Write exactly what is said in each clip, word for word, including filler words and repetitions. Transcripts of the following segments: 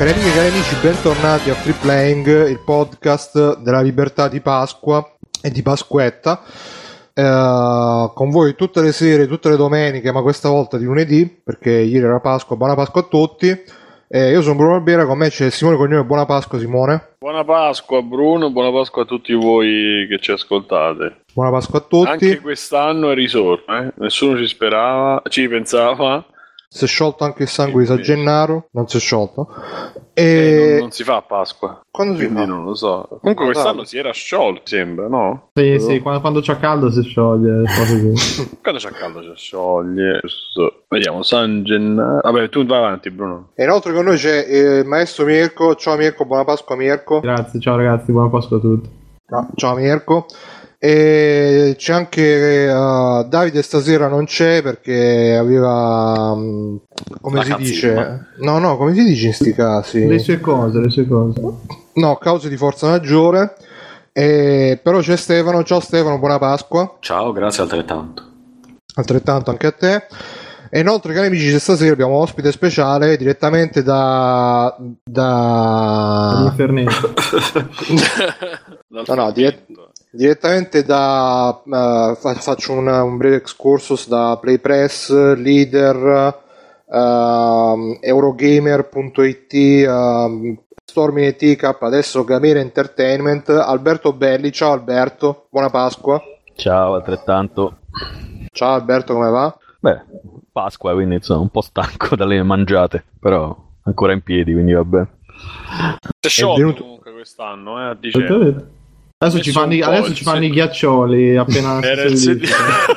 Cari amiche e cari amici, bentornati a Free Playing, il podcast della libertà di Pasqua e di Pasquetta. Eh, con voi tutte le sere, tutte le domeniche, ma questa volta di lunedì, perché ieri era Pasqua. Buona Pasqua a tutti. Eh, io sono Bruno Albera, con me c'è Simone Cognome. Buona Pasqua, Simone. Buona Pasqua, Bruno. Buona Pasqua a tutti voi che ci ascoltate. Buona Pasqua a tutti. Anche quest'anno è risorto, eh? Nessuno ci sperava, ci pensava. Si è sciolto anche il sangue di San Gennaro. Non si è sciolto. E... Eh, non, non si fa a Pasqua. Quando si Quindi fa? non lo so. Comunque quest'anno si era sciolto, sembra, no? Sì, sì, quando, quando c'ha caldo si scioglie. Quando c'ha caldo si scioglie. Vediamo, San Gennaro. Vabbè, tu vai avanti, Bruno. E inoltre con noi c'è eh, il maestro Mirko. Ciao Mirko, buona Pasqua Mirko. Grazie, ciao ragazzi, buona Pasqua a tutti. No, ciao Mirko. E c'è anche uh, Davide, stasera non c'è perché aveva um, come La si cazzina. dice no no come si dice in sti casi Le sue cose, le sue cose. no cause di forza maggiore. E però c'è Stefano. Ciao Stefano, buona Pasqua. Ciao, grazie altrettanto. Altrettanto anche a te. E inoltre, cari amici, stasera abbiamo un ospite speciale direttamente da da All'infernetto. no no dirett- direttamente da uh, fa- faccio un, un breve excursus da Playpress, Leader, uh, Eurogamer punto it, uh, Stormy e Teacup, adesso Gamera Entertainment. Alberto Belli. Ciao Alberto, buona Pasqua. Ciao, altrettanto. Ciao Alberto, come va? Beh, Pasqua, quindi insomma un po' stanco dalle mangiate, però ancora in piedi, quindi vabbè. Si è sciolto venuto... comunque quest'anno, eh, a dicembre. Adesso ci fanno, i, adesso ci fanno i ghiaccioli appena era il sedici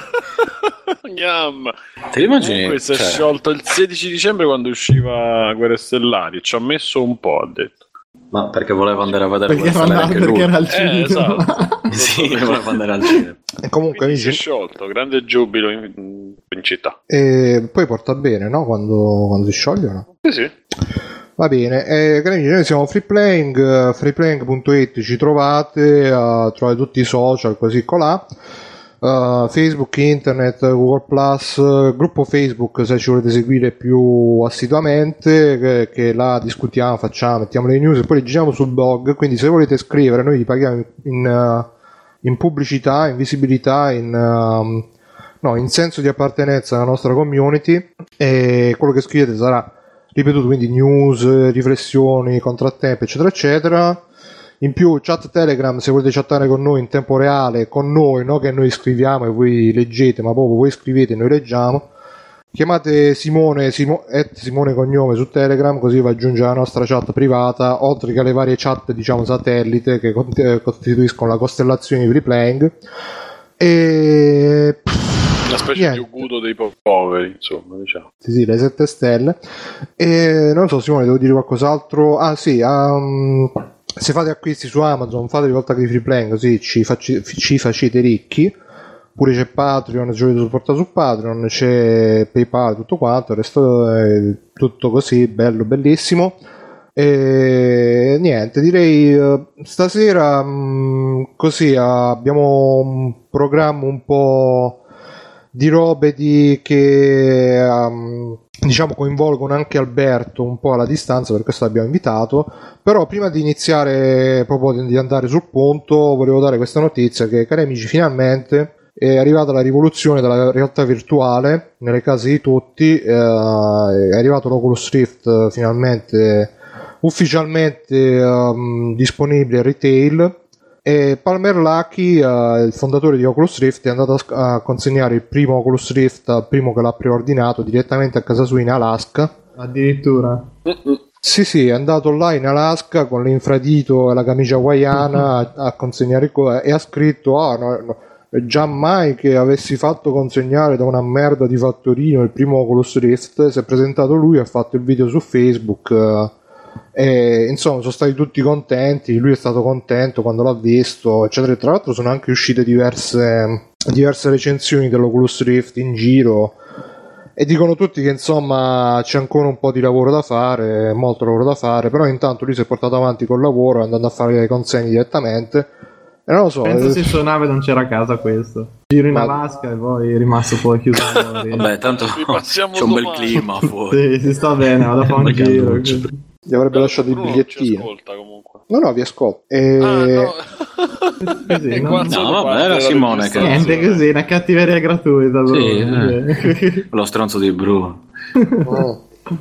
Te li immagini? Comunque si è Cioè... sciolto il sedici dicembre quando usciva Guerre Stellari. Ci ha messo un po', ha detto. Ma perché voleva andare a vedere perché, quella era, anche perché lui. era al Eh, cinema. esatto. Sì, voleva andare al cinema. E comunque Quindi si è amici, sciolto, grande giubilo in, in città. e poi porta bene, no? Quando, quando si sciolgono. Sì, sì. Va bene, eh, cari amici, noi siamo Free Playing, uh, freeplaying punto it, ci trovate, uh, trovate tutti i social così colà, uh, Facebook, Internet, Google Plus, uh, gruppo Facebook se ci volete seguire più assiduamente, che, che là discutiamo, facciamo, mettiamo le news e poi le giriamo sul blog, quindi se volete scrivere noi vi paghiamo in, uh, in pubblicità, in visibilità, in... Um, no, in senso di appartenenza alla nostra community, e quello che scrivete sarà ripetuto, quindi news, riflessioni, contrattempi, eccetera eccetera. In più chat Telegram se volete chattare con noi in tempo reale, con noi, no che noi scriviamo e voi leggete, ma proprio voi scrivete e noi leggiamo. Chiamate Simone, Simo, at Simone Cognome su Telegram, così vi aggiunge la nostra chat privata, oltre che alle varie chat diciamo satellite che costituiscono la costellazione di Free Playing. E una specie niente. di Ugudo dei po- poveri, insomma, diciamo. Sì, sì, le sette stelle. E non so, Simone, devo dire qualcos'altro. Ah, sì, um, se fate acquisti su Amazon, fatevi volta che di Free Playing, così ci, facci, ci facete ricchi. Pure c'è Patreon, ci volete supportare su Patreon, c'è PayPal, tutto quanto, il resto è tutto così, bello, bellissimo. E niente, direi uh, stasera um, così uh, abbiamo un programma un po' di robe di, che um, diciamo coinvolgono anche Alberto un po' alla distanza, per questo l'abbiamo invitato. Però prima di iniziare proprio di andare sul punto volevo dare questa notizia che, cari amici, finalmente è arrivata la rivoluzione della realtà virtuale nelle case di tutti. Eh, è arrivato l'Oculus Rift finalmente ufficialmente um, disponibile a retail. E Palmer Luckey, uh, il fondatore di Oculus Rift, è andato a, a consegnare il primo Oculus Rift al primo che l'ha preordinato direttamente a casa sua in Alaska. Addirittura? Sì, sì, è andato là in Alaska con l'infradito e la camicia hawaiana a, a consegnare co- e ha scritto: ah, no, no, già mai che avessi fatto consegnare da una merda di fattorino il primo Oculus Rift. Si è presentato lui, ha fatto il video su Facebook. Uh, E, insomma, sono stati tutti contenti, lui è stato contento quando l'ha visto, eccetera. Tra l'altro sono anche uscite diverse diverse recensioni dell'Oculus Rift in giro e dicono tutti che insomma c'è ancora un po' di lavoro da fare, molto lavoro da fare, però intanto lui si è portato avanti col lavoro andando a fare le consegne direttamente. E non lo so, penso eh... se sua nave non c'era a casa questo. Giro in Ma... Alaska e poi è rimasto poi chiuso fuori. Vabbè, tanto c'è un bel clima fuori. Sì, si sta bene, vado a fare un giro. Gli avrebbe lasciato il Bruno bigliettino. ci ascolta comunque. No, no, vi ascolto. E... Ah, no. Così, E no? qua No, sono vabbè, parte era della Simone registrazione. Niente, così, una cattiveria gratuita. Sì, proprio. eh. Lo stronzo di Bruno. Oh.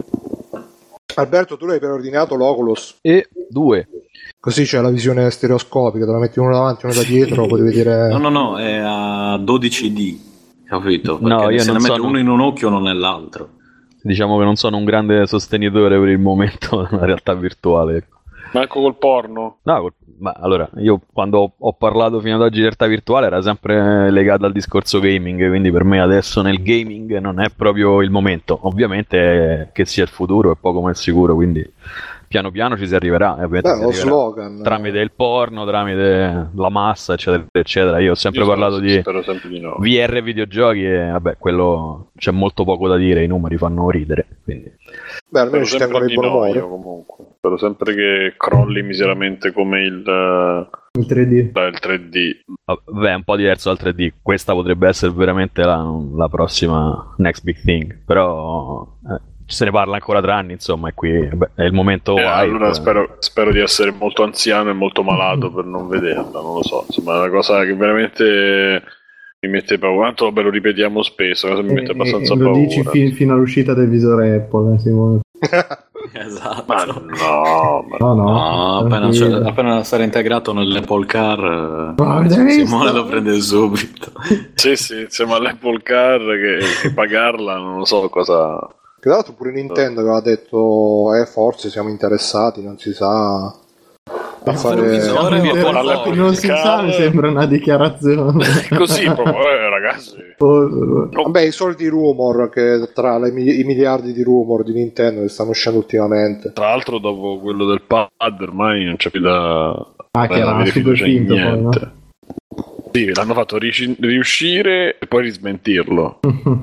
Alberto, tu l'hai preordinato l'Oculus? E due. Così c'è la visione stereoscopica, te la metti uno davanti, uno da dietro, puoi vedere... No, no, no, è a dodici D, capito? Perché No, io se non ne mette sono- uno in un occhio non nell'altro. Diciamo che non sono un grande sostenitore per il momento della realtà virtuale. ecco. Manco col porno. No, col- ma allora, io quando ho, ho parlato fino ad oggi di realtà virtuale era sempre legato al discorso gaming, quindi per me adesso nel gaming non è proprio il momento. Ovviamente eh, che sia il futuro è poco ma è sicuro, quindi piano piano ci si arriverà. e ovviamente Beh, si lo arriverà slogan. tramite il porno, tramite la massa, eccetera, eccetera. Io ho sempre Io parlato spero- di Spero sempre di no. V R e videogiochi e vabbè, quello c'è molto poco da dire, i numeri fanno ridere, quindi... Beh, almeno Spero ci tengono sempre il di buon no, umore. io comunque. Spero sempre che crolli miseramente come il, eh, Il tre D. il tre D. Vabbè, è un po' diverso dal tre D. Questa potrebbe essere veramente la, la prossima next big thing. Però eh, se ne parla ancora tra anni, insomma, e qui vabbè, è il momento Eh, hype. allora spero, spero di essere molto anziano e molto malato per non vederla, non lo so. Insomma, è una cosa che veramente mi mette paura. Tanto vabbè, lo ripetiamo spesso, cosa mi mette E- abbastanza e lo paura. dici fi- fino all'uscita del visore Apple, eh, Simone. Esatto. Ma no, ma No, no. No, appena, tranquillo. c'è- appena sarà integrato nell'Apple Car, eh, Ma avete visto? Simone lo prende subito. sì, sì, insieme all'Apple Car che, che pagarla non lo so cosa. Che tra l'altro pure Nintendo aveva detto, eh, forse siamo interessati, non si sa, a fare... visore, Siamo ma interessati, poi non si car- sa, mi sembra una dichiarazione. Così proprio, eh, ragazzi. Oh, Vabbè, i soliti rumor, che tra le mili- i miliardi di rumor di Nintendo che stanno uscendo ultimamente. Tra l'altro dopo quello del pad ormai non c'è più da... Ah, che da era avere super fiducia in finto poi, no? niente. Sì, l'hanno fatto riusci- riuscire e poi rismentirlo.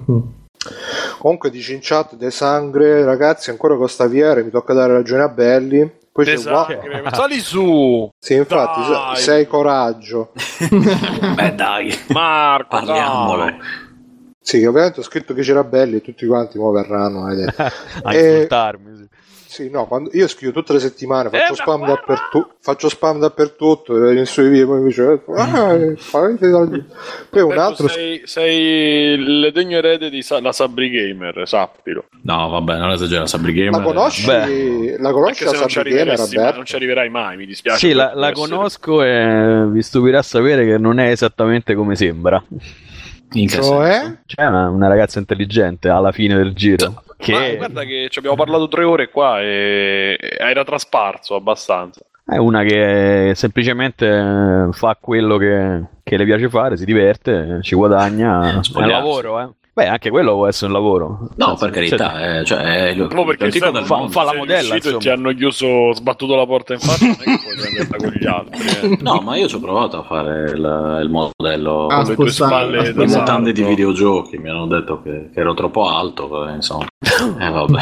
Comunque dici in chat De Sangre, ragazzi, ancora con sta V R mi tocca dare ragione a Belli. Poi c'è Esatto, Wa- sali su! Sì, infatti, Dai. se- sei coraggio. Beh dai, Marco, parliamolo. dai. Sì, che ovviamente ho scritto che c'era Belli e tutti quanti mo verranno. hai detto. A Eh, insultarmi. sì. Sì, no, quando io scrivo tutte le settimane, faccio Eh, spam ma- dappertutto, faccio spam dappertutto, e nei suoi video poi mi dice, ah, fate da- poi un Alberto, altro sei, sei il degno erede di Sa- la Sabri Gamer, sappilo. No, vabbè, non esagera, Sabri Gamer. la conosci, Beh. la conosci Anche la se non ci, Sabri Gamer, arriveresti, ma Alberto? non ci arriverai mai, mi dispiace. Sì, per la, la essere- conosco e vi stupirà sapere che non è esattamente come sembra. In che Cioè? senso? C'è una, una ragazza intelligente alla fine del giro. Ma Che guarda che ci abbiamo parlato tre ore qua e era trasparso abbastanza. è una che semplicemente fa quello che, che le piace fare, si diverte, ci guadagna. È un Spogliarsi. lavoro, eh. Beh, anche quello può essere un lavoro. No, Cioè, per carità, eh, cioè, è il, Proprio perché l'antico se del fa- mondo. fa la sei modella, riuscito e insomma. ti hanno chiuso, sbattuto la porta in faccia, non è che puoi prenderla con gli altri. Eh. No, ma io ci ho provato a fare il, il modello Ah, Con le tue spostare- spalle a da in spostare- sarto. mutande di videogiochi. Mi hanno detto che, che ero troppo alto, però, insomma. Eh, vabbè.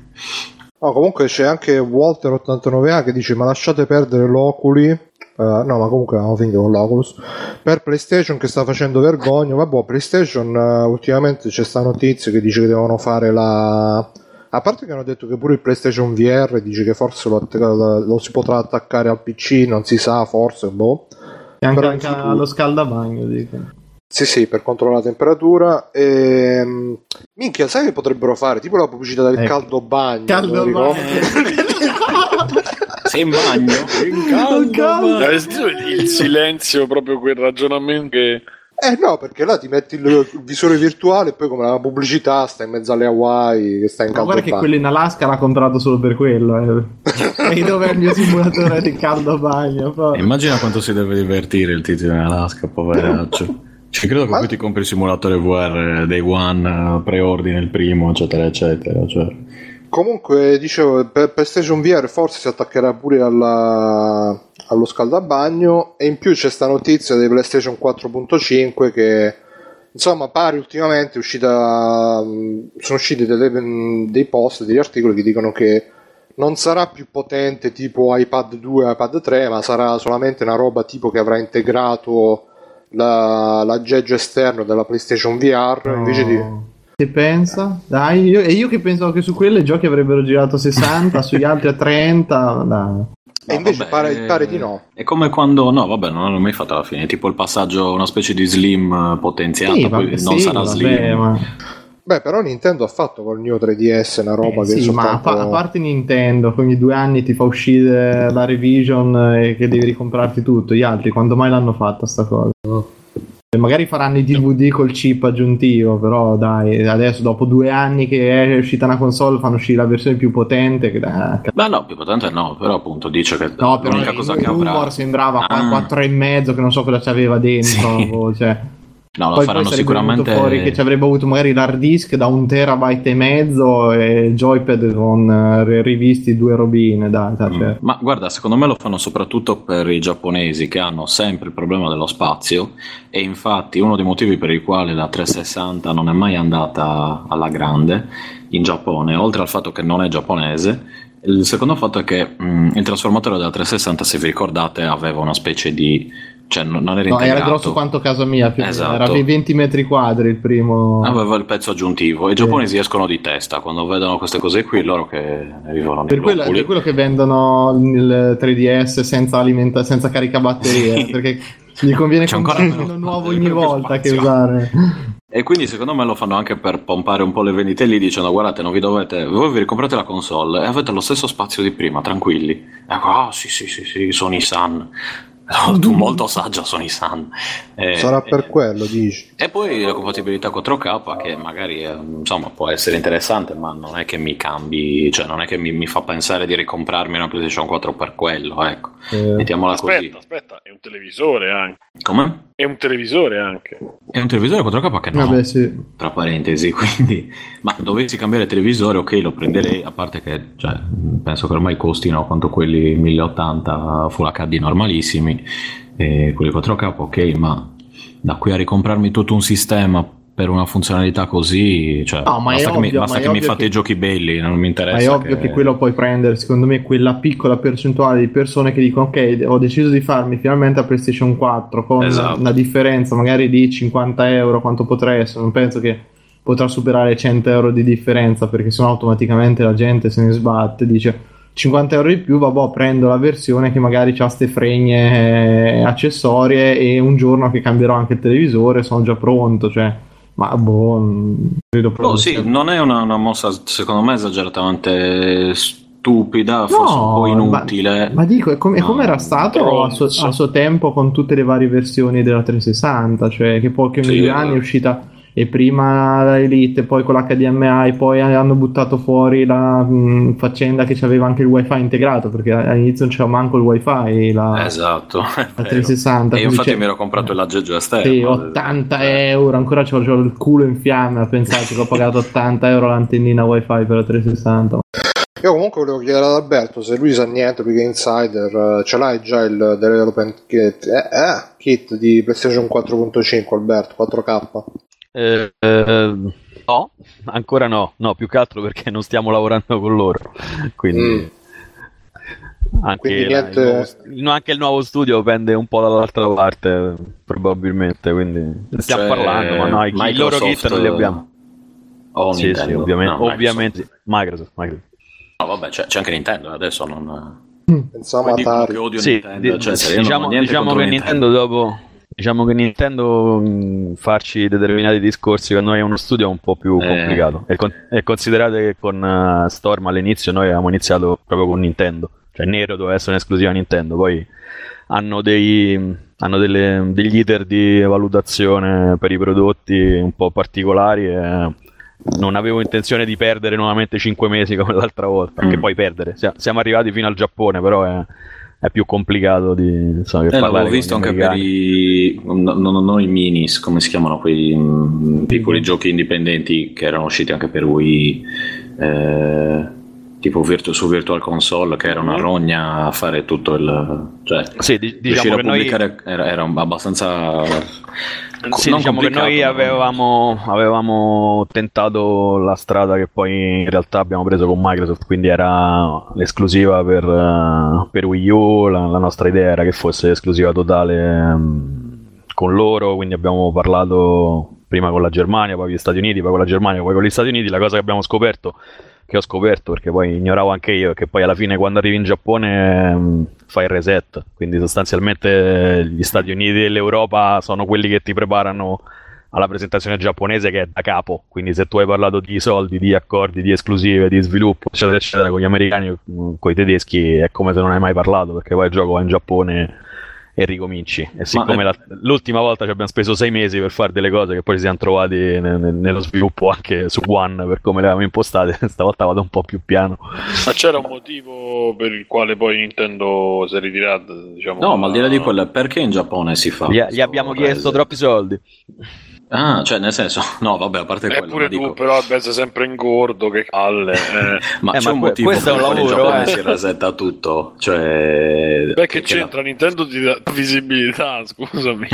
No, comunque c'è anche Walter ottantanove A che dice, ma lasciate perdere l'Oculi. Uh, no, ma comunque abbiamo finito con l'Oculus per PlayStation che sta facendo vergogna. Vabbè, PlayStation uh, ultimamente c'è sta notizia che dice che devono fare la, a parte che hanno detto che pure il PlayStation V R dice che forse lo, att- lo si potrà attaccare al P C, non si sa, forse boh. E anche, Però in anche futuro- allo scaldabagno, dico. Sì, sì, per controllare la temperatura. Ehm... Minchia, sai che potrebbero fare? Tipo la pubblicità del Ecco. caldo bagno. Caldo te lo ricordi? Sei in bagno? In caldo. Hai sentito il silenzio, proprio quel ragionamento che... Eh no, perché là ti metti il, il visore virtuale e poi come la pubblicità sta in mezzo alle Hawaii che sta in Ma caldo guarda che bagno. quello in Alaska l'ha comprato solo per quello. Eh. E dov'è il mio simulatore di caldo bagno? Poi. Immagina quanto si deve divertire il tizio in Alaska, poveraccio. Ci credo che Ma- poi ti compri il simulatore V R Day One, preordine il primo, eccetera, eccetera. Cioè. Comunque, dicevo, per PlayStation V R forse si attaccherà pure alla, allo scaldabagno e in più c'è sta notizia dei PlayStation quattro punto cinque che insomma pare ultimamente è uscita, sono usciti delle, dei post, degli articoli che dicono che non sarà più potente tipo iPad due, iPad tre, ma sarà solamente una roba tipo che avrà integrato la, l'aggeggio esterno della PlayStation V R No. invece di... Che pensa? Dai, io, e io che pensavo che su quelle i giochi avrebbero girato sessanta, sugli altri a trenta, dai. E invece vabbè, pare, pare di no. È come quando, no, vabbè, non l'ho mai fatto alla fine. Tipo il passaggio, una specie di slim potenziata, Sì, poi vabbè, non sì, sarà vabbè, slim. ma... Beh, però Nintendo ha fatto col Neo tre D S una roba Eh, che sì, ma a, soltanto... pa- a parte Nintendo, che ogni due anni ti fa uscire la revision e che devi ricomprarti tutto, gli altri quando mai l'hanno fatta sta cosa? E magari faranno i D V D col chip aggiuntivo, però dai, adesso dopo due anni che è uscita una console fanno uscire la versione più potente che dai, Beh no, più potente no, però appunto dice che no, però l'unica il cosa che rumor avrà... sembrava Ah. quattro e mezzo, che non so cosa c'aveva dentro, Sì. boh, cioè. No, lo Poi, faranno poi sarebbe venuto sicuramente... fuori che ci avrebbe avuto magari l'hard disk da un terabyte e mezzo e il joypad con eh, rivisti due robine, dai, dai, cioè. Mm. Ma guarda, secondo me lo fanno soprattutto per i giapponesi che hanno sempre il problema dello spazio, e infatti uno dei motivi per i quali la trecentosessanta non è mai andata alla grande in Giappone, oltre al fatto che non è giapponese, il secondo fatto è che mh, il trasformatore della trecentosessanta, se vi ricordate, aveva una specie di... cioè non non era No, integrato. era grosso quanto casa mia, più o meno. Esatto. Era venti metri quadri il primo. Aveva il pezzo aggiuntivo. I giapponesi escono di testa quando vedono queste cose qui, loro che vivono Per nei quello, loculi. per quello che vendono il tre D S senza alimenta, senza caricabatterie, Sì. perché gli conviene C'è ancora comprare meno uno nuovo spazio, ogni più volta che spazio. usare. E quindi secondo me lo fanno anche per pompare un po' le vendite lì, dicendo guardate, non vi dovete, voi vi ricomprate la console e avete lo stesso spazio di prima, tranquilli. Ecco, ah sì sì sì sì, Sony-san. No, tu molto saggia Sony-san. Eh, Sarà per eh, quello, dici. E poi la compatibilità quattro K, che magari eh, insomma può essere interessante, ma non è che mi cambi, cioè non è che mi, mi fa pensare di ricomprarmi una PlayStation quattro per quello, ecco. Eh, Mettiamola Aspetta, così. aspetta, è un televisore anche. Come? È un televisore anche. È un televisore quattro K che no, Vabbè, sì. tra parentesi, quindi, ma dovessi cambiare televisore, ok, lo prenderei, a parte che cioè, penso che ormai costino quanto quelli mille ottanta Full H D normalissimi, e quelli quattro K, ok, ma da qui a ricomprarmi tutto un sistema per una funzionalità così, cioè, No, ma è basta che mi, ovvio, basta ma è che mi ovvio fate che- i giochi belli, non mi interessa. Ma è ovvio che quello puoi prendere, secondo me, quella piccola percentuale di persone che dicono ok, ho deciso di farmi finalmente la PlayStation quattro con Esatto. una differenza magari di cinquanta euro, quanto potrà essere, non penso che potrà superare cento euro di differenza, perché sennò automaticamente la gente se ne sbatte, dice cinquanta euro di più, vabbè, prendo la versione che magari ha ste fregne eh, accessorie e un giorno che cambierò anche il televisore sono già pronto, cioè, ma boh, non credo proprio. Oh, sì, non è una, una mossa secondo me esageratamente stupida, forse un po' inutile. Ma, ma dico, è come, è come No, era stato a suo, a suo tempo con tutte le varie versioni della trecentosessanta, cioè che poi che ogni Sì, due anni è uscita, e prima la Elite, poi con l'H D M I, poi hanno buttato fuori la mh, faccenda che c'aveva anche il wifi integrato, perché all'inizio non c'era manco il wifi la, Esatto, la è vero. trecentosessanta. E io quindi infatti c'è- mi ero comprato l'aggeggio esterno. sì, ottanta euro, ancora c'ho, c'ho il culo in fiamme a pensare che ho pagato ottanta euro l'antennina wifi per la trecentosessanta. Io comunque volevo chiedere ad Alberto se lui sa niente, lui che è insider, eh, ce l'hai già il development kit, eh, eh, kit di PlayStation quattro punto cinque, Alberto, quattro K? Eh, eh, no, ancora no, no, più che altro perché non stiamo lavorando con loro, quindi anche, Quindi la- niente- il nuovo, st- anche il nuovo studio pende un po' dall'altra parte, probabilmente, quindi ne stiamo Cioè, parlando, ma no, i, i loro kit Microsoft non li abbiamo. O Sì, Nintendo? sì, ovviamente, No, ovviamente sì. Microsoft, Microsoft. No, vabbè, c'è, c'è anche Nintendo, adesso non... Pensavo Poi dicono Atari. che odio Sì, Nintendo, di- eccetera. Io non ho diciamo, niente diciamo contro che Nintendo dopo diciamo che Nintendo mh, farci determinati discorsi con noi è uno studio un po' più Eh. complicato, e, con- e considerate che con uh, Storm all'inizio noi avevamo iniziato proprio con Nintendo, cioè Nero doveva essere un'esclusiva Nintendo, poi hanno dei hanno delle, degli iter di valutazione per i prodotti un po' particolari e non avevo intenzione di perdere nuovamente cinque mesi come l'altra volta, anche Mm. poi perdere. Sia- Siamo arrivati fino al Giappone, però è, è più complicato di insomma, che Eh, parlare l'avevo con visto gli anche per americani. i no, no, no, i minis, come si chiamano quei mm, piccoli giochi indipendenti che erano usciti anche per Wii, eh, tipo Virtu- su Virtual Console, che era una rogna a fare tutto il, cioè Sì, di- riuscire diciamo a che noi, pubblicare era, era abbastanza sì, non diciamo che complicato, noi ma- avevamo, avevamo tentato la strada che poi in realtà abbiamo preso con Microsoft, quindi era l'esclusiva per, eh, per Wii U, la, la nostra idea era che fosse esclusiva totale ehm, con loro, quindi abbiamo parlato prima con la Germania, poi con gli Stati Uniti, poi con la Germania, poi con gli Stati Uniti. La cosa che abbiamo scoperto, che ho scoperto perché poi ignoravo anche io, che poi alla fine quando arrivi in Giappone mh, fai il reset, quindi sostanzialmente gli Stati Uniti e l'Europa sono quelli che ti preparano alla presentazione giapponese, che è da capo. Quindi se tu hai parlato di soldi, di accordi, di esclusive, di sviluppo eccetera eccetera con gli americani, con i tedeschi, è come se non hai mai parlato, perché poi il gioco va in Giappone e ricominci. E siccome è... la, l'ultima volta ci abbiamo speso sei mesi per fare delle cose che poi ci siamo trovati ne, ne, nello sviluppo anche su One per come le avevamo impostate, stavolta vado un po' più piano. Ma c'era un motivo per il quale poi Nintendo si è ritirata, diciamo? No, ma al di là di quello, perché in Giappone si fa? Gli, gli abbiamo chiesto troppi soldi. Ah, cioè nel senso, no vabbè, a parte quello, pure tu dico... però sei sempre ingordo, che palle, eh. ma eh, c'è ma un que- motivo questo è un per cui in lavoro, Giappone eh. si resetta tutto, cioè beh, che, che c'entra la... Nintendo ti dà visibilità, scusami.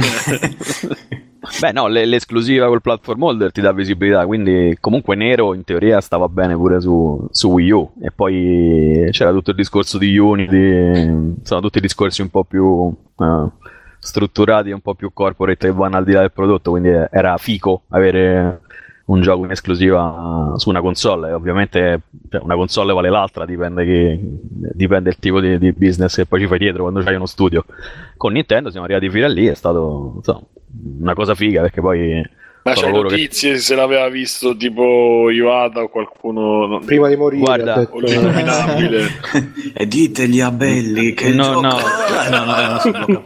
Beh no, le, l'esclusiva col platform holder ti dà visibilità, quindi comunque Nero in teoria stava bene pure su, su Wii U, e poi c'era tutto il discorso di Unity, sono tutti discorsi un po' più uh, strutturati, un po' più corporate, che vanno al di là del prodotto, quindi era fico avere un gioco in esclusiva su una console. E ovviamente cioè, una console vale l'altra, dipende che, dipende il tipo di, di business che poi ci fai dietro quando c'hai uno studio. Con Nintendo siamo arrivati fino a lì, è stato insomma, una cosa figa, perché poi ma c'è notizie che... se l'aveva visto tipo Iwata o qualcuno no, prima di morire, guarda, detto... innominabile. E ditegli a Belli che no, gioco... no. no, no, no,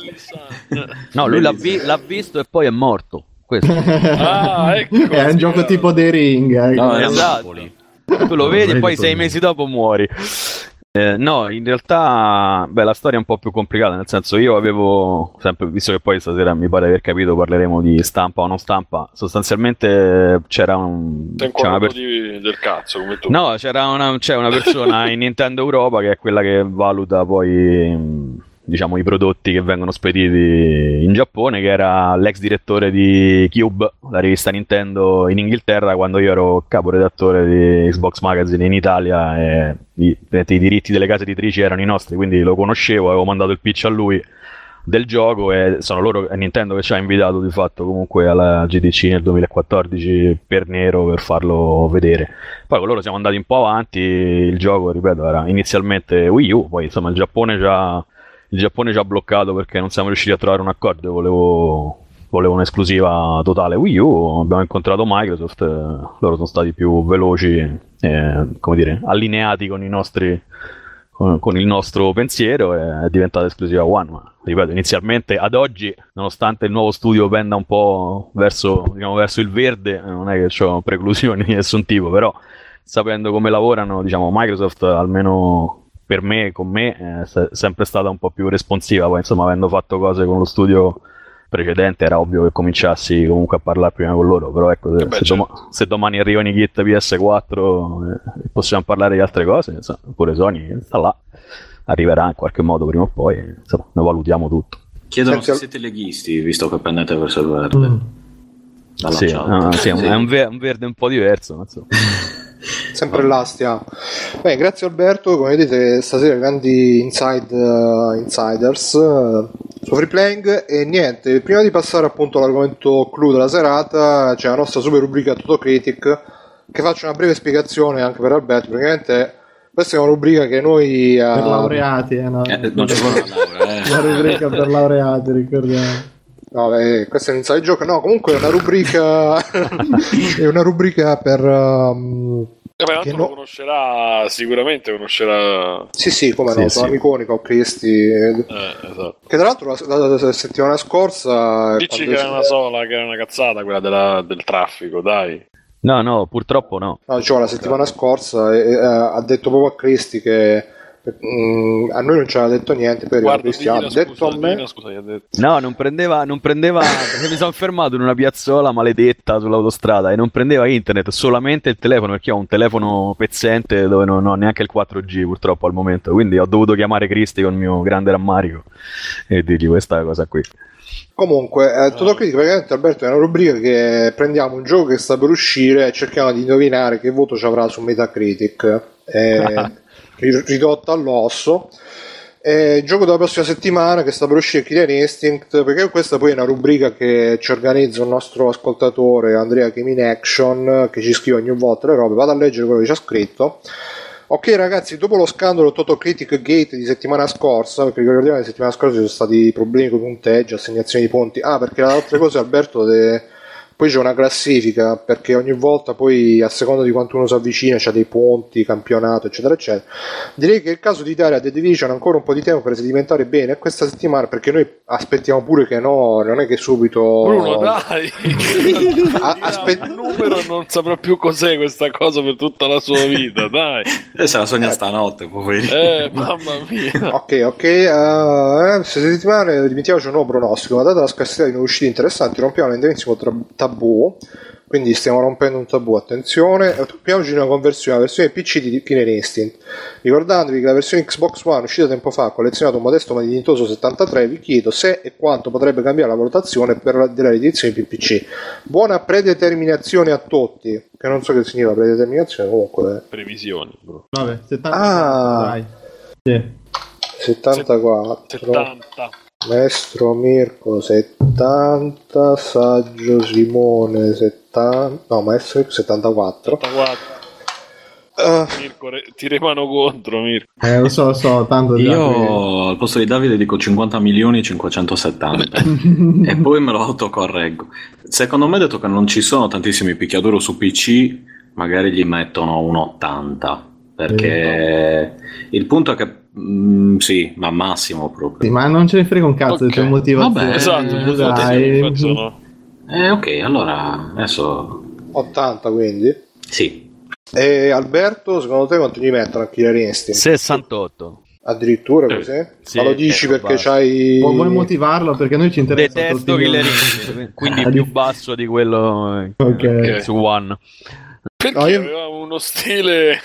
no, no, lui l'ha, vi- l'ha visto e poi è morto. Questo. Ah, ecco, è un gioco tipo The Ring, eh, no, esatto. Tu lo vedi e poi sei mesi dopo muori. Eh, no, in realtà beh, la storia è un po' più complicata, nel senso, io avevo sempre, visto che poi stasera mi pare di aver capito parleremo di stampa o non stampa, sostanzialmente c'era un sei c'era una per... di, del cazzo come tu. No, c'era una, c'è una persona in Nintendo Europa che è quella che valuta poi diciamo i prodotti che vengono spediti in Giappone, che era l'ex direttore di Cube, la rivista Nintendo in Inghilterra, quando io ero caporedattore di Xbox Magazine in Italia, e i, i diritti delle case editrici erano i nostri, quindi lo conoscevo, avevo mandato il pitch a lui del gioco, e sono loro, è Nintendo che ci ha invitato di fatto comunque alla G D C nel duemilaquattordici per Nero, per farlo vedere. Poi con loro siamo andati un po' avanti, il gioco, ripeto, era inizialmente Wii U, poi insomma il Giappone già Il Giappone ci ha bloccato perché non siamo riusciti a trovare un accordo. Volevo, volevo un'esclusiva totale Wii U. Abbiamo incontrato Microsoft, eh, loro sono stati più veloci, eh, come dire, allineati con i nostri, con, con il nostro pensiero, e è diventata esclusiva One. Ma ripeto, inizialmente, ad oggi, nonostante il nuovo studio penda un po' verso, diciamo, verso il verde, non è che ho preclusioni di nessun tipo, però sapendo come lavorano, diciamo, Microsoft almeno per me, con me, è sempre stata un po' più responsiva. Poi insomma, avendo fatto cose con lo studio precedente, era ovvio che cominciassi comunque a parlare prima con loro. Però ecco, se, beh, se, certo. dom- se domani arrivano i kit P S quattro e eh, possiamo parlare di altre cose, insomma, pure Sony sta là, arriverà in qualche modo prima o poi, insomma, noi valutiamo tutto. Chiedono Senza... se siete leghisti, visto che pendete verso il verde. Mm. Sì, no, sì, sì. È un, ver- un verde un po' diverso, ma insomma. Sempre là stiamo. Beh, grazie Alberto, come vedete stasera grandi inside, uh, insiders uh, su Free Playing. E niente, prima di passare appunto all'argomento clou della serata, c'è la nostra super rubrica Totocritic, che faccio una breve spiegazione anche per Alberto. Praticamente questa è una rubrica che noi uh... per laureati, eh, no? Eh, non c'è una laurea, eh. La rubrica per laureati, ricordiamo. No, beh, questo è un inside joke. No, comunque è una rubrica è una rubrica per um, eh beh, che lo no... conoscerà sicuramente, conoscerà. Sì, sì, come sì, no, sì. sono amiconi con Cristi. Eh, esatto. Che tra l'altro la, la, la settimana scorsa Dici che era una sola, che era una cazzata quella della, del traffico, dai. No, no, purtroppo no. No, cioè, la settimana scorsa eh, eh, ha detto proprio a Cristi che mm, a noi non ci aveva detto niente, per Guarda, Cristiano ha scusa, detto a me digliela, scusa, gli ha detto. No, non prendeva, non prendeva perché mi sono fermato in una piazzola maledetta sull'autostrada e non prendeva internet, solamente il telefono, perché ho un telefono pezzente dove non ho neanche il quattro G purtroppo al momento, quindi ho dovuto chiamare Cristi con il mio grande rammarico e dirgli questa cosa qui. Comunque, eh, Totocritic, praticamente Alberto, è una rubrica che prendiamo un gioco che sta per uscire e cerchiamo di indovinare che voto ci avrà su Metacritic, eh, ridotta all'osso. E il gioco della prossima settimana che sta per uscire Killer Instinct, perché questa poi è una rubrica che ci organizza un nostro ascoltatore Andrea Game in Action, che ci scrive ogni volta le robe. Vado a leggere quello che ci ha scritto. Ok ragazzi, dopo lo scandalo Totocritic Gate di settimana scorsa, perché ricordiamo che la settimana scorsa ci sono stati problemi con punteggio, assegnazioni di punti. Ah, perché le altre cose Alberto de... poi c'è una classifica, perché ogni volta poi a seconda di quanto uno si avvicina c'è dei punti, campionato eccetera eccetera. Direi che è il caso di dare a The Division ancora un po' di tempo per sedimentare bene questa settimana, perché noi aspettiamo pure che no, non è che subito Bruno dai a- aspet- il numero non saprà più cos'è questa cosa per tutta la sua vita, dai. E se la sogna stanotte poi. Eh, mamma mia. Ok, ok, uh, queste settimane rimettiamoci un nuovo pronostico, ma data la scarsità di nuove uscite interessanti rompiamo l'ennesimo tra- tabù, quindi stiamo rompendo un tabù, attenzione, occupiamoci di una conversione alla versione P C di Killer Instinct. Ricordandovi che la versione Xbox One uscita tempo fa ha collezionato un modesto ma dignitoso settantatré, vi chiedo se e quanto potrebbe cambiare la valutazione per la, della edizione P P C. Buona predeterminazione a tutti, che non so che significa predeterminazione, comunque Previsioni, bro. Vabbè, settanta Ah. dai. Sì. settantaquattro settanta. Maestro Mirko settanta, Saggio Simone settanta, no Maestro settantaquattro. settantaquattro. Uh, Mirko, re- ti remano contro, Mirko. Eh, lo so, lo so, tanto già Io al posto di Davide dico cinquanta milioni cinquecentosettanta e poi me lo autocorreggo. Secondo me, detto che non ci sono tantissimi picchiaduro su P C, magari gli mettono un ottanta, perché il punto è che mm, sì, ma massimo proprio. Sì, ma non ce ne frega un cazzo, Ok. c'è motivazione. Vabbè, Esatto, Eh, non so dai. se facciano. Eh ok, allora adesso ottanta quindi. sì. E Alberto, secondo te quanto gli mettono a Killer Instinct? sessantotto. Addirittura Eh, così? sì, Ma lo dici eh, perché basta. c'hai... Vuoi vuoi motivarlo? Perché a noi ci interessa. Detesto tutti- Killer Instinct, quindi Ah, più di- basso di quello eh, Ok. su One. Perché No, io- aveva uno stile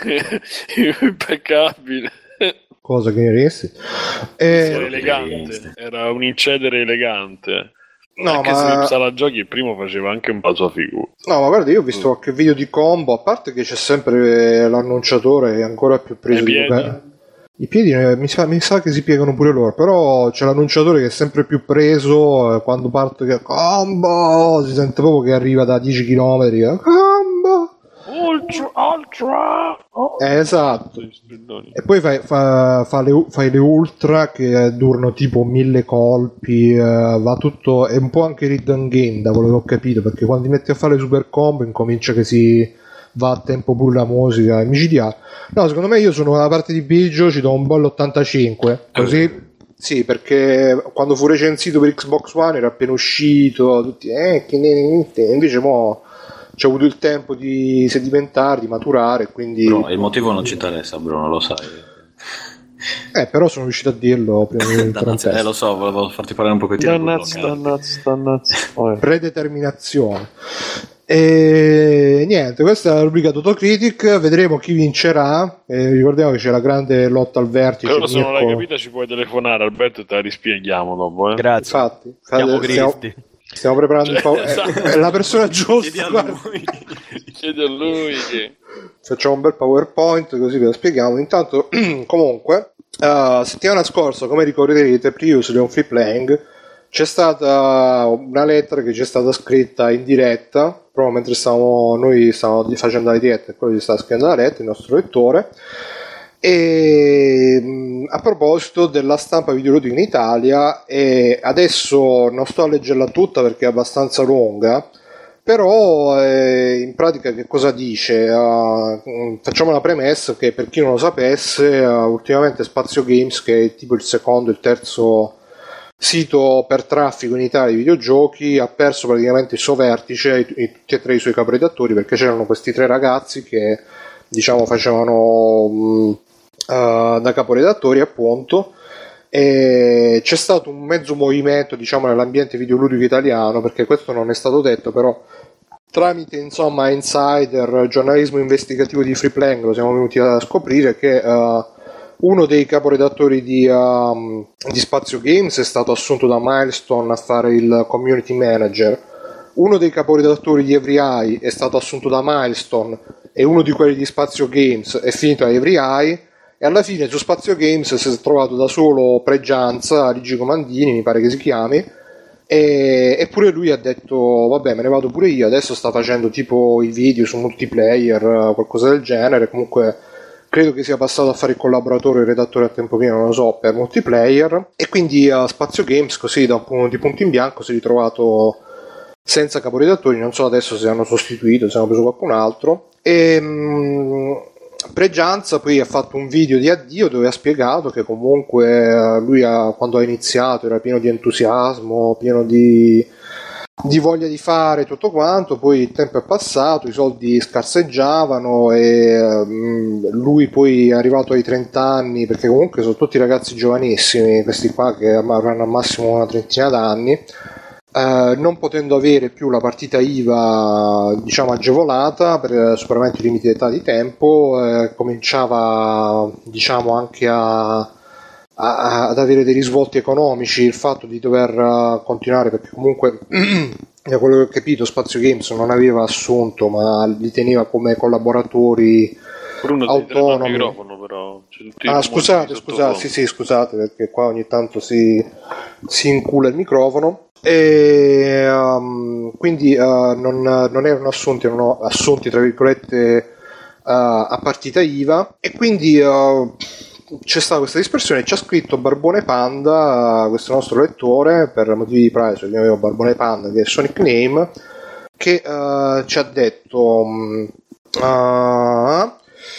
impeccabile. Cosa Killer Instinct? Era Eh, elegante, era un incedere elegante. no, Anche ma... se in sala giochi il primo faceva anche un po' la sua figura. No, ma guarda, io ho visto qualche video di combo, a parte che c'è sempre l'annunciatore che è ancora più preso E i di piedi? Luca- I piedi eh, mi sa, mi sa che si piegano pure loro, però c'è l'annunciatore che è sempre più preso eh, quando parte che combo, si sente proprio che arriva da dieci chilometri. eh, Combo! Ultra, ultra. Oh. Eh, esatto. Gli strilloni. E poi fai, fa, fa le, fai le ultra che durano tipo mille colpi, eh, va tutto, è un po' anche rhythm game da quello che ho capito, perché quando ti metti a fare le super combo incomincia che si va a tempo pure la musica, è micidiale. No, secondo me io sono dalla parte di Biggio, ci do un bollo ottantacinque, così sì, perché quando fu recensito per Xbox One era appena uscito, tutti, eh, che ne- invece mo c'è avuto il tempo di sedimentare, di maturare, quindi... Bro, il motivo non ci interessa, Bruno, lo sai. Eh, però sono riuscito a dirlo prima di entrare in Dannazzi, testa. eh, lo so, volevo farti parlare un pochettino. Dannazzi, dannazzi, dannazzi. Vabbè. Predeterminazione. E niente, questa è la rubrica Totocritic, vedremo chi vincerà. Eh, ricordiamo che c'è la grande lotta al vertice. Però se non l'hai Mirko- capita ci puoi telefonare, Alberto, e te la rispieghiamo dopo. Eh? Grazie. Infatti, Siamo stiamo, Cristi. stiamo preparando Cioè, il power- esatto. è la persona giusta. Chiedi a guarda. lui. Chiedi a lui che... Facciamo un bel PowerPoint così ve lo spieghiamo. Intanto, comunque, uh, settimana scorsa, come ricorderete, previously on Free Playing, c'è stata una lettera che ci è stata scritta in diretta, proprio mentre stavamo, noi stavamo facendo la diretta e quello che stava scrivendo la lettera, il nostro lettore. E mh, a proposito della stampa videoludica in Italia, e adesso non sto a leggerla tutta perché è abbastanza lunga, però eh, in pratica che cosa dice? Uh, facciamo la premessa che per chi non lo sapesse, uh, ultimamente Spazio Games, che è tipo il secondo, il terzo sito per traffico in Italia di videogiochi, ha perso praticamente il suo vertice e, e tutti e tre i suoi caporedattori, perché c'erano questi tre ragazzi che diciamo facevano mh, uh, da caporedattori appunto, e c'è stato un mezzo movimento diciamo nell'ambiente videoludico italiano, perché questo non è stato detto, però tramite insomma insider, giornalismo investigativo di Free Playing lo siamo venuti a scoprire che uh, uno dei caporedattori di, um, di Spazio Games è stato assunto da Milestone a fare il community manager, uno dei caporedattori di Every Eye è stato assunto da Milestone e uno di quelli di Spazio Games è finito a Every Eye, e alla fine su Spazio Games si è trovato da solo Pregianza, Luigi Comandini mi pare che si chiami, e, e pure lui ha detto vabbè me ne vado pure io, adesso sta facendo tipo i video su multiplayer, qualcosa del genere, comunque credo che sia passato a fare il collaboratore, il redattore a tempo pieno, non lo so, per multiplayer, e quindi a uh, Spazio Games così da un punto di punto in bianco si è ritrovato senza caporedattori, non so adesso se hanno sostituito, se hanno preso qualcun altro, e um, Pregianza poi ha fatto un video di addio dove ha spiegato che comunque lui ha, quando ha iniziato era pieno di entusiasmo, pieno di, di voglia di fare tutto quanto, poi il tempo è passato, i soldi scarseggiavano e um, lui poi è arrivato ai trenta anni, perché comunque sono tutti ragazzi giovanissimi questi qua che avranno al massimo una trentina d'anni. Uh, non potendo avere più la partita I V A diciamo agevolata per superamento di limiti di età di tempo, uh, cominciava diciamo anche a, a, ad avere dei risvolti economici il fatto di dover uh, continuare, perché comunque da quello che ho capito Spazio Games non aveva assunto ma li teneva come collaboratori Bruno, autonomi. Microfono, però. Ah, scusate, scusate, sì, sì, scusate, perché qua ogni tanto si, si incula il microfono. E um, quindi uh, non, non erano assunti, erano assunti tra virgolette uh, a partita I V A, e quindi uh, c'è stata questa dispersione. Ci ha scritto Barbone Panda, uh, questo nostro lettore, per motivi di privacy abbiamo avevo Barbone Panda che è il suo nickname, che uh, ci ha detto um, uh,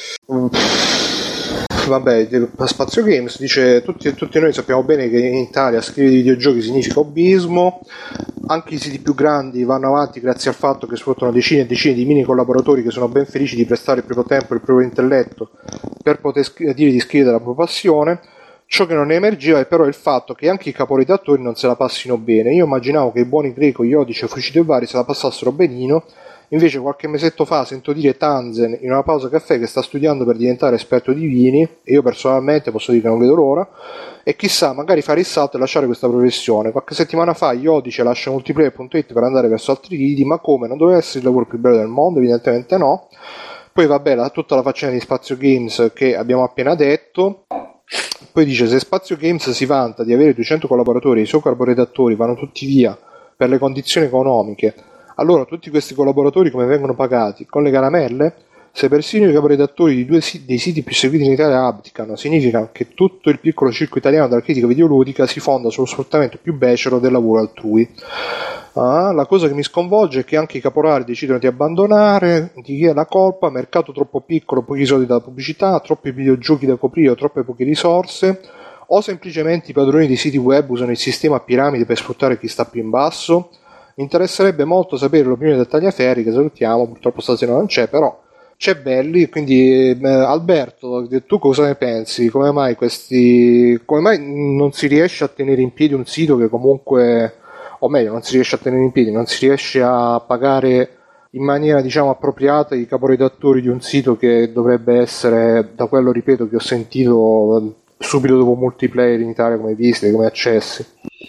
vabbè, Spazio Games dice tutti, tutti noi sappiamo bene che in Italia scrivere videogiochi significa hobbismo, anche i siti più grandi vanno avanti grazie al fatto che sfruttano decine e decine di mini collaboratori che sono ben felici di prestare il proprio tempo e il proprio intelletto per poter scri- dire di scrivere la propria passione. Ciò che non emergeva è però il fatto che anche i caporedattori non se la passino bene. Io immaginavo che i buoni Greco, Iodice, Fucito e vari se la passassero benino. Invece qualche mesetto fa sento dire Tanzen in una pausa caffè che sta studiando per diventare esperto di vini, e io personalmente posso dire che non vedo l'ora, e chissà, magari fare il salto e lasciare questa professione. Qualche settimana fa Iodice lascia multiplayer punto it per andare verso altri lidi, ma come? Non doveva essere il lavoro più bello del mondo? Evidentemente no. Poi vabbè, la, tutta la faccenda di Spazio Games che abbiamo appena detto. Poi dice, se Spazio Games si vanta di avere duecento collaboratori e i suoi caporedattori vanno tutti via per le condizioni economiche, allora tutti questi collaboratori come vengono pagati? Con le caramelle? Se persino i caporedattori di due sit- dei siti più seguiti in Italia abdicano, significa che tutto il piccolo circo italiano della critica videoludica si fonda sullo sfruttamento più becero del lavoro altrui. Ah, la cosa che mi sconvolge è che anche i caporali decidono di abbandonare. Di chi è la colpa? Mercato troppo piccolo, pochi soldi dalla pubblicità, troppi videogiochi da coprire o troppe poche risorse, o semplicemente i padroni dei siti web usano il sistema a piramide per sfruttare chi sta più in basso? Mi interesserebbe molto sapere l'opinione del Tagliaferri, che salutiamo, purtroppo stasera non c'è, però c'è Belli, quindi eh, Alberto, tu cosa ne pensi? Come mai questi come mai non si riesce a tenere in piedi un sito che comunque, o meglio, non si riesce a tenere in piedi, non si riesce a pagare in maniera diciamo appropriata i caporedattori di un sito che dovrebbe essere, da quello ripeto che ho sentito subito dopo multiplayer in Italia, come visite, come accessi?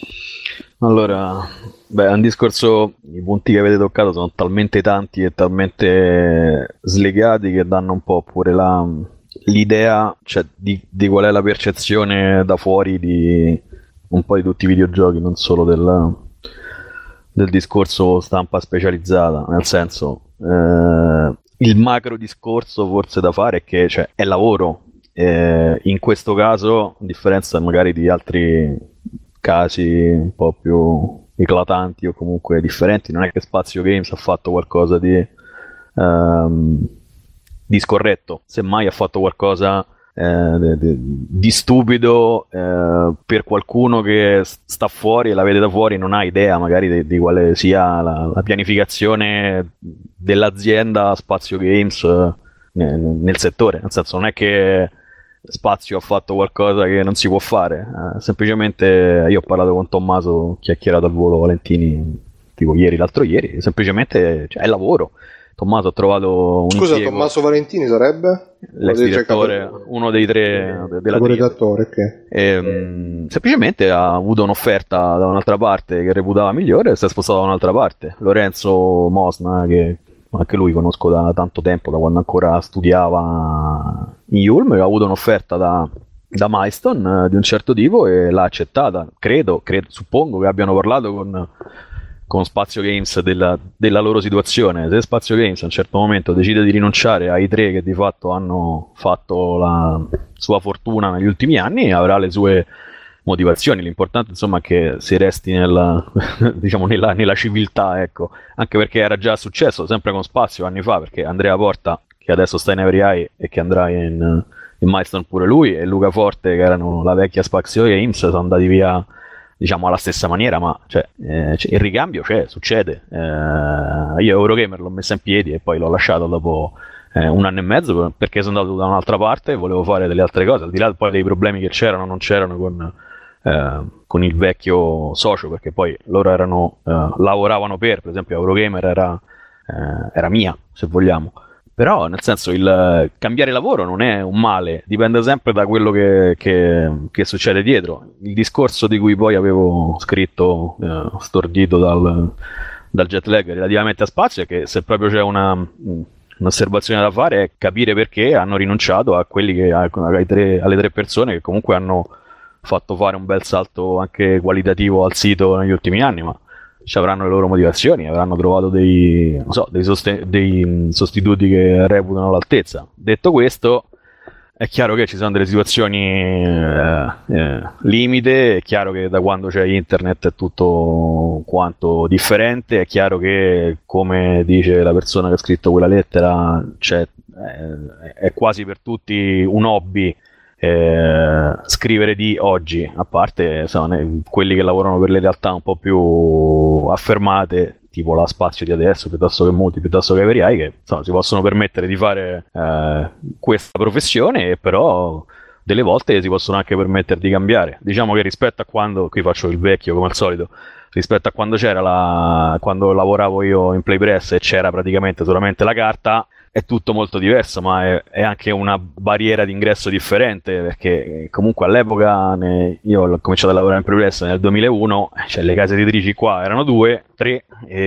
Allora, beh, è un discorso, i punti che avete toccato sono talmente tanti e talmente slegati che danno un po' pure la, l'idea, cioè, di, di qual è la percezione da fuori di un po' di tutti i videogiochi, non solo del, del discorso stampa specializzata, nel senso, eh, il macro discorso forse da fare è che cioè, è lavoro, eh, in questo caso, a differenza magari di altri casi un po' più eclatanti o comunque differenti, non è che Spazio Games ha fatto qualcosa di um, di scorretto, semmai ha fatto qualcosa eh, di, di stupido eh, per qualcuno che sta fuori e la vede da fuori, non ha idea magari di, di quale sia la, la pianificazione dell'azienda Spazio Games eh, nel, nel settore, nel senso non è che Spazio ha fatto qualcosa che non si può fare, eh, semplicemente io ho parlato con Tommaso, chiacchierato al volo Valentini tipo ieri, l'altro ieri, semplicemente cioè, è lavoro. Tommaso ha trovato un Scusa, impiego, Tommaso Valentini sarebbe? l'ex direttore, uno dei tre eh, della redattore, okay. E, mh, semplicemente ha avuto un'offerta da un'altra parte che reputava migliore e si è spostato da un'altra parte. Lorenzo Mosna, che anche lui conosco da tanto tempo, da quando ancora studiava in Ulm, ha avuto un'offerta da, da Milestone eh, di un certo tipo e l'ha accettata. Credo, credo, suppongo che abbiano parlato con, con Spazio Games della, della loro situazione. Se Spazio Games a un certo momento decide di rinunciare ai tre che di fatto hanno fatto la sua fortuna negli ultimi anni, avrà le sue motivazioni. L'importante insomma è che si resti nella, diciamo, nella, nella civiltà, ecco, anche perché era già successo sempre con Spazio anni fa, perché Andrea Porta, che adesso sta in Every Eye e che andrà in, in Milestone pure lui, e Luca Forte, che erano la vecchia Spazio Games, sono andati via diciamo alla stessa maniera, ma cioè, eh, il ricambio c'è, succede. Eh, io Eurogamer l'ho messa in piedi e poi l'ho lasciato dopo eh, un anno e mezzo perché sono andato da un'altra parte e volevo fare delle altre cose, al di là poi dei problemi che c'erano o non c'erano con, eh, con il vecchio socio, perché poi loro erano eh, lavoravano per, per esempio Eurogamer era, eh, era mia, se vogliamo. Però nel senso il cambiare lavoro non è un male, dipende sempre da quello che, che, che succede dietro. Il discorso di cui poi avevo scritto eh, stordito dal, dal jet lag relativamente a Spazio è che se proprio c'è una, un'osservazione da fare è capire perché hanno rinunciato a quelli che, ai tre, alle tre persone che comunque hanno fatto fare un bel salto anche qualitativo al sito negli ultimi anni, ma ci avranno le loro motivazioni, avranno trovato dei, non so, dei, sosten- dei sostituti che reputano all'altezza. Detto questo, è chiaro che ci sono delle situazioni eh, eh, limite, è chiaro che da quando c'è internet è tutto quanto differente, è chiaro che, come dice la persona che ha scritto quella lettera, c'è, eh, è quasi per tutti un hobby Eh, scrivere di oggi, a parte insomma, quelli che lavorano per le realtà un po' più affermate, tipo la Spazio di adesso, piuttosto che Multi, piuttosto che Every Eye, che insomma, si possono permettere di fare eh, questa professione, e però delle volte si possono anche permettere di cambiare. Diciamo che rispetto a quando, qui faccio il vecchio come al solito, rispetto a quando c'era la quando lavoravo io in Playpress e c'era praticamente solamente la carta, è tutto molto diverso, ma è, è anche una barriera d'ingresso differente, perché comunque all'epoca ne, io ho cominciato a lavorare in Playpress nel duemilauno, cioè le case editrici qua erano due, tre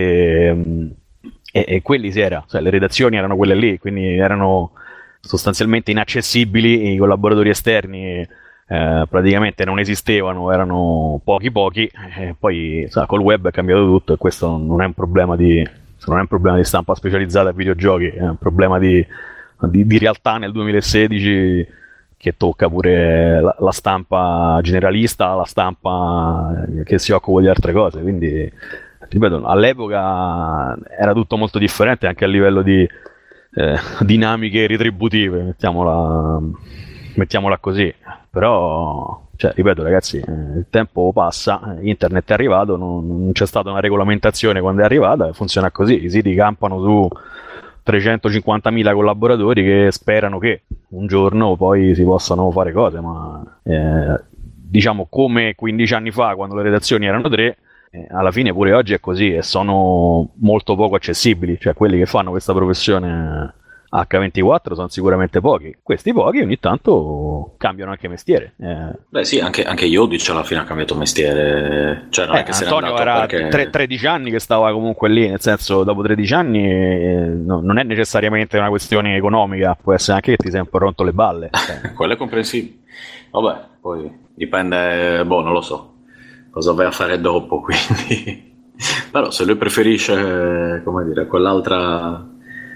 e, e, e quelli si era, cioè le redazioni erano quelle lì, quindi erano sostanzialmente inaccessibili, i collaboratori esterni eh, praticamente non esistevano, erano pochi pochi, e poi sa, col web è cambiato tutto e questo non è un problema di non è un problema di stampa specializzata a videogiochi, è un problema di, di, di realtà nel duemilasedici che tocca pure la, la stampa generalista, la stampa che si occupa di altre cose, quindi ripeto, all'epoca era tutto molto differente anche a livello di eh, dinamiche retributive, mettiamola, mettiamola così, però cioè, ripeto ragazzi, il tempo passa, internet è arrivato, non, non c'è stata una regolamentazione quando è arrivata, funziona così, i siti campano su trecentocinquantamila collaboratori che sperano che un giorno poi si possano fare cose, ma eh, diciamo come quindici anni fa quando le redazioni erano tre, eh, alla fine pure oggi è così e sono molto poco accessibili, cioè quelli che fanno questa professione acca ventiquattro sono sicuramente pochi, questi pochi ogni tanto cambiano anche mestiere. Eh. Beh sì, anche, anche Iodic alla fine ha cambiato mestiere, cioè non eh, è che se Antonio n'è andato era perché... tre, tredici anni che stava comunque lì, nel senso dopo tredici anni eh, no, non è necessariamente una questione economica, può essere anche che ti sei un po' rotto le balle. Cioè. Quello è comprensibile, vabbè, poi dipende, boh, non lo so cosa vai a fare dopo, quindi però se lui preferisce, come dire, quell'altra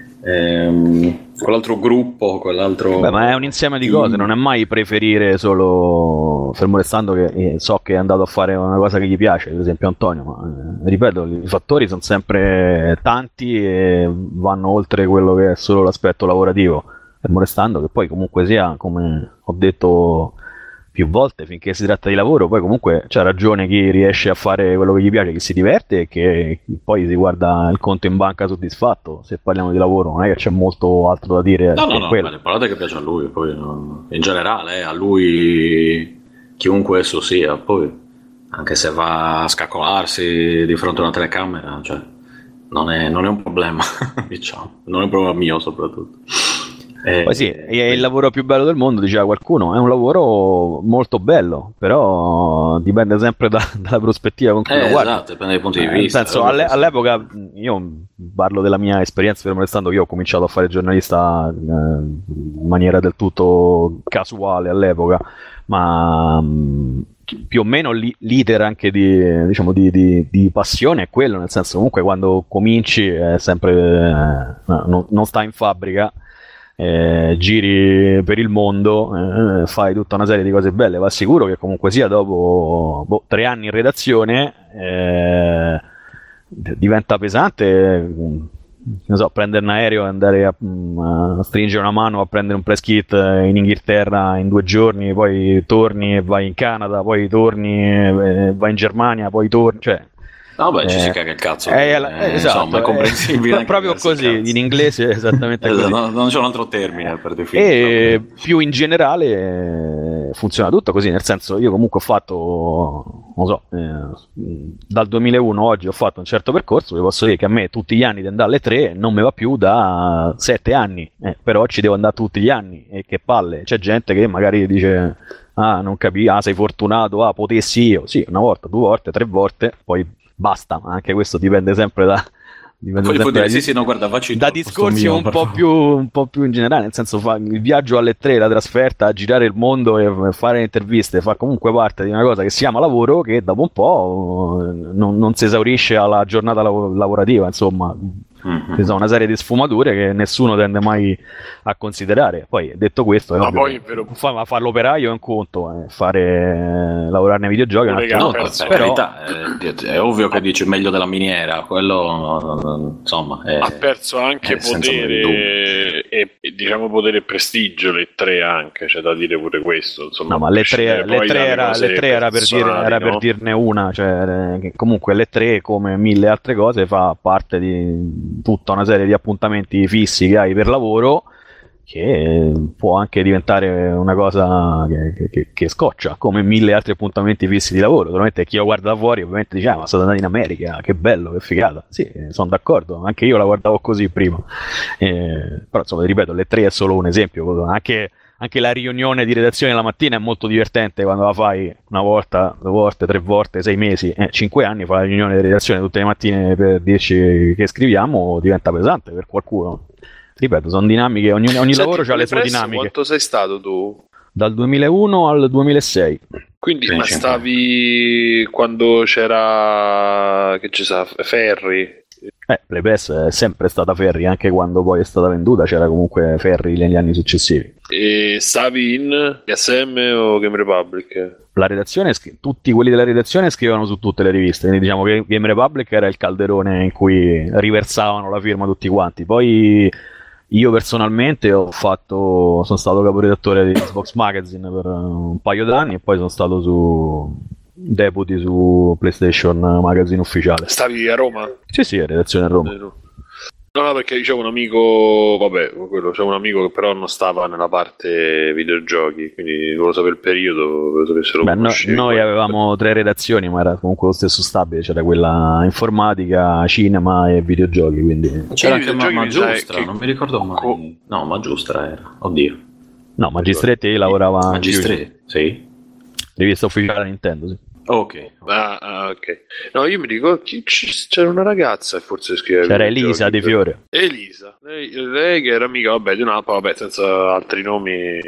Ehm, quell'altro gruppo, quell'altro. Beh, ma è un insieme di cose, non è mai preferire solo, fermo restando che eh, so che è andato a fare una cosa che gli piace, per esempio Antonio, ma eh, ripeto, i fattori sono sempre tanti e vanno oltre quello che è solo l'aspetto lavorativo, fermo restando che poi comunque sia, come ho detto più volte, finché si tratta di lavoro, poi comunque c'ha ragione chi riesce a fare quello che gli piace, chi si diverte e che poi si guarda il conto in banca soddisfatto. Se parliamo di lavoro non è che c'è molto altro da dire. No, no, no, ma le parole che piace a lui, poi no, in generale, eh, a lui chiunque esso sia, poi anche se va a scaccolarsi di fronte a una telecamera, cioè non è, non è un problema, diciamo, non è un problema mio soprattutto. Eh, Poi sì, è il lavoro più bello del mondo, diceva qualcuno, è un lavoro molto bello, però dipende sempre da, dalla prospettiva con cui eh, lo guardi. Esatto, dipende dai punti di eh, vista. Nel senso, alle, all'epoca, io parlo della mia esperienza fermo restando, io ho cominciato a fare giornalista eh, in maniera del tutto casuale all'epoca, ma mh, più o meno l'iter anche di, diciamo, di, di, di passione è quello, nel senso comunque quando cominci è sempre eh, non, non stai in fabbrica, eh, giri per il mondo, eh, fai tutta una serie di cose belle, va sicuro che comunque sia dopo boh, tre anni in redazione eh, diventa pesante, non so, prendere un aereo e andare a, a stringere una mano a prendere un press kit in Inghilterra in due giorni, poi torni e vai in Canada, poi torni e vai in Germania, poi torni, cioè no, beh, ci eh, si caga il cazzo. Eh, eh, esatto, insomma, è comprensibile. Eh, proprio così, in inglese è esattamente così. No, non c'è un altro termine per definire. E più in generale funziona tutto così, nel senso io comunque ho fatto, non so, eh, dal duemilauno oggi ho fatto un certo percorso, vi posso dire che a me tutti gli anni di andare alle tre non mi va più da sette anni, eh, però ci devo andare tutti gli anni e che palle, c'è gente che magari dice... Ah, non capisci, ah, sei fortunato, ah, potessi io. Sì, una volta, due volte, tre volte, poi basta. Anche questo dipende sempre da... Dipende sempre dire, da, sì, sì, no, guarda, facci da discorsi mio, un, po più, un po' più in generale, nel senso fa, il viaggio alle tre, la trasferta, a girare il mondo e fare interviste, fa comunque parte di una cosa che si chiama lavoro che dopo un po' non, non si esaurisce alla giornata lav- lavorativa, insomma. Mm-hmm. Ci sono una serie di sfumature che nessuno tende mai a considerare. Poi detto questo, è ma ovvio poi però... fa, ma fare l'operaio è un conto, eh, fare eh, lavorare nei videogiochi è un altro no, conto. per Però... carità, è, è ovvio che dici meglio della miniera, quello insomma è, ha perso anche potere e, e diciamo potere e prestigio le tre anche, c'è da dire pure questo, insomma. No, ma le tre, le tre era, le tre era, per, dire, era no? per dirne una, cioè che comunque le tre come mille altre cose fa parte di tutta una serie di appuntamenti fissi che hai per lavoro, che può anche diventare una cosa che, che, che scoccia, come mille altri appuntamenti fissi di lavoro. Naturalmente chi lo guarda da fuori ovviamente dice ah, ma sono andato in America, che bello, che figata. Sì, sono d'accordo, anche io la guardavo così prima, eh, però insomma ripeto, le tre è solo un esempio. Anche, anche la riunione di redazione la mattina è molto divertente quando la fai una volta, due volte, tre volte, sei mesi, eh, cinque anni, fai la riunione di redazione tutte le mattine per dirci che scriviamo, diventa pesante per qualcuno. Ripeto, sono dinamiche, ogni, ogni Senti, lavoro ha le sue dinamiche. Quanto sei stato tu? Dal duemilauno al duemilasei. Quindi ma stavi quando c'era, che ci sa, Ferri? Eh, Playpress è sempre stata Ferri, anche quando poi è stata venduta c'era comunque Ferri negli anni successivi. E stavi in G S M o Game Republic? La redazione, tutti quelli della redazione scrivevano su tutte le riviste, quindi diciamo che Game Republic era il calderone in cui riversavano la firma tutti quanti. Poi io personalmente ho fatto, sono stato caporedattore di Xbox Magazine per un paio d'anni e poi sono stato su deputy su PlayStation Magazine ufficiale. Stavi a Roma? Sì, sì, redazione a Roma. No, no, perché dicevo un amico, vabbè, quello, c'è un amico che però non stava nella parte videogiochi, quindi volevo sapere il periodo, se lo Beh, no, conoscevi. noi avevamo tre redazioni, ma era comunque lo stesso stabile, c'era quella informatica, cinema e videogiochi, quindi... C'era anche ma, Maggiustra, che... non mi ricordo mai. Co- no, Maggiustra era, oddio. No, Magistretti lavorava... Magistretti, sì. Rivista ufficiale Nintendo, sì. Ok, ah, ah, ok. No, io mi ricordo che c'era una ragazza e forse scriveva. C'era Elisa Di Fiore. Elisa, lei, lei che era amica, vabbè, di una, vabbè, senza altri nomi.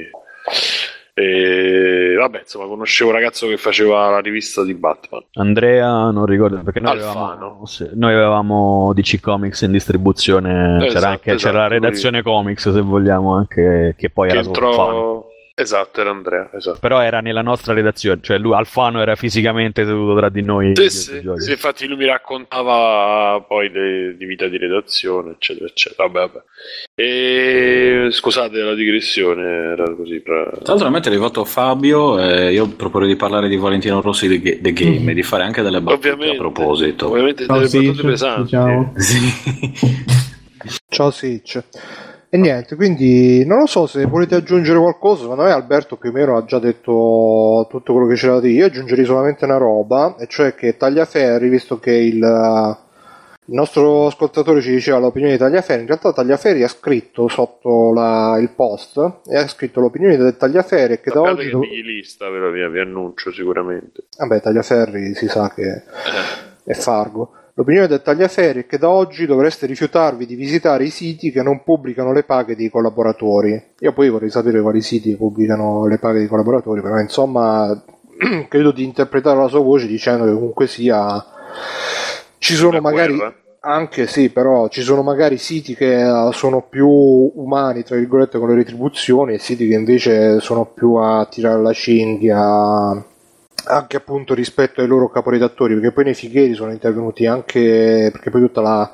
E vabbè, insomma, conoscevo un ragazzo che faceva la rivista di Batman. Andrea, non ricordo perché noi Alfano. avevamo, sì, noi avevamo D C Comics in distribuzione. Esatto, c'era anche esatto, c'era la redazione lui. Comics, se vogliamo, anche che poi che era entrò... solo Alfano. Esatto, era Andrea, esatto. Però era nella nostra redazione, cioè lui Alfano era fisicamente seduto tra di noi. Sì, sì, sì, infatti lui mi raccontava poi de, di vita di redazione, eccetera, eccetera. Vabbè, vabbè. E scusate la digressione, era così. Tra, tra l'altro, a me è arrivato Fabio. Eh, io proporrei di parlare di Valentino Rossi di The Game mm. e di fare anche delle battute ovviamente, a proposito. Ovviamente Ciao, delle sì, battute pesanti. Diciamo. Sì. Ciao Sitch. E niente, quindi non lo so se volete aggiungere qualcosa, secondo me Alberto più o meno ha già detto tutto quello che c'era da dire. Io aggiungerei solamente una roba, e cioè che Tagliaferri, visto che il, Il nostro ascoltatore ci diceva l'opinione di Tagliaferri. In realtà Tagliaferri ha scritto sotto la, il post e ha scritto l'opinione del Tagliaferri che da oggi che è lista, ve lo vi, vi annuncio sicuramente. Vabbè, Tagliaferri si sa che eh. è Fargo. L'opinione del Tagliaferri è che da oggi dovreste rifiutarvi di visitare i siti che non pubblicano le paghe dei collaboratori. Io poi vorrei sapere quali siti pubblicano le paghe dei collaboratori, però insomma credo di interpretare la sua voce dicendo che comunque sia ci sono magari guerra. Anche sì, però ci sono magari siti che sono più umani, tra virgolette, con le retribuzioni, e siti che invece sono più a tirare la cinghia, anche appunto rispetto ai loro caporedattori, perché poi nei fighieri sono intervenuti anche, perché poi tutta la,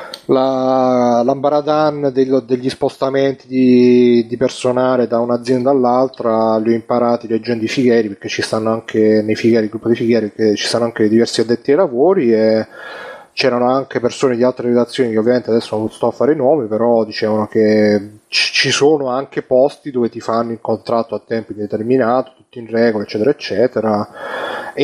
la l'ambaradan del, degli spostamenti di, di personale da un'azienda all'altra li ho imparati leggendo i fighieri, perché ci stanno anche nei fighieri, il gruppo di fighieri, che ci stanno anche diversi addetti ai lavori e c'erano anche persone di altre redazioni che ovviamente adesso non sto a fare i nomi, però dicevano che ci sono anche posti dove ti fanno il contratto a tempo indeterminato, tutto in regola, eccetera eccetera, e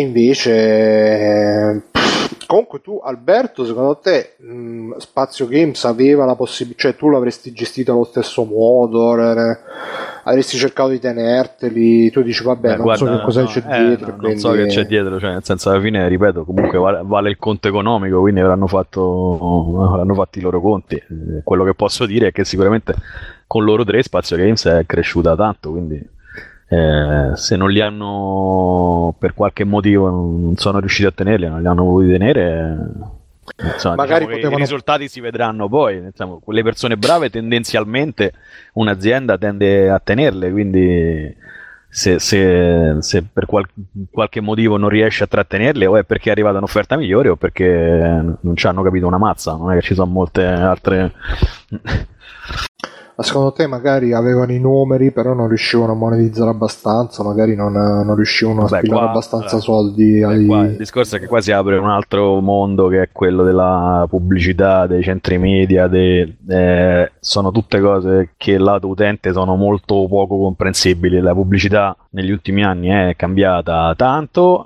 invece comunque tu, Alberto, secondo te mh, Spazio Games aveva la possibilità, cioè tu l'avresti gestito allo stesso modo, eh, avresti cercato di tenerteli, tu dici vabbè Beh, non guarda, so che cosa no, c'è eh, dietro, no, quindi... non so che c'è dietro, cioè nel senso alla fine, ripeto, comunque vale, vale il conto economico, quindi avranno fatto avranno fatto i loro conti. Quello che posso dire è che sicuramente con loro tre Spazio Games è cresciuta tanto, quindi eh, se non li hanno per qualche motivo non sono riusciti a tenerli, non li hanno voluti tenere, insomma, magari diciamo potevano... i risultati si vedranno poi, insomma, quelle persone brave tendenzialmente un'azienda tende a tenerle, quindi se, se, se per qual- qualche motivo non riesce a trattenerle, o è perché è arrivata un'offerta migliore o perché non ci hanno capito una mazza, non è che ci sono molte altre... Ma secondo te magari avevano i numeri però non riuscivano a monetizzare abbastanza, magari non, non riuscivano a Beh, spillare qua, abbastanza eh, soldi beh, ai... qua il discorso è che qua si apre un altro mondo, che è quello della pubblicità, dei centri media, dei, eh, sono tutte cose che lato utente sono molto poco comprensibili. La pubblicità negli ultimi anni è cambiata tanto,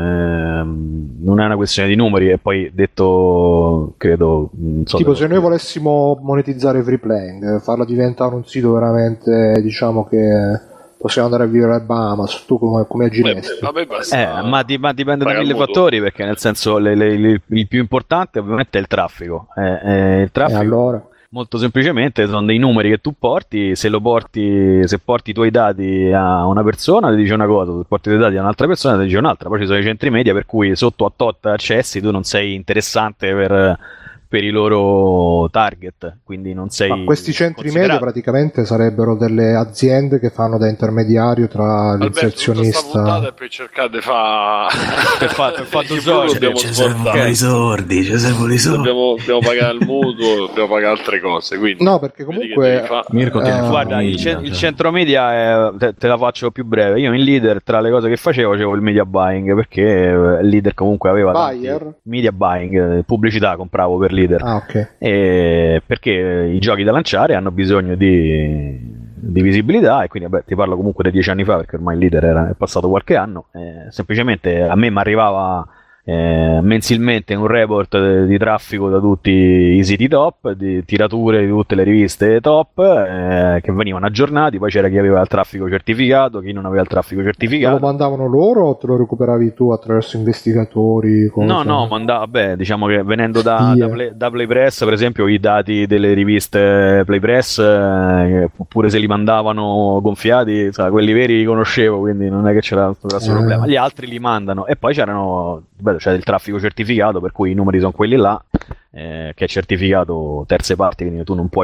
ehm, non è una questione di numeri, e poi detto, credo, non so tipo se dire. noi volessimo monetizzare Free Playing, farla diventare un sito veramente, diciamo, che possiamo andare a vivere a Bahamas, tu come, come agiresti? Vabbè, basta. Eh, ma, di, ma dipende da Paga mille il mutuo. fattori, perché nel senso le, le, le, il più importante ovviamente è il traffico, eh, eh, il traffico E allora? molto semplicemente sono dei numeri che tu porti, se lo porti, se porti i tuoi dati a una persona ti dice una cosa, se porti i tuoi dati a un'altra persona ti dice un'altra. Poi ci sono i centri media per cui sotto a tot accessi tu non sei interessante per, per i loro target, quindi non sei... Ma questi centri considerato. media praticamente sarebbero delle aziende che fanno da intermediario tra Alberto, tutta sta l'inserzionista... puntata è per cercare di fare per fa- per fatto il soldi. dobbiamo Ci servono i sordi, ci servono i sordi. dobbiamo, dobbiamo pagare il mutuo, dobbiamo pagare altre cose, quindi No, perché vedi che comunque... devi fa- Mirko tiene Eh, Guarda, il, famiglia, ce- il cioè. centro media è, te, te la faccio più breve. Io in leader, tra le cose che facevo, facevo il media buying, perché il leader comunque aveva tanti- Buyer? media buying, eh, pubblicità compravo per leader. Ah, ok. E perché i giochi da lanciare hanno bisogno di, di visibilità, e quindi vabbè, ti parlo comunque di dieci anni fa, perché ormai il leader era, è passato qualche anno. Eh, semplicemente a me mi arrivava eh, mensilmente un report de- di traffico da tutti i siti top, di tirature di tutte le riviste top, eh, che venivano aggiornati. Poi c'era chi aveva il traffico certificato, chi non aveva il traffico Te lo certificato. mandavano loro o te lo recuperavi tu attraverso investigatori? Cose? No, no, mandava, beh, diciamo che venendo da, Spie. da, Play, da Playpress, per esempio, i dati delle riviste Playpress, eh, oppure se li mandavano gonfiati, sai, quelli veri li conoscevo, quindi non è che c'era questo grosso Eh. problema. Gli altri li mandano, e poi c'erano, beh, c'è il traffico certificato, per cui i numeri sono quelli là, eh, che è certificato terze parti, quindi tu non puoi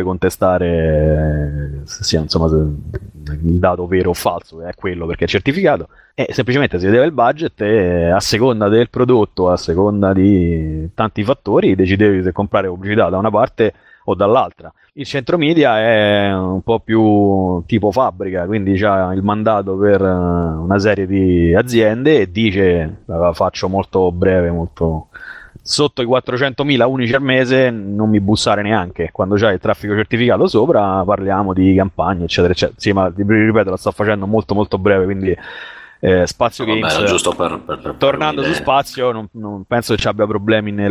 contestare eh, se sia, insomma, se il dato vero o falso, è quello perché è certificato. E semplicemente si vedeva il budget e a seconda del prodotto, a seconda di tanti fattori, decidevi se comprare pubblicità da una parte o dall'altra. Il centro media è un po' più tipo fabbrica, quindi c'ha il mandato per eh, una serie di aziende e dice, la faccio molto breve, molto... sotto i quattrocentomila unici al mese non mi bussare neanche, quando c'hai il traffico certificato sopra parliamo di campagne eccetera eccetera. Sì, ma ripeto, la sto facendo molto molto breve, quindi Eh, Spazio Vabbè, Games, era giusto per, per, per tornando su Spazio, non, non penso che ci abbia problemi nel,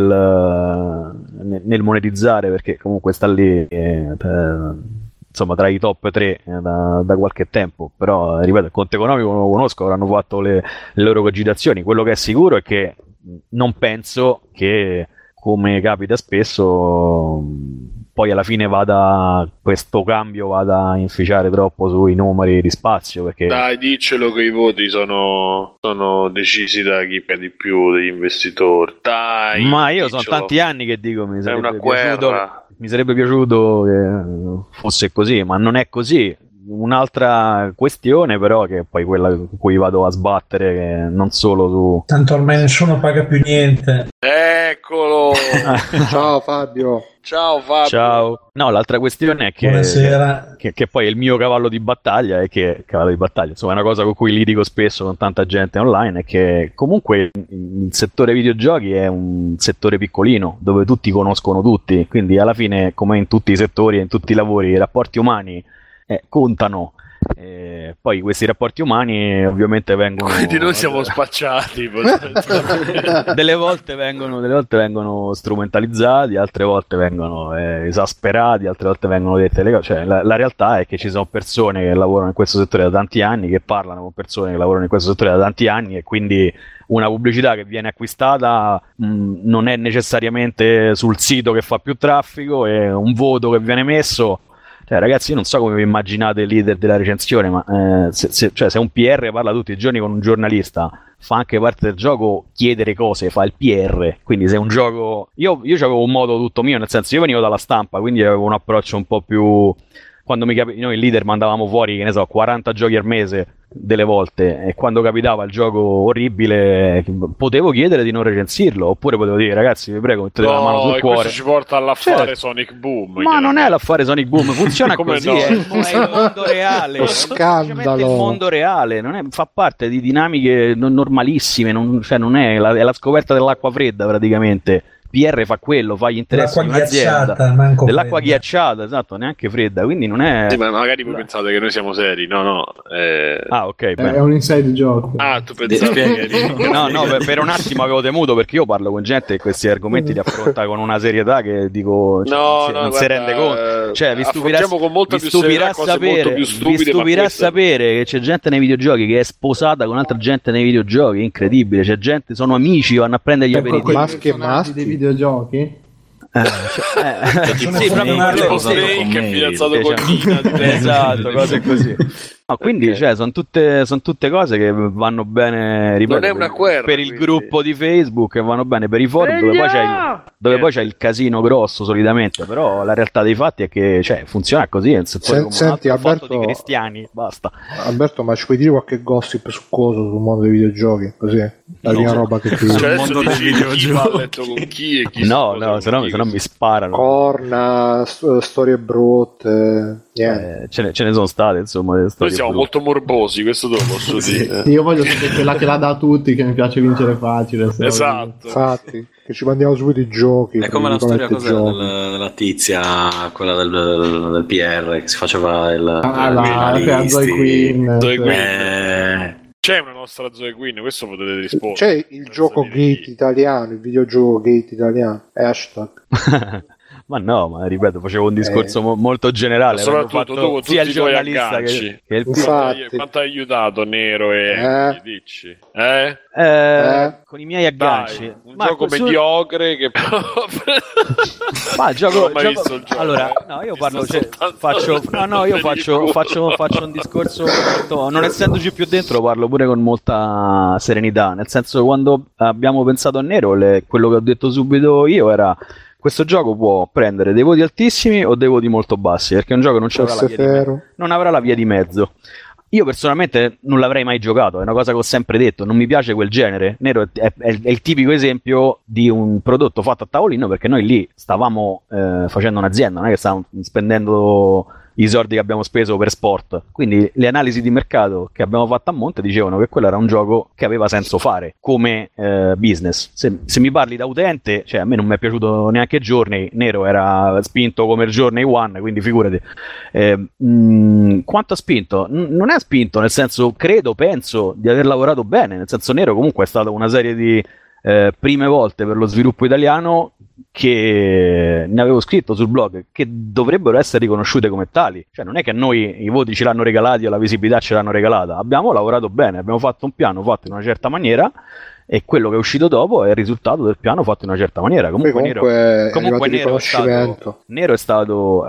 nel, nel monetizzare, perché comunque sta lì eh, per, insomma tra i top tre eh, da, da qualche tempo. Però ripeto, il conto economico non lo conosco, avranno fatto le, le loro cogitazioni. Quello che è sicuro è che non penso che, come capita spesso, poi alla fine vada questo cambio vada a inficiare troppo sui numeri di Spazio, perché dai, diccelo che i voti sono, sono decisi da chi paga di più, degli investitori. Dai, ma io diccelo. sono tanti anni che dico mi È sarebbe una piaciuto guerra. mi sarebbe piaciuto che fosse così, ma non è così. Un'altra questione però, che è poi quella con cui vado a sbattere, che non solo su Tanto ormai nessuno paga più niente. Eccolo. Ciao Fabio. Ciao Fabio. ciao. No, l'altra questione è che, Buonasera. che, che poi il mio cavallo di battaglia è che cavallo di battaglia, insomma, è una cosa con cui litigo spesso con tanta gente online, è che comunque il settore videogiochi è un settore piccolino dove tutti conoscono tutti, quindi alla fine, come in tutti i settori e in tutti i lavori, i rapporti umani eh, contano. Eh, poi questi rapporti umani ovviamente vengono Quindi noi siamo spacciati. delle volte vengono delle volte vengono strumentalizzati, altre volte vengono eh, esasperati, altre volte vengono dette le cose. Cioè, la, la realtà è che ci sono persone che lavorano in questo settore da tanti anni, che parlano con persone che lavorano in questo settore da tanti anni, e quindi una pubblicità che viene acquistata mh, non è necessariamente sul sito che fa più traffico, è un voto che viene messo. Cioè, ragazzi, io non so come vi immaginate il leader della recensione, ma eh, se, se, cioè, se un P R parla tutti i giorni con un giornalista, fa anche parte del gioco chiedere cose, fa il P R. Quindi se un gioco... Io, io avevo un modo tutto mio, nel senso, io venivo dalla stampa, quindi avevo un approccio un po' più... Quando mi capi... noi il leader mandavamo fuori, che ne so, quaranta giochi al mese delle volte, e quando capitava il gioco orribile potevo chiedere di non recensirlo, oppure potevo dire: ragazzi, vi prego, mettete No, la mano sul e cuore. questo ci porta all'affare Cioè, Sonic Boom. ma non è l'affare Sonic Boom, funziona Come così, no? è, il, è il mondo reale, Lo è semplicemente scandalo. il mondo reale, non è, fa parte di dinamiche non normalissime, non, cioè non è, la, è la scoperta dell'acqua fredda praticamente. P R fa quello, fa gli interessi L'acqua di un'azienda, ghiacciata, manco dell'acqua fredda. ghiacciata, esatto, neanche fredda, quindi non è... Sì, ma magari voi pensate che noi siamo seri. No, no. Eh... Ah, ok, È, bene. è un inside joke. Ah, tu pensavi che... No, no, per, per un attimo avevo temuto, perché io parlo con gente che questi argomenti li affronta con una serietà che dico, cioè, No, non si, no, non guarda, si rende conto. Cioè, vi stupirà, affrontiamo con molta vi più stupirà serietà cose sapere, molto più vi stupide, ma stupirà queste- sapere che c'è gente nei videogiochi che è sposata con altra gente nei videogiochi, è incredibile. C'è gente, sono amici, vanno a prendere gli Ecco, aperitivi. quei maschi e personaggi maschi. dei videogiochi. Eh, cioè, eh, Sono sì, proprio fondati quello, Tipo così. sì. Snake è fidanzato Sì, con cioè, Nina di esatto, cose così. No, quindi Ok. cioè, sono tutte, son tutte cose che vanno bene, ripeto, Non è una per- guerra, per il quindi. gruppo di Facebook, che vanno bene per i forum, dove poi c'è il, dove poi c'è il casino grosso solitamente, però la realtà dei fatti è che cioè, funziona così, è un settore Sen- come un senti, altro, fatto Alberto- di cristiani, basta. Alberto, ma ci puoi dire qualche gossip succoso sul mondo dei videogiochi? Così, la prima roba che ti Cioè, Il adesso mondo dei dici chi videogiochi. va a letto con chi e chi No, si no, sposa se no, con chi. se no mi sparano. corna, st- storie brutte, niente. Eh, ce, ne, ce ne sono state, insomma. delle Noi storie siamo brutte. molto morbosi, questo te lo posso dire. Io voglio sapere quella che la dà a tutti, che mi piace vincere facile. se no- Esatto. Infatti, che ci mandiamo subito i giochi. È come la tra storia virgolette, cos'era, giochi. del- della tizia, quella del, del P R, che si faceva il... Ah, il la giornalisti. Zoe Queen. Zoe sì. Queen. Eh, C'è una nostra Zoe Queen, questo potete rispondere. C'è il gioco Senza dire Gate chi. italiano, il videogioco Gate italiano, hashtag. Ma no, ma ripeto, facevo un discorso mo- molto generale. Ma avendo soprattutto fatto tu con sia tutti il i tuoi giornalista agganci. che, che il Infatti. Quanto hai- Quanto hai aiutato Nero e Andy, dici? Eh? eh, Eh? con i miei agganci. Dai, un Ma gioco col suo- mediocre che Ma il gioco, Non ho mai gioco- visto il gioco, allora, eh. no, io Mi parlo, sto cioè, soltanto faccio, no, prendendo no, io per il faccio, culo. faccio, faccio un discorso molto, non essendoci più dentro, parlo pure con molta serenità, nel senso, quando abbiamo pensato a Nero, le- quello che ho detto subito io era: questo gioco può prendere dei voti altissimi o dei voti molto bassi, perché un gioco non, ci avrà la via di me- Ferro. non avrà la via di mezzo. Io personalmente non l'avrei mai giocato, è una cosa che ho sempre detto, non mi piace quel genere. Nero è, è- è il- è il tipico esempio di un prodotto fatto a tavolino, perché noi lì stavamo eh, facendo un'azienda, non è che stavamo spendendo i soldi che abbiamo speso per sport. Quindi le analisi di mercato che abbiamo fatto a monte dicevano che quello era un gioco che aveva senso fare come eh, business. Se, se mi parli da utente, cioè a me non mi è piaciuto neanche Journey, Nero era spinto come il Journey One, quindi figurati. Eh, mh, quanto ha spinto? N- non è spinto, nel senso, credo, penso di aver lavorato bene, nel senso Nero comunque è stata una serie di eh, prime volte per lo sviluppo italiano che ne avevo scritto sul blog che dovrebbero essere riconosciute come tali, cioè non è che a noi i voti ce l'hanno regalati o la visibilità ce l'hanno regalata, abbiamo lavorato bene, abbiamo fatto un piano fatto in una certa maniera e quello che è uscito dopo è il risultato del piano fatto in una certa maniera. Comunque, comunque Nero, è comunque Nero, è stato, Nero è stato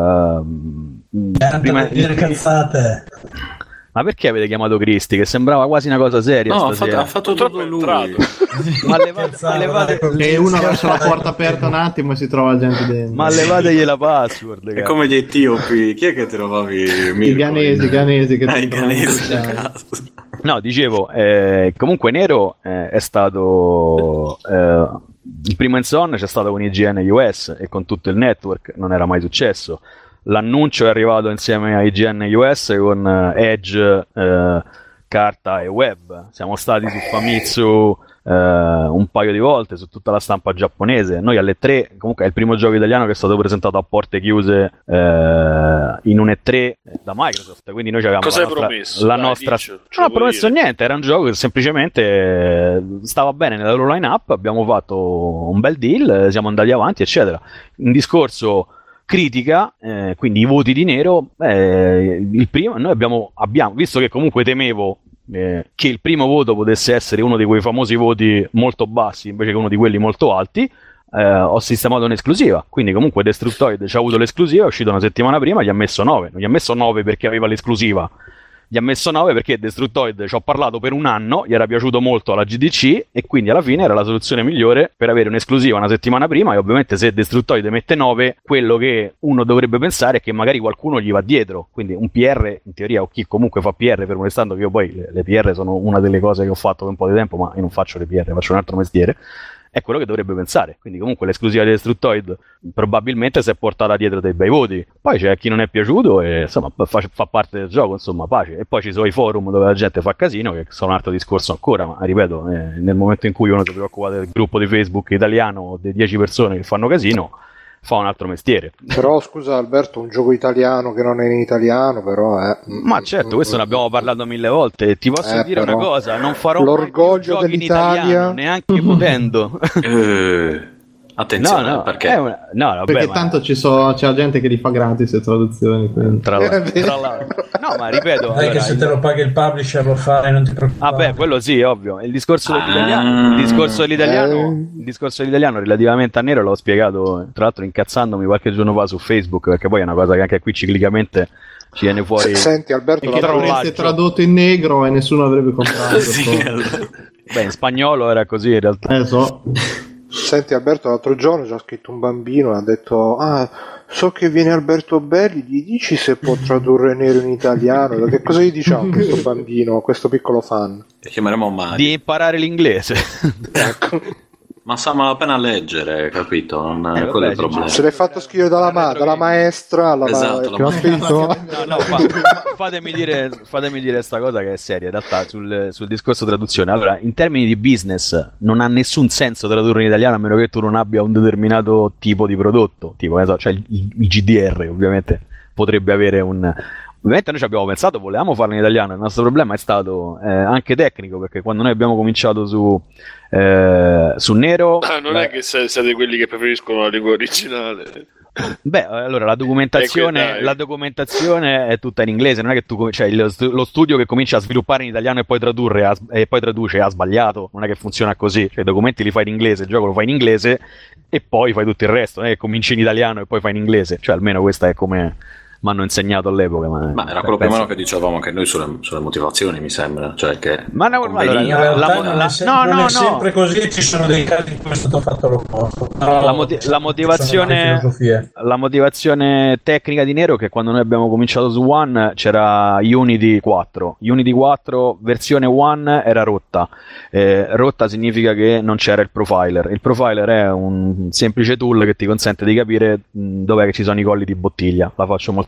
eh, prima di dire cazzate. Ma perché avete chiamato Cristi? Che sembrava quasi una cosa seria. No, stasera. ha fatto, ha fatto tutto lui. Ma levate, ma levate... E uno lascia la porta aperta un attimo e si trova gente dentro. Ma levategli la password. È come gli etiopi. Chi è che trovavi? I ghanesi, i ghanesi. Che ah, i ghanesi. No, dicevo, eh, comunque Nero eh, è stato... Eh, il primo hands-on c'è stato con I G N U S e con tutto il network, non era mai successo. L'annuncio è arrivato insieme a I G N U S con uh, Edge, uh, carta e web. Siamo stati su Famitsu uh, un paio di volte, su tutta la stampa giapponese. Noi alle tre, comunque è il primo gioco italiano che è stato presentato a porte chiuse uh, in un E tre da Microsoft. Quindi noi avevamo cosa la hai nostra, promesso? la Dai, nostra... dici, non ho promesso dire. niente, era un gioco che semplicemente stava bene nella loro line-up, abbiamo fatto un bel deal, siamo andati avanti, eccetera. Un discorso... critica, eh, quindi i voti di Nero, eh, il primo, noi abbiamo, abbiamo, visto che comunque temevo eh, che il primo voto potesse essere uno di quei famosi voti molto bassi invece che uno di quelli molto alti, eh, ho sistemato un'esclusiva, quindi comunque Destructoid ci ha avuto l'esclusiva, è uscito una settimana prima, gli ha messo nove, non gli ha messo nove perché aveva l'esclusiva, gli ha messo nove perché Destructoid ci ho parlato per un anno, gli era piaciuto molto alla G D C e quindi alla fine era la soluzione migliore per avere un'esclusiva una settimana prima. E ovviamente se Destructoid mette nove, quello che uno dovrebbe pensare è che magari qualcuno gli va dietro, quindi un P R in teoria, o chi comunque fa P R, fermo restando che io poi le, le P R sono una delle cose che ho fatto per un po' di tempo, ma io non faccio le P R, faccio un altro mestiere, è quello che dovrebbe pensare. Quindi comunque l'esclusiva di Destructoid probabilmente si è portata dietro dei bei voti. Poi c'è chi non è piaciuto e insomma fa, fa parte del gioco, insomma, pace. E poi ci sono i forum dove la gente fa casino, che sono un altro discorso ancora, ma ripeto, eh, nel momento in cui uno si preoccupa del gruppo di Facebook italiano o delle dieci persone che fanno casino, fa un altro mestiere. Però scusa Alberto, un gioco italiano che non è in italiano, però è... Ma certo, questo ne abbiamo parlato mille volte e ti posso eh, dire una cosa, non farò l'orgoglio mai più giochi dell'Italia in italiano, neanche potendo. eh, attenzione, no, no, perché una... no, vabbè, perché ma... tanto ci so, c'è gente che li fa gratis le traduzioni, quindi. tra, la... tra l'altro no, ma ripeto, dai, allora, che se il... te lo paghi il publisher lo fai, non ti preoccupare. vabbè, quello sì, ovvio. Il discorso ah, dell'italiano, il discorso dell'italiano, eh. il discorso dell'italiano relativamente a Nero l'ho spiegato tra l'altro incazzandomi qualche giorno fa su Facebook, perché poi è una cosa che anche qui ciclicamente ci viene fuori. Senti Alberto, che l'avreste tradotto in negro e nessuno avrebbe comprato. sì, beh, in spagnolo era così in realtà. Eh so. Senti Alberto, l'altro giorno ci ha scritto un bambino e ha detto: ah, so che viene Alberto Belli, gli dici se può tradurre Nero in italiano? Che cosa gli diciamo a questo bambino, a questo piccolo fan? Lo chiameremo Mario. Di imparare l'inglese. Ma sa appena leggere, capito? Non Eh, è quello vabbè, il problema. Se l'è fatto scrivere dalla, ma- dalla maestra alla Esatto, ma- che la ha scritto. No, no, fa- fatemi dire fatemi dire sta cosa che è seria in realtà sul, sul discorso traduzione. Allora, in termini di business non ha nessun senso tradurre in italiano a meno che tu non abbia un determinato tipo di prodotto, tipo, ne so, cioè il, il G D R ovviamente potrebbe avere un... Ovviamente noi ci abbiamo pensato, volevamo farlo in italiano, il nostro problema è stato eh, anche tecnico, perché quando noi abbiamo cominciato su, eh, su Nero... Ah, non la... è che siete quelli che preferiscono la lingua originale. Beh, allora la documentazione, la documentazione è tutta in inglese, non è che tu, cioè lo, lo studio che comincia a sviluppare in italiano e poi tradurre ha, e poi traduce ha sbagliato, non è che funziona così, cioè i documenti li fai in inglese, il gioco lo fai in inglese e poi fai tutto il resto, non è che cominci in italiano e poi fai in inglese, cioè almeno questa è come mi hanno insegnato all'epoca. Ma, ma era quello più o meno che dicevamo anche noi sulle, sulle motivazioni, mi sembra, cioè che ma no, allora, in realtà la, non la, è, se- no, non no, è sempre no. così, ci sono dei casi in cui è stato fatto l'opposto. Però La, moti- la, motivazione, filosofie. la motivazione tecnica di Nero è che quando noi abbiamo cominciato su One c'era Unity quattro. Unity quattro versione One era rotta. Eh, rotta significa che non c'era il profiler. Il profiler è un semplice tool che ti consente di capire mh, dov'è che ci sono i colli di bottiglia. La faccio molto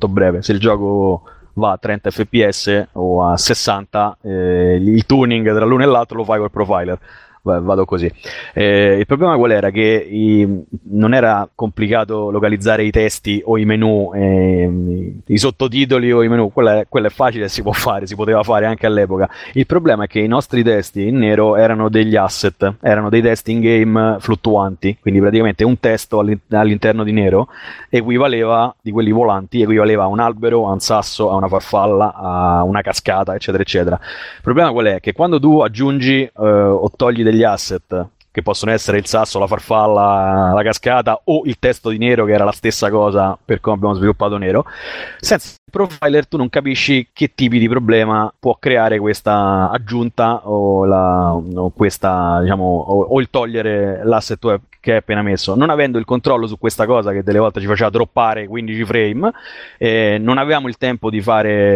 molto breve. Se il gioco va a trenta effe pi esse o a sessanta, eh, il tuning tra l'uno e l'altro lo fai col profiler. Vado così. Eh, il problema qual era? Che i, non era complicato localizzare i testi o i menu, eh, i sottotitoli o i menu, quello è, quello è facile e si può fare, si poteva fare anche all'epoca. Il problema è che i nostri testi in nero erano degli asset, erano dei testi in game fluttuanti, quindi praticamente un testo all'interno di nero equivaleva, di quelli volanti, equivaleva a un albero, a un sasso, a una farfalla, a una cascata, eccetera, eccetera. Il problema qual è? Che quando tu aggiungi eh, o togli degli asset che possono essere il sasso, la farfalla, la cascata o il testo di nero che era la stessa cosa per come abbiamo sviluppato nero, senza il profiler tu non capisci che tipi di problema può creare questa aggiunta o, la, o questa diciamo o, o il togliere l'asset web che hai appena messo. Non avendo il controllo su questa cosa che delle volte ci faceva droppare quindici frame, eh, non avevamo il tempo di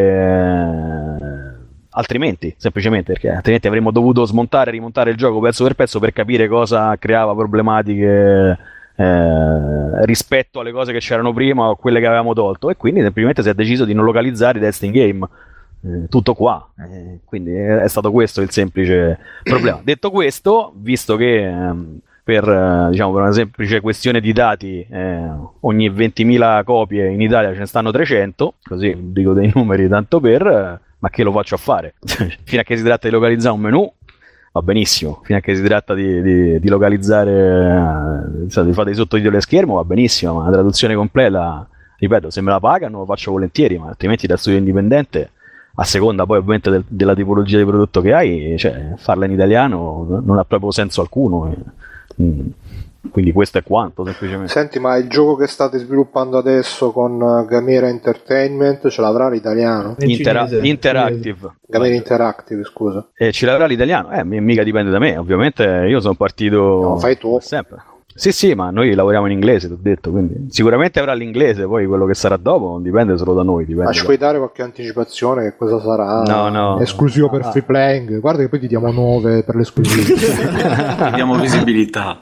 fare eh, altrimenti, semplicemente perché altrimenti avremmo dovuto smontare e rimontare il gioco pezzo per pezzo per capire cosa creava problematiche eh, rispetto alle cose che c'erano prima o quelle che avevamo tolto, e quindi semplicemente si è deciso di non localizzare i test in game. Eh, tutto qua, eh, quindi è, è stato questo il semplice problema. Detto questo, visto che ehm, per, eh, diciamo, per una semplice questione di dati eh, ogni ventimila copie in Italia ce ne stanno trecento, così dico dei numeri tanto per eh, ma che lo faccio a fare? Fino a che si tratta di localizzare un menu va benissimo, fino a che si tratta di, di, di localizzare eh, di fare dei sottotitoli a schermo va benissimo, ma la traduzione completa, ripeto, se me la pagano lo faccio volentieri, ma altrimenti da studio indipendente, a seconda poi ovviamente del, della tipologia di prodotto che hai, cioè farla in italiano non ha proprio senso alcuno. Mm. Quindi questo è quanto, semplicemente. Senti, ma il gioco che state sviluppando adesso con Gamera Entertainment ce l'avrà l'italiano? Intera- cinese, Interactive. cinese. Gamera Interactive, scusa. E ce l'avrà l'italiano? Eh, mica dipende da me, ovviamente io sono partito No, fai tu. sempre. Sì, sì, ma noi lavoriamo in inglese, ti ho detto, quindi sicuramente avrà l'inglese, poi quello che sarà dopo non dipende solo da noi. Dipende Ma ci da... puoi dare qualche anticipazione che cosa sarà? No, no. Esclusivo per Ah. free playing. Guarda che poi ti diamo nove per l'esclusiva. Diamo visibilità.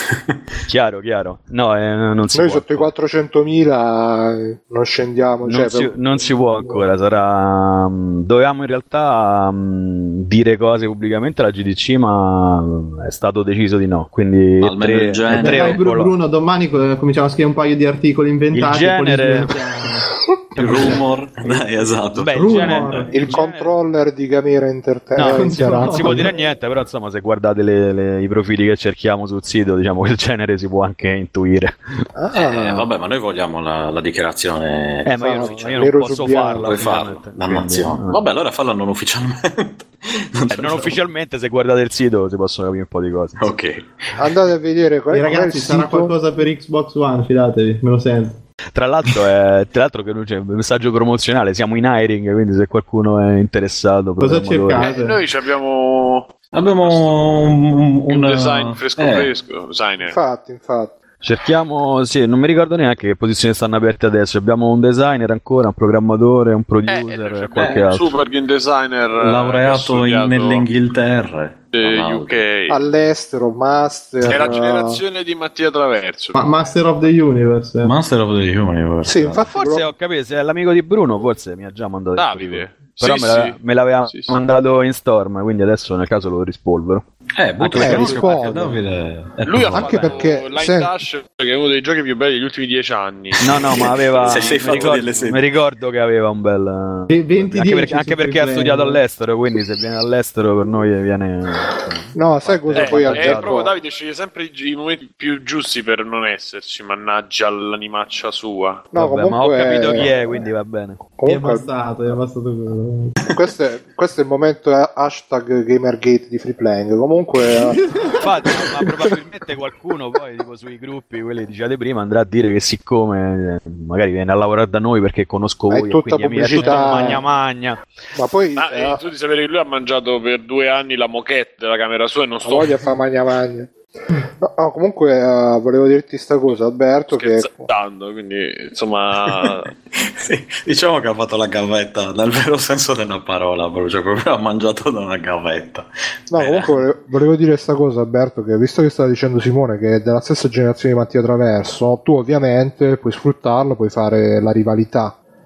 Chiaro, chiaro. No, eh, non si Noi può. sotto i quattrocentomila non scendiamo. Non, cioè, si, per- non si può ancora, sarà mh, dovevamo in realtà mh, dire cose pubblicamente alla G D C, ma mh, è stato deciso di no, quindi Almeno tre, il genere. tre Dai, o Bru- quello- Bruno, domani eh, cominciamo a scrivere un paio di articoli inventati. Il e poi li genere- smontiamo. Il rumor. Dai, esatto. Beh, il Rumor. genere- il genere- controller di Gamera No, Entertainment. non si, no. non si può dire niente, però insomma se guardate le- le- i profili che cerchiamo sul sito, diciamo che il genere si può anche intuire. Ah, Eh, vabbè, ma noi vogliamo la, la dichiarazione. Eh, ma io, no, non- io non nero posso su bianco. farla. Puoi farlo, ovviamente, la quindi, nazione. eh. Vabbè, allora fallo non ufficialmente. Non Eh, non ufficialmente, se guardate il sito si possono capire un po' di cose. Ok. andate a vedere qual E è ragazzi, il sarà sito. qualcosa per Xbox One, fidatevi, me lo sento. Tra l'altro, è, tra l'altro che c'è un messaggio promozionale, siamo in hiring, quindi se qualcuno è interessato, Cosa programmatore- cercate? Eh, noi ci abbiamo Abbiamo un, un, un un- design fresco eh, fresco, designer. Infatti, infatti. Cerchiamo, sì, non mi ricordo neanche che posizioni stanno aperte adesso. Abbiamo un designer ancora, un programmatore, un producer Eh, e qualche un altro. super game designer eh, che ha laureato in, studiato nelle Inghilterre. eh, Tra U K. All'estero, master. È la eh, generazione di Mattia Traverso. Ma Master of the Universe. eh. Master of the Universe. Sì, infatti. Forse però- ho capito, se è l'amico di Bruno, forse mi ha già mandato. il Davide. Però Sì, me, la- sì. me l'aveva Sì, sì. mandato in Storm, quindi adesso nel caso lo rispolvero. Eh, butto Eh, perché rispondo. Davide è Lui ha Anche fatto perché- Line se- Dash, che è uno dei giochi più belli degli ultimi dieci anni. No, no, ma aveva. Se sei mi, fatto ricordo, delle sedi. mi ricordo che aveva un bel. Ve- venti anche dieci perché, anche su perché ha Free studiato Play. all'estero, quindi se viene all'estero per noi viene. No, sai cosa Eh, poi ha è detto? proprio Davide sceglie sempre i, i momenti più giusti per non esserci, mannaggia l'animaccia sua. No, Vabbè, ma ho comunque- capito chi è, quindi va bene. Ti è Comunque, bastato, ti è bastato quello. questo è, questo è il momento eh, hashtag Gamergate di Free Playing. Comunque, eh, Infatti, ma probabilmente qualcuno poi, tipo sui gruppi, quelli dicevate prima, andrà a dire che siccome eh, magari viene a lavorare da noi perché conosco È voi, e tutta quindi mi è tutto pubblicità. magna magna. ma poi Ma eh, eh, tu devi sapere che lui ha mangiato per due anni la moquette della camera sua e non la sto voglia fa magna magna. No, no, comunque eh, volevo dirti sta cosa, Alberto, che scherzando, quindi insomma Sì, diciamo che ha fatto la gavetta nel vero senso della parola, proprio, cioè proprio ha mangiato da una gavetta. no, Eh, comunque volevo, volevo dire sta cosa, Alberto, che visto che stava dicendo Simone che è della stessa generazione di Mattia Traverso, tu ovviamente puoi sfruttarlo, puoi fare la rivalità.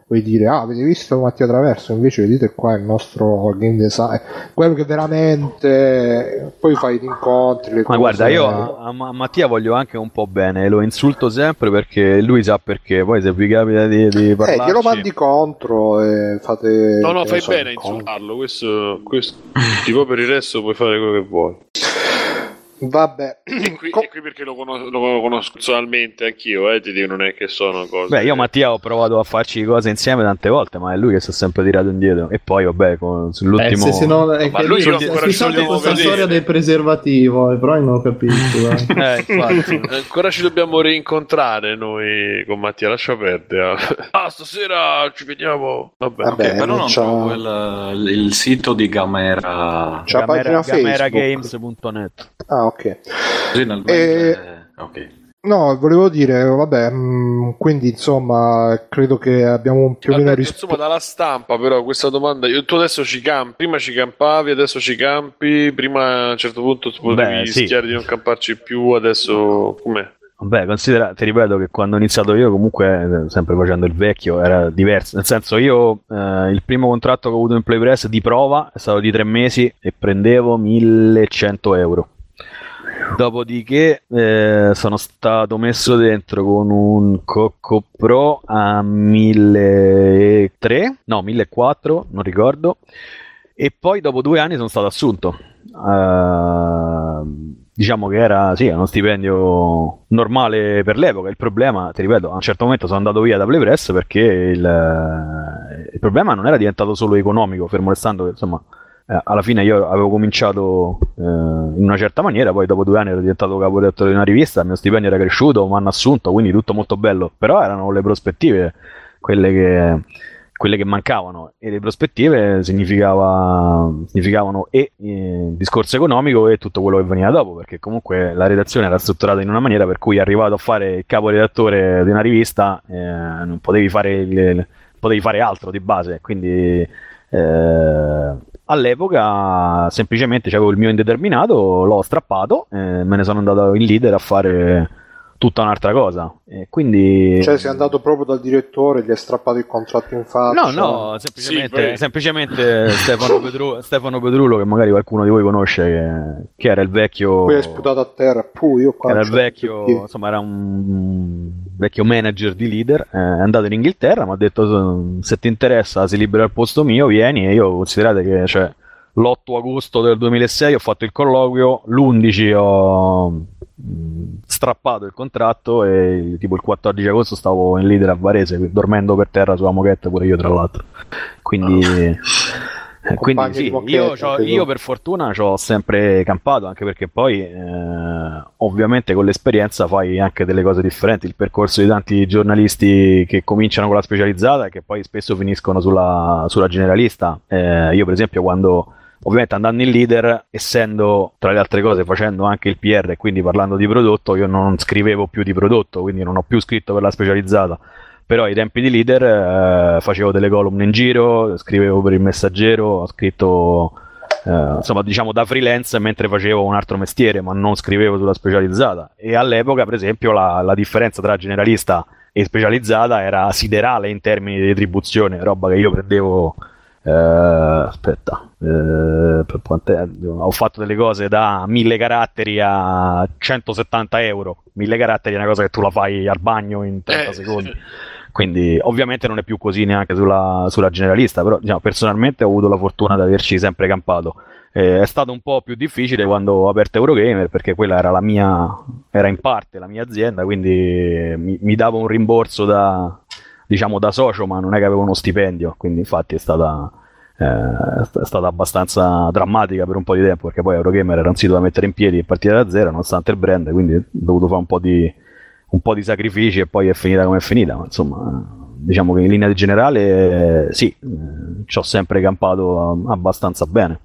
vuoi dire ah avete visto Mattia Traverso, invece vedete qua il nostro game design, quello che veramente poi fai gli incontri le ma cose. guarda, io a, a Mattia voglio anche un po' bene, lo insulto sempre perché lui sa perché, poi se vi capita di, di parlarci eh glielo mandi contro e fate no no fai so, bene a insultarlo, questo, questo tipo, per il resto puoi fare quello che vuoi. Vabbè, e qui, e qui perché lo conosco, lo conosco personalmente anch'io, eh, ti dico, non è che sono cose. Beh, io e Mattia ho provato a farci cose insieme tante volte, ma è lui che si è sempre tirato indietro. E poi, vabbè, con, sull'ultimo. Eh, se, se no, è ma che lui lui io è ancora ci sempre dobbiamo questa vedere. storia del preservativo, eh, però io non ho capito. eh, infatti. Ancora ci dobbiamo rincontrare noi con Mattia, lascia perdere. Ah, stasera ci vediamo. Vabbè, Vabbè, Ok, però non c'ha- trovo il, il sito di Gamera. c'ha Gamera, pagina Facebook. gameragames punto net. Ah, ok. Così nel Eh, mentre- ok. No, volevo dire, vabbè, mh, quindi insomma, credo che abbiamo un più o meno Alberto, risposto. insomma, dalla stampa, però questa domanda, io, tu adesso ci campi, prima ci campavi, adesso ci campi, prima a un certo punto tu potevi Beh, sì. rischiare di non camparci più, adesso com'è? Vabbè, considera, ti ripeto che quando ho iniziato io, comunque, eh, sempre facendo il vecchio, era diverso. Nel senso, io eh, il primo contratto che ho avuto in Playpress di prova è stato di tre mesi e prendevo millecento euro. Dopodiché eh, sono stato messo dentro con un Cocco Pro a milletrecento, no millequattrocento, non ricordo, e poi dopo due anni sono stato assunto. Uh, diciamo che era sì, uno stipendio normale per l'epoca. Il problema, ti ripeto, a un certo momento sono andato via da Playpress perché il, il problema non era diventato solo economico, fermo restando che insomma Eh, alla fine io avevo cominciato eh, in una certa maniera, poi dopo due anni ero diventato caporedattore di una rivista, il mio stipendio era cresciuto, mi hanno assunto, quindi tutto molto bello, però erano le prospettive quelle che, quelle che mancavano, e le prospettive significava, significavano e eh, discorso economico e tutto quello che veniva dopo, perché comunque la redazione era strutturata in una maniera per cui arrivato a fare il caporedattore di una rivista eh, non potevi fare, il, potevi fare altro di base, quindi eh, all'epoca semplicemente avevo il mio indeterminato, l'ho strappato e me ne sono andato in leader a fare tutta un'altra cosa, e quindi Cioè sei andato proprio dal direttore, gli hai strappato il contratto in faccia? no no semplicemente, Sì, poi- semplicemente Stefano, Pedru- Stefano Pedrullo, che magari qualcuno di voi conosce, che, che era il vecchio Poi hai sputato a terra, puh, io qua era non il c'ho vecchio, più. insomma era un vecchio manager di leader, eh, è andato in Inghilterra, mi ha detto se ti interessa si libera il posto mio, vieni. E io, considerate che cioè, l'otto agosto del duemilasei ho fatto il colloquio, l'undici ho mh, strappato il contratto e tipo il quattordici agosto stavo in leader a Varese, dormendo per terra sulla moquette pure io tra l'altro, quindi eh, quindi Compagni sì, di moquette, io, c'ho- credo. io per fortuna ci ho sempre campato, anche perché poi eh, ovviamente con l'esperienza fai anche delle cose differenti. Il percorso di tanti giornalisti che cominciano con la specializzata e che poi spesso finiscono sulla, sulla generalista. Eh, io per esempio quando, ovviamente andando in leader, essendo tra le altre cose facendo anche il P R e quindi parlando di prodotto, io non scrivevo più di prodotto, quindi non ho più scritto per la specializzata. Però ai tempi di leader eh, facevo delle column in giro, scrivevo per il Messaggero, ho scritto eh, insomma diciamo da freelance mentre facevo un altro mestiere, ma non scrivevo sulla specializzata. E all'epoca per esempio la, la differenza tra generalista e specializzata era siderale in termini di retribuzione, roba che io prendevo eh, aspetta eh, per quant'è? Ho fatto delle cose da mille caratteri a centosettanta euro. Mille caratteri è una cosa che tu la fai al bagno in trenta Eh, secondi. Quindi ovviamente non è più così neanche sulla, sulla generalista, però diciamo, personalmente ho avuto la fortuna di averci sempre campato. Eh, è stato un po' più difficile quando ho aperto Eurogamer, perché quella era la mia, era in parte la mia azienda, quindi mi, mi dava un rimborso da, diciamo, da socio, ma non è che avevo uno stipendio, quindi infatti è stata, eh, è stata abbastanza drammatica per un po' di tempo, perché poi Eurogamer era un sito da mettere in piedi e partire da zero, nonostante il brand, quindi ho dovuto fare un po' di un po' di sacrifici e poi è finita come è finita, ma insomma diciamo che in linea generale eh, sì, eh, ci ho sempre campato eh, abbastanza bene.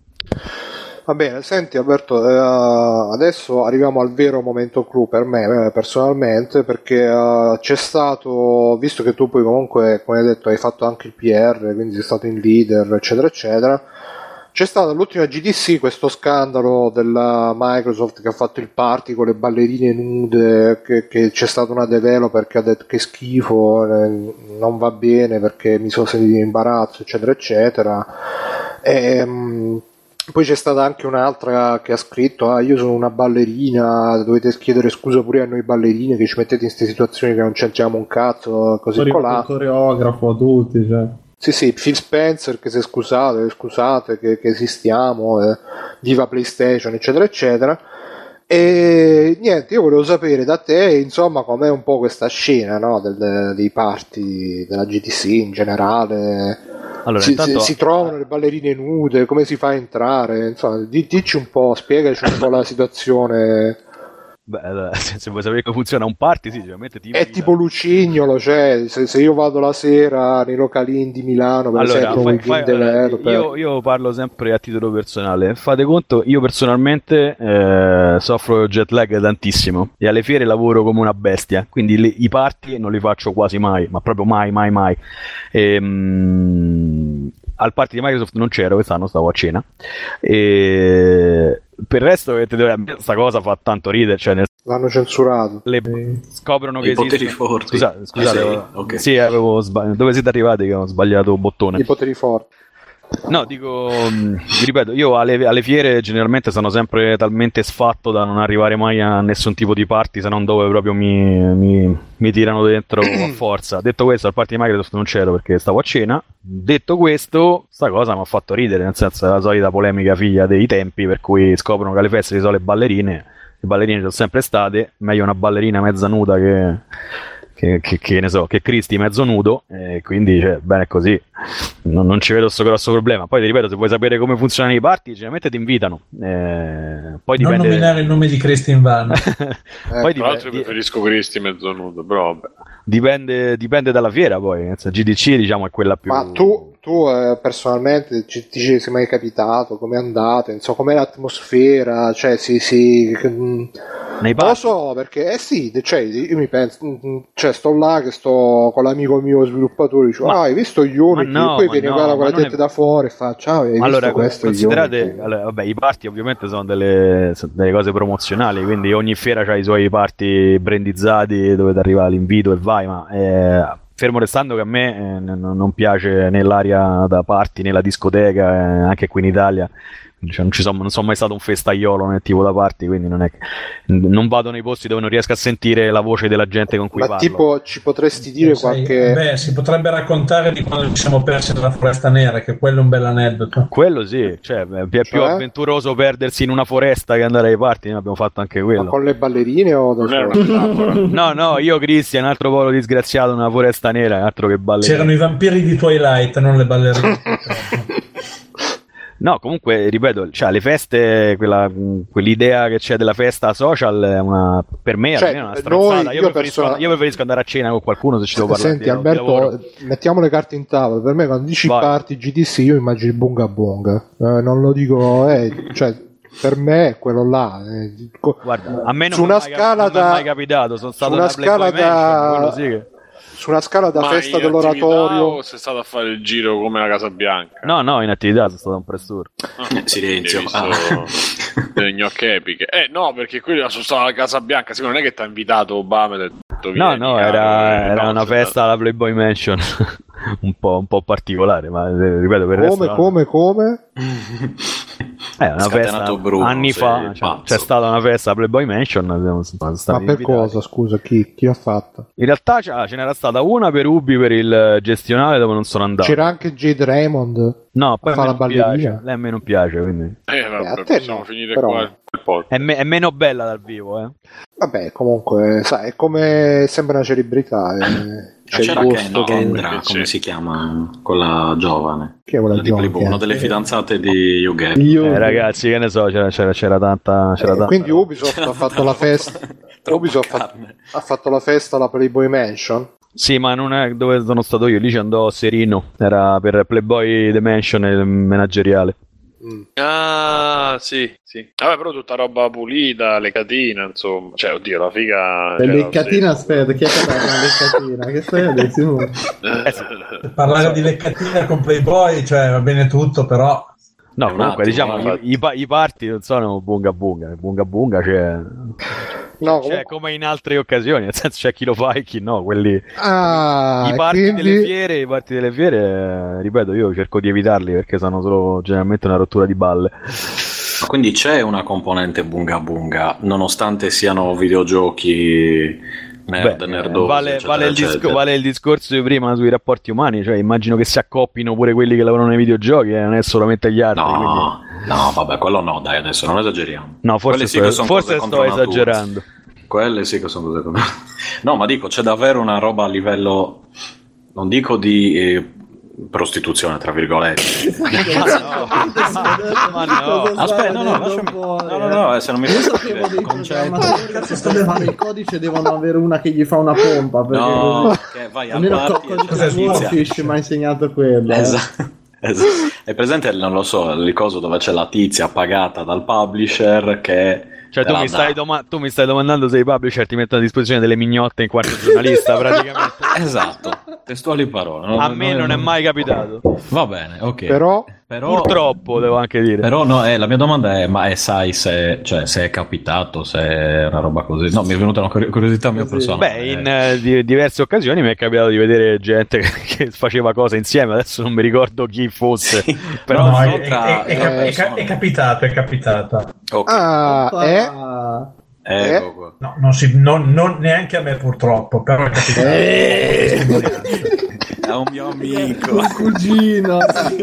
Va bene, senti Alberto, eh, adesso arriviamo al vero momento clou per me eh, personalmente, perché eh, c'è stato, visto che tu poi comunque, come hai detto, hai fatto anche il P R, quindi sei stato in leader, eccetera, eccetera, C'è stato all'ultima G D C questo scandalo della Microsoft che ha fatto il party con le ballerine nude, che, che c'è stata una developer che ha detto che schifo, eh, non va bene perché mi sono sentito in imbarazzo, eccetera eccetera. E, mh, poi c'è stata anche un'altra che ha scritto: ah, io sono una ballerina, dovete chiedere scusa pure a noi ballerine che ci mettete in queste situazioni che non c'entriamo un cazzo, così colà. Il coreografo, tutti, cioè. Sì, sì, Phil Spencer che si è scusato, scusate che, che esistiamo, eh, viva PlayStation, eccetera, eccetera. E niente, io volevo sapere da te, insomma, com'è un po' questa scena, no, del, dei party della G D C in generale. Allora, si, intanto... si, si trovano le ballerine nude, come si fa a entrare? Insomma, di, dici un po', spiegaci un po' la situazione. Beh, se vuoi sapere come funziona un party, sì, sicuramente ti è tipo Lucignolo, cioè se, se io vado la sera nei localini di Milano, per allora, esempio, fai, il fai, developer. io, io parlo sempre a titolo personale. Fate conto, io personalmente eh, soffro jet lag tantissimo e alle fiere lavoro come una bestia, quindi le, i party non li faccio quasi mai, ma proprio mai, mai, mai. E, mh, al party di Microsoft non c'ero, quest'anno stavo a cena. E per il resto, questa cosa fa tanto ridere, cioè nel... l'hanno censurato. Le... scoprono I che poteri esistono... forti. Scusa, scusate, ah, sì? avevo... Okay. sì, avevo sbagliato. Dove siete arrivati che ho sbagliato bottone? I poteri forti. No, dico, vi ripeto, io alle, alle fiere generalmente sono sempre talmente sfatto da non arrivare mai a nessun tipo di party, se non dove proprio mi, mi, mi tirano dentro a forza. Detto questo, al party di Microsoft non c'ero perché stavo a cena. Detto questo, sta cosa mi ha fatto ridere, nel senso è la solita polemica figlia dei tempi, per cui scoprono che alle feste ci sono le ballerine, le ballerine ci sono sempre state, meglio una ballerina mezza nuda che... Che, che, che ne so, che Cristi mezzo nudo, e quindi cioè, bene così, non, non ci vedo questo grosso problema. Poi ti ripeto, se vuoi sapere come funzionano i party, generalmente ti invitano. Eh, poi non dipende... nominare il nome di Cristi in vano. eh, poi tra l'altro dipende... io preferisco Cristi mezzo nudo, però vabbè. Dipende, dipende dalla fiera poi, G D C diciamo è quella più... Ma tu, tu eh, personalmente ci, ti ci sei mai capitato? Come è andata? Insomma, com'è l'atmosfera? Cioè, sì, sì... Mh, Nei non lo party? so, perché, eh sì, cioè, io mi penso, mh, cioè, sto là che sto con l'amico mio sviluppatore, dice, Ma- ah, hai visto Unity? ma no, e poi ma viene no, qua ma con la non è- tette da fuori e fa, ciao, hai Allora, visto questo? considerate, Unity? allora, vabbè, i party ovviamente sono delle, sono delle cose promozionali, quindi ogni fiera ha i suoi party brandizzati dove ti arriva l'invito e vai, ma eh, fermo restando che a me eh, n- non piace né l'aria da party né la discoteca, eh, anche qui in Italia. Cioè, non, ci sono, non sono mai stato un festaiolo nel tipo da party, quindi non è che, non vado nei posti dove non riesco a sentire la voce della gente con cui Ma parlo. tipo, ci potresti dire Sai, qualche... beh, si potrebbe raccontare di quando ci siamo persi nella foresta nera, che quello è un bel aneddoto. Quello sì, cioè, è più Cioè? avventuroso perdersi in una foresta che andare ai party, ne abbiamo fatto anche Ma quello. con le ballerine o da Non era solo? una metafora. No, no, io Cristian, un altro povero disgraziato nella foresta nera, altro che ballerino. C'erano i vampiri di Twilight, non le ballerine. No, comunque, ripeto, cioè, le feste, quella, quell'idea che c'è della festa social è una, per me Cioè, almeno è una stronzata. noi- Io, io preferisco, persona- io preferisco andare a cena con qualcuno se ci devo parlare. Senti di- di lavoro. Alberto, mettiamo le carte in tavola. Per me quando dici Vai. party G D C io immagino il bunga bunga, eh, non lo dico, eh, cioè, per me è quello là, eh, co- Guarda, a me non su mi è una mai, scala non mi è da mai capitato, sono stato su una nella Playboy scala da- Mansion, quello sì che... su una scala da Ma festa in attività dell'oratorio. o sei stato a fare il giro come la Casa Bianca? No, no, in attività sono stato un press tour. Ah, Silenzio. hai visto delle gnocche epiche. Eh no, perché quelli sono stato alla Casa Bianca, sì, non è che ti ha invitato Obama e ti ha detto, No, "Vieni, no, caro", era, eh, era no, una sei festa alla Playboy Mansion un, po', un po' particolare, ma eh, ripeto, per il Come, resto... come, come? È una Scatenato festa Bruno, anni sei fa, cioè, pazzo. c'è stata una festa a Playboy Mansion, siamo stati Ma per invitati. cosa, scusa, chi, chi ha fatto? In realtà c'è- ce n'era stata una per Ubi per il gestionale dove non sono andato. C'era anche Jade Raymond. No, poi a fa me la non ballerina. piace. Lei a me non piace, quindi Eh, vabbè, Eh, a te possiamo no, finire però- qua il podcast. è, me- è meno bella dal vivo, eh. Vabbè, comunque, sai, è come sembra una celebrità. eh. Ma C'è il c'era gusto. Ken- Kendra, Che come c'è? si chiama? Quella giovane. Chi è quella Quella di giovane? Playboy, una delle fidanzate di Hugh Gatt. Io Eh, ragazzi, che ne so, c'era, c'era, c'era tanta... C'era Eh, tanta quindi roba. Ubisoft ha fatto la festa. Troppa Ubisoft ha, carne. ha fatto la festa alla Playboy Mansion. Sì, ma non è dove sono stato io, lì ci andò Serino, era per Playboy The Mansion il manageriale. Mm. Ah, sì, sì. Vabbè, però tutta roba pulita, le catine, insomma. Cioè, oddio, la figa... Le cioè, leccatina, sì. aspetta, chi è che ha dato una leccatina? Che stai a dire, Simone? Eh, Parlare di leccatina con Playboy, cioè va bene tutto, però No, È un comunque attimo, diciamo eh. i, i, pa- i party non sono bunga bunga, bunga bunga c'è, No, c'è comunque- come in altre occasioni, nel senso c'è chi lo fa e chi no, quelli Ah, i party quindi- delle fiere, i party delle fiere, eh, ripeto, io cerco di evitarli perché sono solo generalmente una rottura di balle. Quindi c'è una componente bunga bunga, nonostante siano videogiochi nerd, Beh, nerdosi, vale, eccetera, vale il disco- eccetera. vale il discorso di prima sui rapporti umani, cioè immagino che si accoppino pure quelli che lavorano nei videogiochi, eh, non è solamente gli altri. quindi- No, no, vabbè, quello no, dai, adesso non esageriamo. No, forse Quelle sì sto, che sono forse cose sto contro natura. esagerando. Quelle sì che sono cose contro No, ma dico, c'è davvero una roba a livello, non dico di eh, prostituzione, tra virgolette. Ma no. Aspetta, no, no, lasciami. No, no, no, eh, se non mi Io fai sapevo capire dei il concetto. programmatori che per fare il codice devono avere una che gli fa una pompa, perché No, che vai a almeno party e Cocco c'è la di tizia. Swordfish mi ha insegnato quello. eh. Esatto. Esatto. È presente, non lo so, il coso dove c'è la tizia pagata dal publisher che Cioè, tu te la mi, dà. stai doma- tu mi stai domandando se i publisher ti mettono a disposizione delle mignotte in quanto giornalista, praticamente. Esatto, testuali parole. Non- A me non è mai capitato. Va bene, ok. Però Però, Purtroppo, devo anche dire. però no, eh, la mia domanda è, ma è, sai se, cioè, se è capitato, se è una roba così? No, mi è venuta una curi- curiosità mia Così. personale. Beh, in eh, di- diverse occasioni mi è capitato di vedere gente che, che faceva cose insieme, adesso non mi ricordo chi fosse, Sì. però No, non è, tra- è- è cap- eh, è ca- sono- è capitato, è capitato. Ok, ah, Oppa. è ecco qua. No, non, si, non, non neanche a me purtroppo, però è capitato. È un mio amico. Un cugino.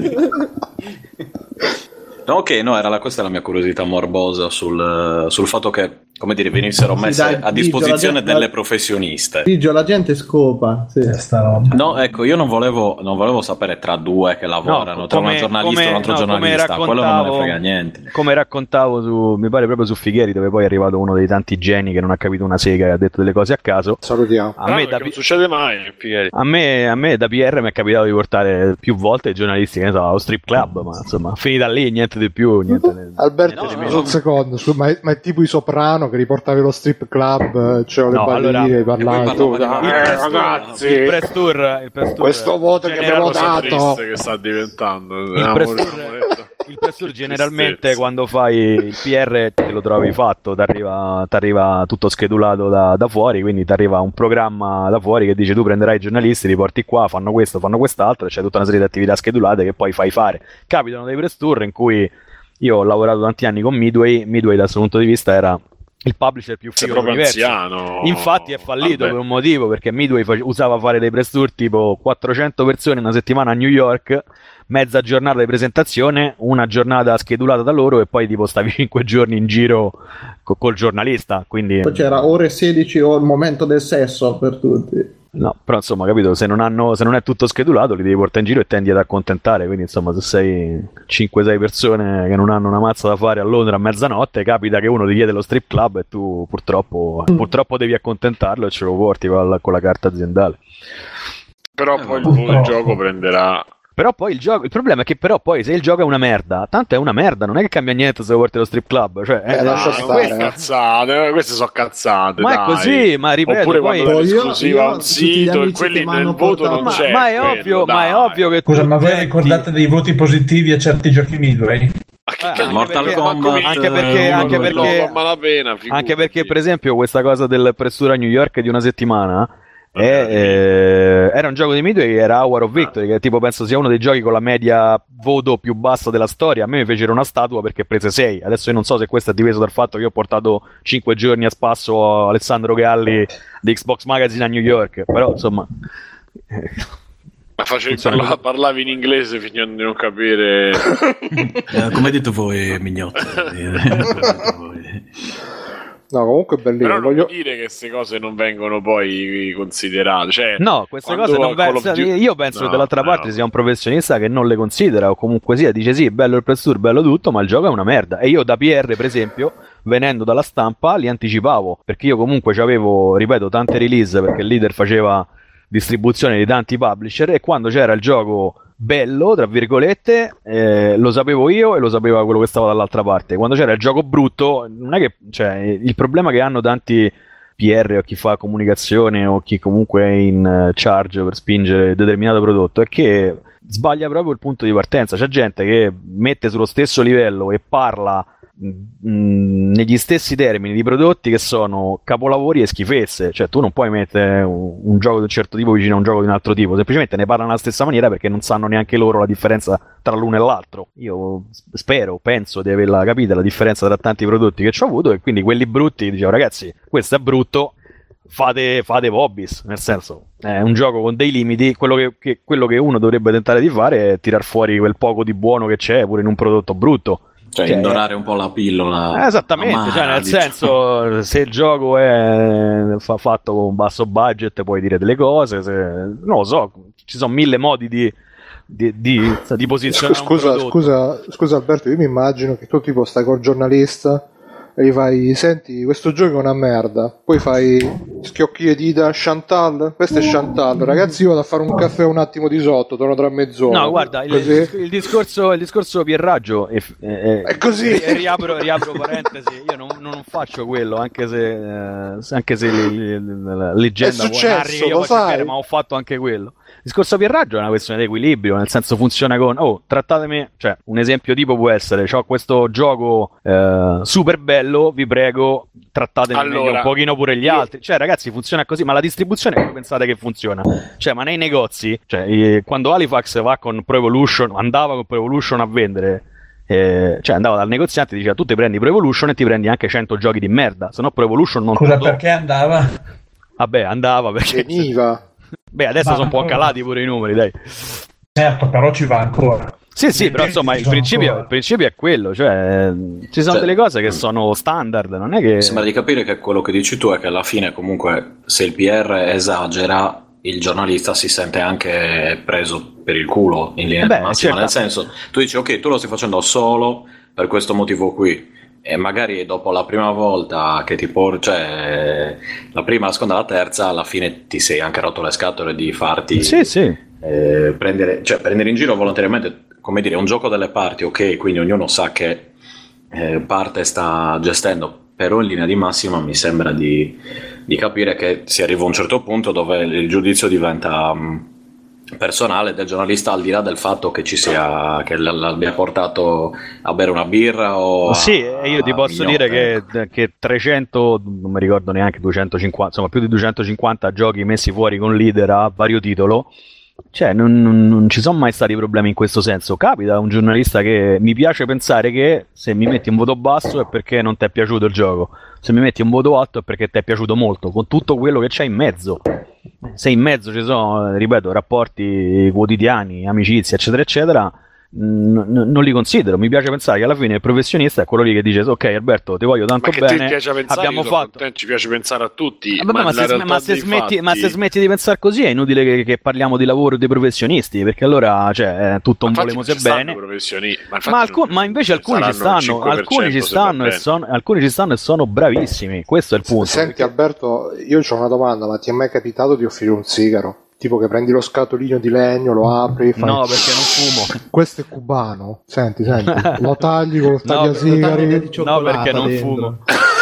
No, ok, no, era la, questa è la mia curiosità morbosa sul, sul fatto che, come dire, venissero Sì, messe dai, a Biggio, disposizione la gente- delle la- professioniste. Biggio, la gente scopa. Sì. C'è sta roba. No, ecco, io non volevo, non volevo sapere tra due che lavorano, No, tra come- una giornalista come- e un altro no, come giornalista, quello non me ne raccontavo- frega niente. come raccontavo su, mi pare proprio su Fighieri, dove poi è arrivato uno dei tanti geni che non ha capito una sega e ha detto delle cose a caso. salutiamo. A me, da, non succede mai, Pieri. a, me, a me da P R mi è capitato di portare più volte i giornalisti, che ne so, allo strip club, ma insomma, finita lì, niente di più, niente. Alberto, No, scusa no. un secondo, scusa, ma, è, ma è tipo i Soprano che riportavi lo strip club, c'erano No, le allora- ballerine, E parlavi poi tu, parlava di- dai, Il press tour- ragazzi, il press tour, il press tour questo voto che generalmente- abbiamo Cosa dato. triste che sta diventando. Il Amore, press tour- amoretto. il press tour Che generalmente tristezza. quando fai il P R te lo trovi fatto, ti arriva tutto schedulato da, da fuori, quindi ti arriva un programma da fuori che dice tu prenderai i giornalisti, li porti qua, fanno questo, fanno quest'altro, e c'è tutta una serie di attività schedulate che poi fai fare. Capitano dei press tour in cui io ho lavorato tanti anni con Midway, Midway dal suo punto di vista era il publisher più Sei figo proprio dell'universo. anziano. Infatti è fallito Vabbè. per un motivo, perché Midway fa- usava fare dei press tour tipo quattrocento persone una settimana a New York, mezza giornata di presentazione, una giornata schedulata da loro e poi tipo stavi cinque giorni in giro co- col giornalista, quindi Poi c'era ore sedici o il momento del sesso per tutti. no, però insomma capito, se non, hanno, se non è tutto schedulato li devi portare in giro e tendi ad accontentare, quindi insomma se sei cinque sei persone che non hanno una mazza da fare a Londra a mezzanotte, capita che uno ti chiede lo strip club e tu purtroppo, purtroppo devi accontentarlo e ce lo porti con la, con la carta aziendale. Però Eh, poi il, purtroppo. il gioco prenderà. Però poi il gioco, il problema è che però poi se il gioco è una merda, tanto è una merda, non è che cambia niente se lo porti allo strip club, cioè, Eh, eh, lascia Ah, stare, queste eh. cazzate, queste sono cazzate. ma è dai. così, ma ripeto, Oppure poi- quando Io- l'esclusiva io a un tutti gli sito e amici quelli che m'hanno nel voto non portato- ma, c'è. ma è quello, ovvio, ma è dai. ovvio che Scusa, tu ma voi metti- ricordate dei voti positivi a certi giochi Midway? Ma che Eh, cazzo, Mortal perché- Kombat, ma come- anche perché- uno anche con il perché- logo a malapena, figurati. Anche perché, per esempio, questa cosa del pressura a New York di una settimana è, Vabbè, eh, era un gioco di Midway, era Hour of Victory, che tipo penso sia uno dei giochi con la media voto più bassa della storia. A me mi fecero una statua perché prese sei. Adesso io non so se questo è dipeso dal fatto che io ho portato cinque giorni a spasso Alessandro Galli di Xbox Magazine a New York, però insomma. eh, Ma facevi, funziona parla- così. parlavi in inglese finendo di non capire. Eh, come dite voi, mignotte? No, comunque è bellino. Però non Voglio... vuol dire che queste cose non vengono poi considerate. Cioè, No, queste quando cose non Call of pensano. Duty- Io penso No, che dall'altra no. parte sia un professionista che non le considera, o comunque sia, dice sì, bello il press tour, bello tutto, ma il gioco è una merda. E io da P R, per esempio, venendo dalla stampa, li anticipavo, perché io comunque avevo, ripeto, tante release, perché il leader faceva distribuzione di tanti publisher, e quando c'era il gioco bello, tra virgolette, eh, lo sapevo io e lo sapeva quello che stava dall'altra parte. Quando c'era il gioco brutto, non è che, cioè, il problema che hanno tanti P R o chi fa comunicazione o chi comunque è in eh, charge per spingere determinato prodotto è che sbaglia proprio il punto di partenza. C'è gente che mette sullo stesso livello e parla mh, negli stessi termini di prodotti che sono capolavori e schifezze. Cioè tu non puoi mettere un, un gioco di un certo tipo vicino a un gioco di un altro tipo, semplicemente ne parlano alla stessa maniera perché non sanno neanche loro la differenza tra l'uno e l'altro. Io spero, penso di averla capita la differenza tra tanti prodotti che ci ho avuto, e quindi quelli brutti dicevo ragazzi questo è brutto, fate, fate Vobis, nel senso è un gioco con dei limiti. Quello che, che, quello che uno dovrebbe tentare di fare è tirar fuori quel poco di buono che c'è pure in un prodotto brutto. Cioè, cioè indorare un po' la pillola. Eh, esattamente, amara, cioè nel diciamo. senso, se il gioco è fa, fatto con basso budget puoi dire delle cose, se, non lo so, ci sono mille modi di, di, di, di posizionare scusa, un scusa, scusa Alberto, io mi immagino che tu tipo stai col giornalista e gli fai, senti, questo gioco è una merda, poi fai schiocchi di dita, Chantal, questo è Chantal, ragazzi io vado a fare un caffè un attimo di sotto, torno tra mezz'ora. No, guarda, il, il, il discorso il discorso Pierraggio è, è, è così, e riapro, riapro parentesi, io non, non faccio quello, anche se eh, anche se le, le, la leggenda è successo, io lo sai, cercare, ma ho fatto anche quello. Il discorso Pierraggio è una questione di equilibrio, nel senso funziona con oh, trattatemi, cioè un esempio tipo può essere c'ho questo gioco eh, super bello, vi prego trattatemi allora, meglio un pochino pure gli altri, cioè ragazzi funziona così, ma la distribuzione come pensate che funziona? Cioè ma nei negozi, cioè eh, quando Halifax va con Pro Evolution, andava con Pro Evolution a vendere, eh, cioè andava dal negoziante e diceva tu ti prendi Pro Evolution e ti prendi anche cento giochi di merda, se no Pro Evolution non scusa perché andava? Vabbè andava perché veniva. Beh, adesso Ma sono un po' calati pure i numeri, dai. Certo, però ci va ancora. Sì, sì, però insomma il principio, il principio è quello, cioè ci sono cioè, delle cose che sono standard, non è che... Sembra di capire che quello che dici tu è che alla fine comunque se il P R esagera, il giornalista si sente anche preso per il culo in linea Beh, di massima, certo. nel senso, tu dici ok, tu lo stai facendo solo per questo motivo qui, e magari dopo la prima volta che ti porti, cioè la prima, la seconda, la terza, alla fine ti sei anche rotto le scatole di farti sì, sì. Eh, prendere, cioè prendere in giro volontariamente, come dire, un gioco delle parti, ok, quindi ognuno sa che eh, parte sta gestendo, però in linea di massima mi sembra di, di capire che si arriva a un certo punto dove il giudizio diventa um, personale del giornalista, al di là del fatto che ci sia, che l'abbia portato a bere una birra o sì, a, io ti posso mignotte. dire che, che trecento, non mi ricordo neanche duecentocinquanta, insomma più di duecentocinquanta giochi messi fuori con leader a vario titolo, cioè non, non, non ci sono mai stati problemi in questo senso. Capita a un giornalista che mi piace pensare che se mi metti un voto basso è perché non ti è piaciuto il gioco, se mi metti un voto alto è perché ti è piaciuto molto, con tutto quello che c'è in mezzo. Se in mezzo ci sono, ripeto, rapporti quotidiani, amicizie, eccetera, eccetera, n- n- non li considero. Mi piace pensare che alla fine il professionista è quello lì che dice ok Alberto, ti voglio tanto ma che bene, ti piace pensare, abbiamo fatto contento, ci piace pensare a tutti, ah, vabbè, ma, ma, se, ma, se smetti, fatti... ma se smetti di pensare così è inutile che, che parliamo di lavoro dei professionisti, perché allora cioè, è tutto un volemo se bene, ma, ma, alcun, ma invece alcuni ci stanno, alcuni ci stanno, e sono, alcuni ci stanno e sono bravissimi, questo è il punto. Senti perché... Alberto, io ho una domanda, ma ti è mai capitato di offrire un sigaro? Tipo che prendi lo scatolino di legno, lo apri, fai... No, perché non fumo. Questo è cubano. Senti, senti, lo tagli con lo tagliasigari. No, no, perché non dentro. fumo.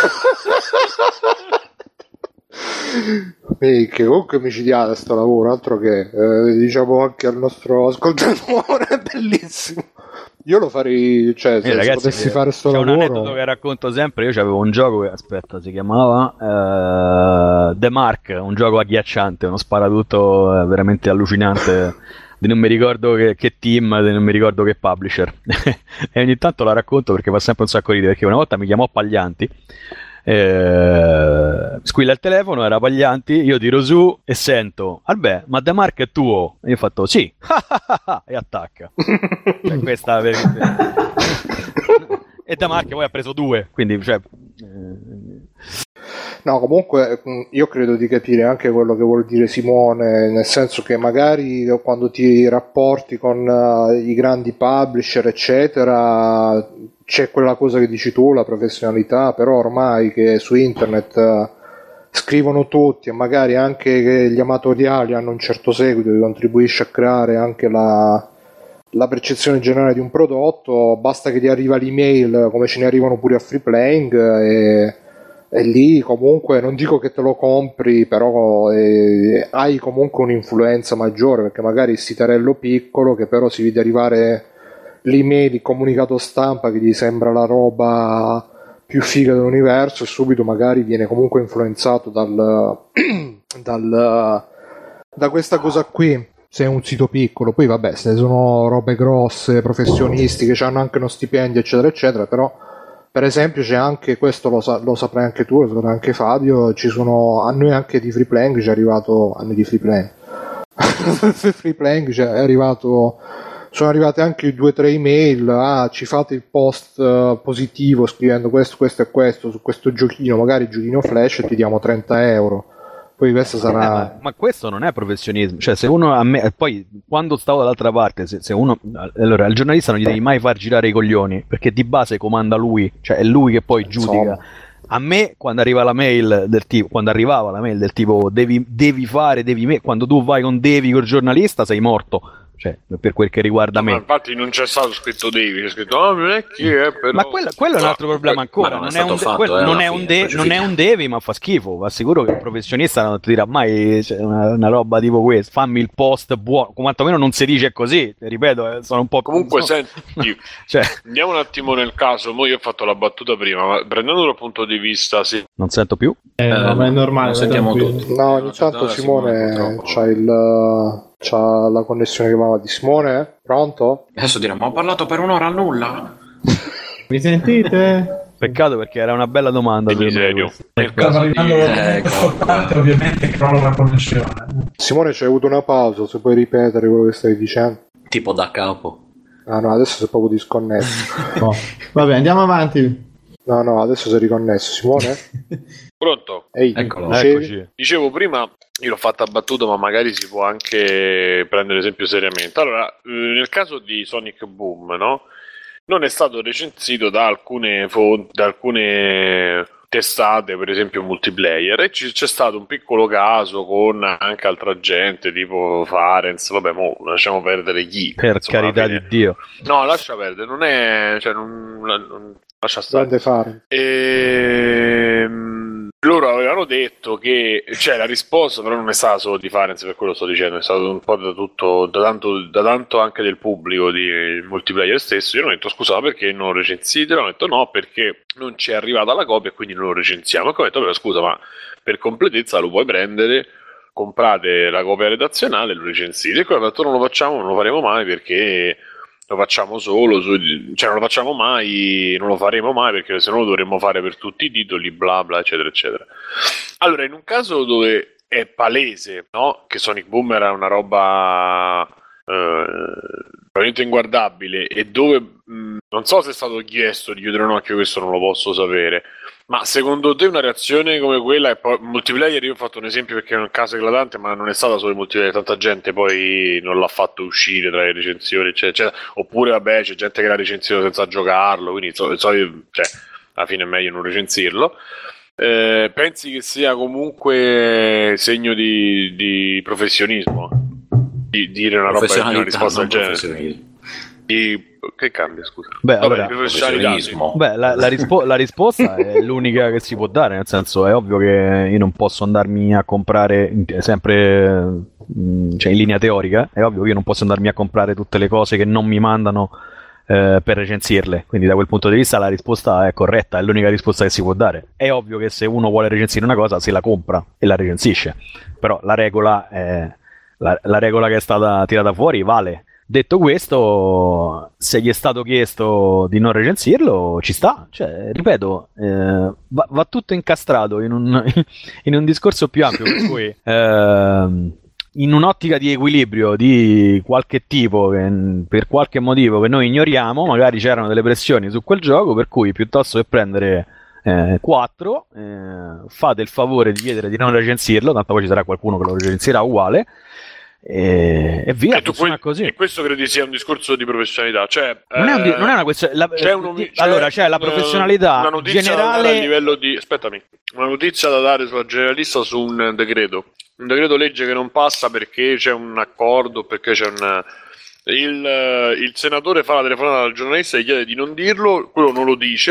E che comunque micidiale sto lavoro, altro che eh, diciamo anche al nostro ascoltatore, è bellissimo. Io lo farei, cioè se, eh, ragazzi, se potessi fare sto c'è lavoro. Un aneddoto che racconto sempre. Io avevo un gioco che, aspetta, si chiamava uh, The Mark, un gioco agghiacciante, uno sparatutto uh, veramente allucinante. Di non mi ricordo che, che team, di non mi ricordo che publisher. E ogni tanto la racconto perché fa sempre un sacco ridere, perché una volta mi chiamò Paglianti. Eh, squilla il telefono, era Paglianti, io tiro su e sento Albè, ma The Mark è tuo? E io ho fatto sì e attacca. Cioè, questa per... e The Mark poi ha preso due, quindi cioè... No, comunque io credo di capire anche quello che vuol dire Simone, nel senso che magari quando ti rapporti con uh, i grandi publisher eccetera c'è quella cosa che dici tu, la professionalità, però ormai che su internet uh, scrivono tutti e magari anche che gli amatoriali hanno un certo seguito che contribuisce a creare anche la, la percezione generale di un prodotto, basta che ti arriva l'email come ce ne arrivano pure a Free Playing e e lì comunque non dico che te lo compri, però eh, hai comunque un'influenza maggiore, perché magari il siterello piccolo che però si vede arrivare l'email, il comunicato stampa che gli sembra la roba più figa dell'universo e subito magari viene comunque influenzato dal, dal da questa cosa qui, se è un sito piccolo. Poi vabbè, se sono robe grosse, professionisti che hanno anche uno stipendio eccetera eccetera, però per esempio c'è anche, questo lo, sa, lo saprai anche tu, lo saprai anche Fabio, ci sono, a noi anche di Free Playing ci è arrivato, a noi di Free Playing Free Playing cioè, è arrivato, sono arrivate anche due o tre email, ah ci fate il post uh, positivo scrivendo questo, questo e questo su questo giochino, magari giochino flash, e ti diamo trenta euro. Poi questo sarà... Eh, ma, ma questo non è professionismo, cioè se uno a me, poi quando stavo dall'altra parte, se, se uno, allora il giornalista non gli devi mai far girare i coglioni, perché di base comanda lui, cioè è lui che poi giudica. Insomma. A me quando arriva la mail del tipo, quando arrivava la mail del tipo devi, devi fare, devi me, quando tu vai con devi col giornalista sei morto. Cioè, per quel che riguarda no, me. Ma infatti non c'è stato scritto Devi, c'è scritto oh, non è chi è, però... Ma quello, quello è un altro problema ancora. Non, non, è un, fatto, quello, eh, non, è un de- non è un Devi, ma fa schifo. Va sicuro che un professionista non ti dirà mai cioè, una, una roba tipo questa. Fammi il post buono. Quantomeno non si dice così. Ripeto, sono un po'. Comunque, so. senti, cioè. Andiamo un attimo nel caso. Mo io ho fatto la battuta prima, ma prendendo dal punto di vista, sì. Non sento più. Eh, eh, ma è normale. Sentiamo tutti. No, ogni tanto Simone, Simone c'ha il. C'ha la connessione che va di Simone? Pronto? Adesso diremo, ho parlato per un'ora al nulla. Mi sentite? Peccato perché era una bella domanda. Di serio. Stava arrivando importante, ovviamente crolla la connessione. Simone, c'hai avuto una pausa, se puoi ripetere quello che stai dicendo. Tipo da capo. Ah no, adesso sei proprio disconnesso. No. Vabbè, andiamo avanti. No, no, adesso sei riconnesso. Simone? Pronto? Ehi, eccolo. Eccoci. Dicevo prima, io l'ho fatta a battuta, ma magari si può anche prendere esempio seriamente. Allora, nel caso di Sonic Boom, no? Non è stato recensito da alcune fonti, da alcune testate, per esempio multiplayer, e c- c'è stato un piccolo caso con anche altra gente, tipo Farenz, vabbè, mo lasciamo perdere chi. Per insomma, carità di Dio. No, lascia perdere, non è... Cioè, non, non lascia stare. fare. E... loro avevano detto che, cioè la risposta però non è stata solo di Farenz, per quello sto dicendo, è stato un po' da tutto, da tanto, da tanto anche del pubblico, di multiplayer stesso. Io ho detto scusa, perché non lo recensite? Hanno detto no, perché non ci è arrivata la copia e quindi non lo recensiamo. E ho detto però scusa, ma per completezza lo puoi prendere, comprate la copia redazionale e lo recensite. E poi hanno detto non lo facciamo, non lo faremo mai perché lo facciamo solo su, cioè non lo facciamo mai, non lo faremo mai perché se no lo dovremmo fare per tutti i titoli, bla bla eccetera eccetera. Allora, in un caso dove è palese, no, che Sonic Boom era una roba eh, veramente inguardabile e dove mh, non so se è stato chiesto di chiudere un occhio, questo non lo posso sapere, ma secondo te una reazione come quella, e poi multiplayer, io ho fatto un esempio perché è un caso eclatante, ma non è stata solo il multiplayer, tanta gente poi non l'ha fatto uscire tra le recensioni eccetera, eccetera. Oppure vabbè c'è gente che l'ha recensito senza giocarlo, quindi so, so, cioè, alla fine è meglio non recensirlo. Eh, pensi che sia comunque segno di, di professionismo di dire una roba, una risposta del genere? Di... Che cambia, scusa? Beh, Vabbè, allora, professionalismo. Beh, la, la, rispo- la risposta è l'unica che si può dare, nel senso è ovvio che io non posso andarmi a comprare sempre, mh, cioè in linea teorica, è ovvio che io non posso andarmi a comprare tutte le cose che non mi mandano eh, per recensirle, quindi da quel punto di vista la risposta è corretta, è l'unica risposta che si può dare. È ovvio che se uno vuole recensire una cosa se la compra e la recensisce, però la regola, è, la, la regola che è stata tirata fuori vale. Detto questo, se gli è stato chiesto di non recensirlo, ci sta, cioè, ripeto, eh, va, va tutto incastrato in un, in un discorso più ampio, per cui eh, in un'ottica di equilibrio di qualche tipo, che, per qualche motivo che noi ignoriamo, magari c'erano delle pressioni su quel gioco, per cui piuttosto che prendere eh, quattro, eh, fate il favore di chiedere di non recensirlo, tanto poi ci sarà qualcuno che lo recensirà uguale, e, e via, e funziona così. E questo credi sia un discorso di professionalità, cioè non, eh, è, un, non è una questione la, c'è un, di, c'è allora c'è la professionalità una notizia generale a livello di aspettami una notizia da dare sulla generalista su un decreto un decreto legge che non passa perché c'è un accordo, perché c'è un il, il senatore fa la telefonata al giornalista e gli chiede di non dirlo, quello non lo dice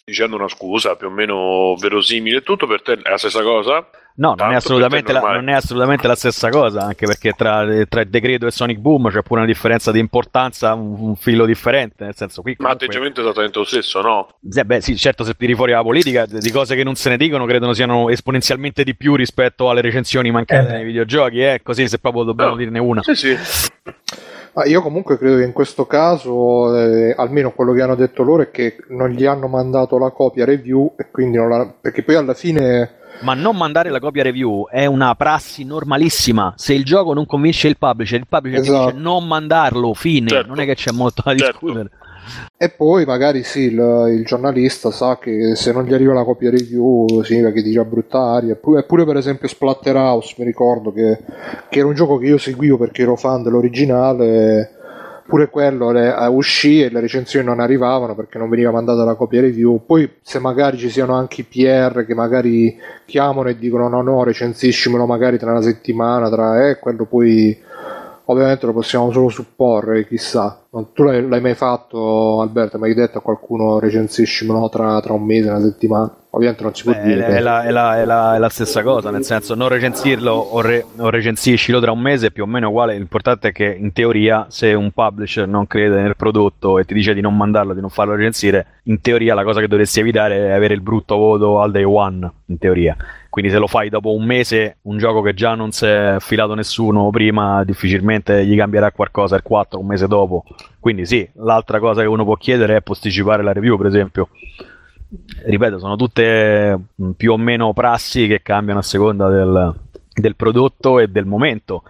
dicendo una scusa più o meno verosimile e tutto, per te è la stessa cosa? No, non è, assolutamente la, non è assolutamente la stessa cosa, anche perché tra, tra il decreto e Sonic Boom c'è pure una differenza di importanza, un, un filo differente, nel senso qui comunque... Ma atteggiamento è esattamente lo stesso, no? Eh beh sì, certo, se tiri fuori la politica, di cose che non se ne dicono credono siano esponenzialmente di più rispetto alle recensioni mancanti eh. nei videogiochi, eh, così se proprio dobbiamo no. dirne una. Sì, sì. Ah, io comunque credo che in questo caso, eh, almeno quello che hanno detto loro, è che non gli hanno mandato la copia review e quindi non la... perché poi alla fine... Ma non mandare la copia review è una prassi normalissima. Se il gioco non convince il publisher, il publisher esatto. dice non mandarlo, fine, certo. non è che c'è molto da certo. discutere. E poi magari sì, il, il giornalista sa che se non gli arriva la copia review significa che tira brutta aria. Eppure, eppure per esempio Splatterhouse, mi ricordo che, che era un gioco che io seguivo perché ero fan dell'originale. Pure quello le, uh, uscì e le recensioni non arrivavano perché non veniva mandata la copia review. Poi se magari ci siano anche i P R che magari chiamano e dicono no no recensiscimelo magari tra una settimana, tra eh quello poi ovviamente lo possiamo solo supporre, chissà. Tu l'hai, l'hai mai fatto, Alberto? Hai mai detto a qualcuno recensiscimelo tra, tra un mese, una settimana? Ovviamente non si può Beh, dire. È la, è, la, è, la, è la stessa cosa, nel senso non recensirlo o, re, o recensiscilo tra un mese è più o meno uguale. L'importante è che in teoria se un publisher non crede nel prodotto e ti dice di non mandarlo, di non farlo recensire, in teoria la cosa che dovresti evitare è avere il brutto voto al day one, in teoria. Quindi se lo fai dopo un mese, un gioco che già non si è filato nessuno prima, difficilmente gli cambierà qualcosa il quattro, un mese dopo. Quindi sì, l'altra cosa che uno può chiedere è posticipare la review, per esempio. Ripeto, sono tutte più o meno prassi che cambiano a seconda del, del prodotto e del momento,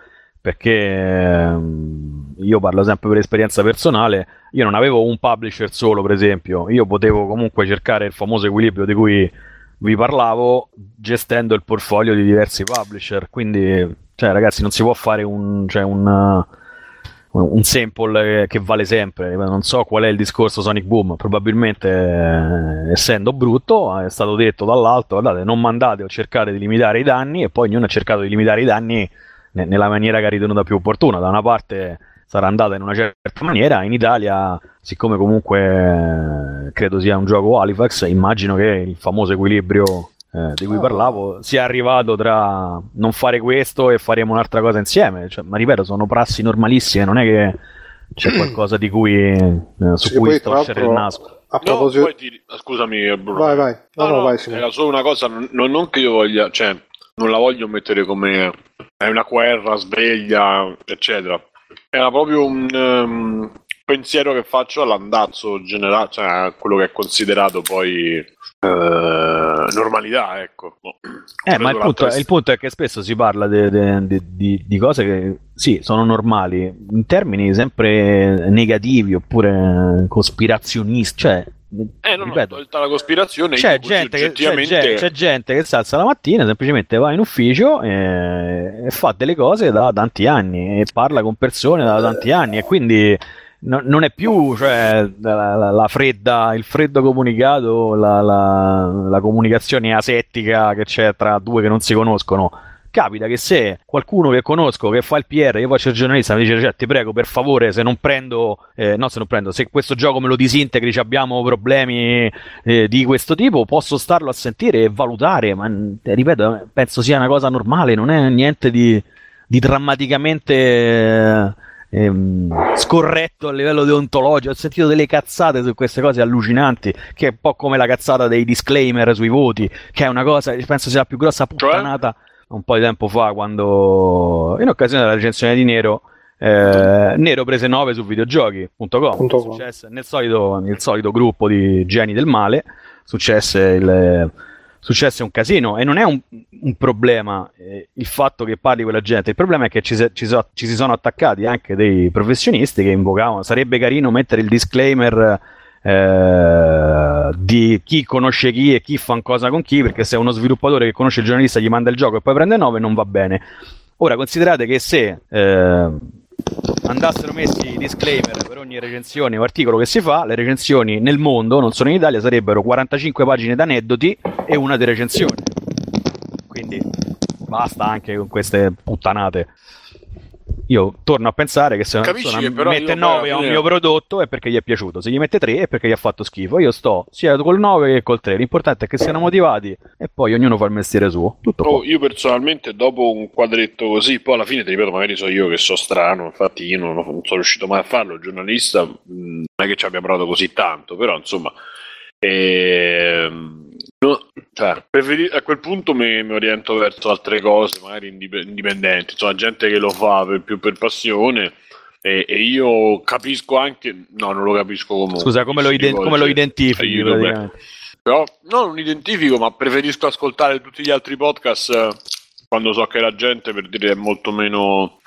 perché io parlo sempre per esperienza personale, io non avevo un publisher solo, per esempio, io potevo comunque cercare il famoso equilibrio di cui vi parlavo gestendo il portfolio di diversi publisher, quindi cioè ragazzi non si può fare un, cioè, un, un sample che vale sempre. Non so qual è il discorso Sonic Boom, probabilmente eh, essendo brutto è stato detto dall'alto guardate non mandate o cercate di limitare i danni, e poi ognuno ha cercato di limitare i danni ne- nella maniera che ha ritenuta più opportuna. Da una parte sarà andata in una certa maniera, in Italia siccome comunque eh, credo sia un gioco Halifax, immagino che il famoso equilibrio eh, di cui parlavo sia arrivato tra non fare questo e faremo un'altra cosa insieme, cioè, ma ripeto sono prassi normalissime, non è che c'è qualcosa di cui eh, su sì, cui storcere il naso. A no, proposito... poi ti... scusami Bruno. Vai vai, no, no, no, no, vai Simone. Era solo una cosa, non, non che io voglia, cioè non la voglio mettere come è una guerra sveglia eccetera, era proprio un um, pensiero che faccio all'andazzo generale, cioè a quello che è considerato poi uh, normalità, ecco. No. Eh, ma il punto, il punto è che spesso si parla de, de, de, di, di cose che sì, sono normali, in termini sempre negativi oppure cospirazionisti, cioè Eh, no, ripeto, no, tolta la cospirazione, c'è gente, che, c'è, gente, c'è gente che si alza la mattina, semplicemente va in ufficio e, e fa delle cose da tanti anni e parla con persone da tanti anni, e quindi no, non è più cioè, la, la, la fredda, il freddo comunicato, la, la, la comunicazione asettica che c'è tra due che non si conoscono. Capita che se qualcuno che conosco che fa il P R, io faccio il giornalista, mi dice cioè, ti prego per favore se non prendo eh, no se non prendo se questo gioco me lo disintegri, abbiamo problemi eh, di questo tipo, posso starlo a sentire e valutare, ma eh, ripeto penso sia una cosa normale, non è niente di, di drammaticamente eh, ehm, scorretto a livello deontologico. Ho sentito delle cazzate su queste cose allucinanti, che è un po' come la cazzata dei disclaimer sui voti, che è una cosa penso sia la più grossa puttanata. Cioè? Un po' di tempo fa, quando in occasione della recensione di Nero, eh, Nero prese nove su videogiochi punto com, successe nel solito, nel solito gruppo di geni del male, successe, il, successe un casino, e non è un, un problema eh, il fatto che parli quella gente, il problema è che ci, se, ci, so, ci si sono attaccati anche dei professionisti che invocavano sarebbe carino mettere il disclaimer Eh, di chi conosce chi e chi fa una cosa con chi, perché se uno sviluppatore che conosce il giornalista gli manda il gioco e poi prende nove non va bene. Ora considerate che se eh, andassero messi i disclaimer per ogni recensione o articolo che si fa, le recensioni nel mondo, non solo in Italia, sarebbero quarantacinque pagine d'aneddoti e una di recensione. Quindi basta anche con queste puttanate. io torno a pensare che se una Capisci persona che però mette io nove poi a alla un fine- mio prodotto è perché gli è piaciuto, se gli mette tre è perché gli ha fatto schifo. Io sto sia col nove che col tre, l'importante è che siano motivati e poi ognuno fa il mestiere suo. Tutto qua. Oh, io personalmente dopo un quadretto così, poi alla fine ti ripeto, magari so io che so strano, infatti io non, non sono riuscito mai a farlo, il giornalista mh, non è che ci abbia provato così tanto, però insomma ehm, no, cioè, preferi- a quel punto mi, mi oriento verso altre cose, magari indip- indipendenti, insomma gente che lo fa per, più per passione e, e io capisco anche, no non lo capisco comunque. Scusa, come lo, si iden- come lo rivolge- identifichi aiuto, beh. praticamente? Però no, non identifico, ma preferisco ascoltare tutti gli altri podcast eh, quando so che la gente, per dire, è molto meno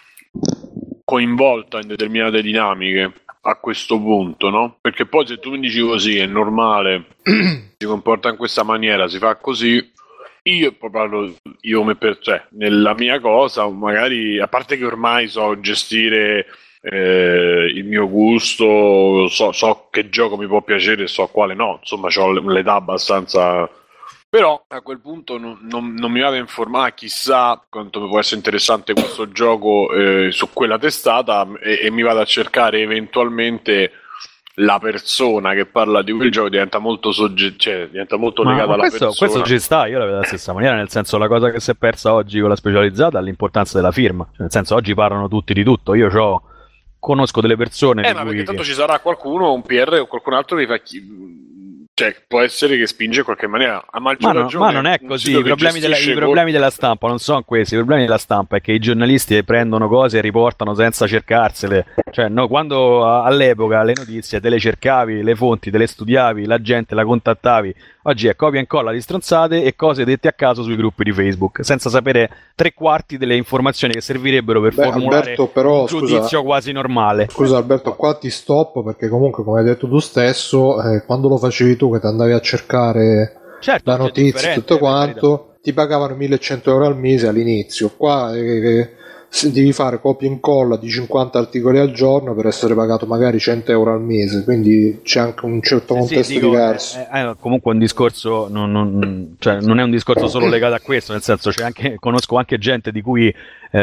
coinvolta in determinate dinamiche a questo punto, no? Perché poi se tu mi dici così è normale, si comporta in questa maniera, si fa così, io poi parlo io come per, cioè, nella mia cosa, magari, a parte che ormai so gestire eh, il mio gusto, so, so che gioco mi può piacere e so quale no, insomma ho l'età abbastanza, però a quel punto non, non, non mi vado a informare, chissà quanto può essere interessante questo gioco eh, su quella testata e, e mi vado a cercare eventualmente la persona che parla di quel gioco, diventa molto sogge- cioè diventa molto Ma, legata ma alla questo, persona. questo ci sta, io la vedo della stessa maniera, nel senso la cosa che si è persa oggi con la specializzata è l'importanza della firma, cioè, nel senso oggi parlano tutti di tutto, io c'ho, conosco delle persone Eh, di ma cui... perché tanto ci sarà qualcuno, un P R o qualcun altro che fa chi... Cioè, può essere che spinge in qualche maniera. A maggior Ma, no, ragione, ma non è un così, sito i che problemi, della, i gestisce problemi della stampa non sono questi, i problemi della stampa è che i giornalisti prendono cose e riportano senza cercarsele, cioè no, quando a- all'epoca le notizie te le cercavi, le fonti te le studiavi, la gente la contattavi, oggi è copia e incolla di stronzate e cose dette a caso sui gruppi di Facebook, senza sapere tre quarti delle informazioni che servirebbero per Beh, formulare Alberto, però, un giudizio scusa- quasi normale. Scusa Alberto, qua ti stop perché comunque come hai detto tu stesso, eh, quando lo facevi tu che ti andavi a cercare Certo, la c'è notizia e differenza, tutto per carità. quanto, ti pagavano millecento euro al mese all'inizio. Qua eh, eh, se devi fare copia e incolla di cinquanta articoli al giorno per essere pagato magari cento euro al mese, quindi c'è anche un certo Eh sì, contesto dico, diverso. eh, eh, comunque un discorso non, non- cioè, non è un discorso solo legato a questo, nel senso c'è anche, conosco anche gente di cui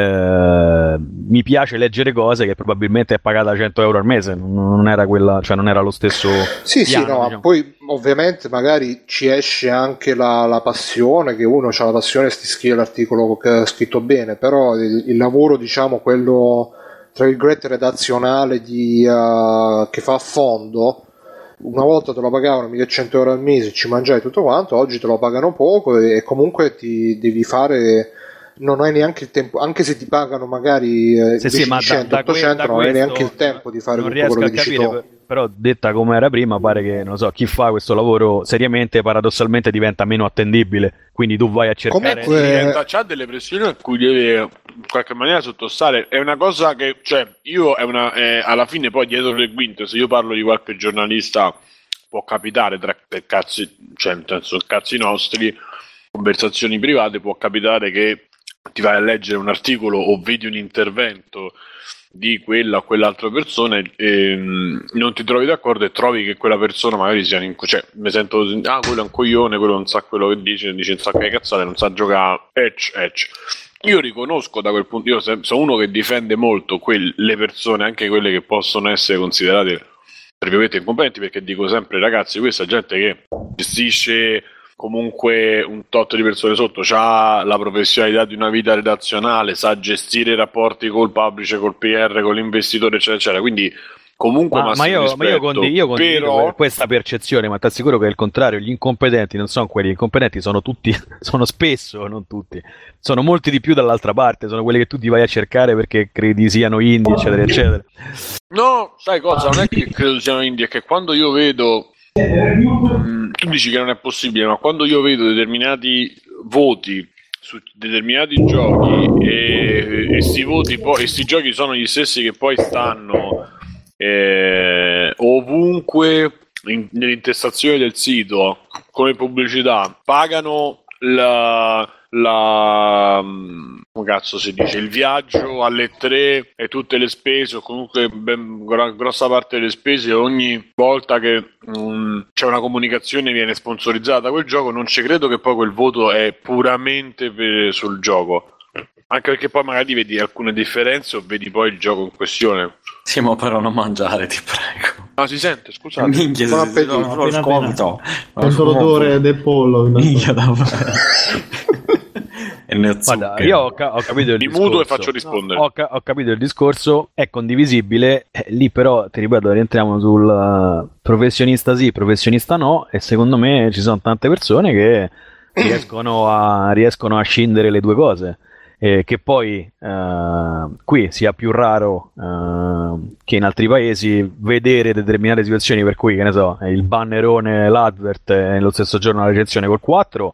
eh, mi piace leggere cose che probabilmente è pagata cento euro al mese, non, non era quella, cioè non era lo stesso Sì, sì, piano, no, diciamo. poi ovviamente magari ci esce anche la, la passione, che uno ha la passione e si scrive l'articolo che ha scritto bene, però il, il lavoro, diciamo, quello tra virgolette redazionale di, uh, che fa a fondo, una volta te lo pagavano millecento euro al mese, ci mangiavi tutto quanto, oggi te lo pagano poco e, e comunque ti devi fare... non hai neanche il tempo, anche se ti pagano magari eh, Sì, sì, invece ma di da- cento da que- ottocento da non hai questo neanche il tempo di fare non tutto riesco quello a che dici capire, tu. però detta come era prima pare che, non so, chi fa questo lavoro seriamente paradossalmente diventa meno attendibile, quindi tu vai a cercare... Comunque- diventa, c'ha delle pressioni a cui deve in qualche maniera sottostare. È una cosa che, cioè, io è una è, alla fine poi dietro le quinte, se io parlo di qualche giornalista, può capitare tra per cazzi, cioè nel senso cazzi nostri, conversazioni private, può capitare che ti vai a leggere un articolo o vedi un intervento di quella o quell'altra persona e ehm, non ti trovi d'accordo e trovi che quella persona magari sia in, cioè mi sento ah quello è un coglione, quello non sa quello che dice, dice un sacco di cazzate, non sa giocare, ecc, ecc. Io riconosco da quel punto, io sono uno che difende molto quelle persone, anche quelle che possono essere considerate tra virgolette incompetenti, perché dico sempre ragazzi, questa gente che gestisce comunque un tot di persone sotto, ha la professionalità di una vita redazionale, sa gestire i rapporti col publisher, col P R, con l'investitore, eccetera, eccetera. Quindi comunque Ma, ma io, rispetto, ma io, condi- io condivido però... que- questa percezione, ma ti assicuro che è il contrario, gli incompetenti non sono quelli, gli incompetenti sono tutti, sono spesso, non tutti, sono molti di più dall'altra parte, sono quelli che tu ti vai a cercare perché credi siano indie, eccetera, eccetera. No, sai cosa? Non è che credo siano indie, è che quando io vedo... Mm, tu dici che non è possibile, ma quando io vedo determinati voti su determinati giochi e, e sti voti poi, e sti giochi sono gli stessi che poi stanno eh, ovunque in, nell'intestazione del sito come pubblicità, pagano la, la come cazzo si dice, il viaggio alle tre e tutte le spese o comunque ben, gro- grossa parte delle spese ogni volta che um, c'è una comunicazione viene sponsorizzata quel gioco, non ci credo che poi quel voto è puramente per, sul gioco. Anche perché poi magari vedi alcune differenze o vedi poi il gioco in questione. Sì, ma però non mangiare, ti prego. No, si sente, scusate. Minchia, Buon si- si- appetito. no, lo sconto. Sento l'odore del pollo. Minchia davvero. E ne Guarda, zucchero. io ho, ca- ho capito il Mi discorso. muto e faccio rispondere. No, ho, ca- ho capito il discorso, è condivisibile. eh, lì però, ti ripeto, rientriamo sul uh, professionista sì, professionista no. E secondo me ci sono tante persone che riescono a, riescono a scindere le due cose. Eh, che poi eh, qui sia più raro eh, che in altri paesi vedere determinate situazioni per cui, che ne so, il bannerone, l'advert è nello stesso giorno la recensione col quattro.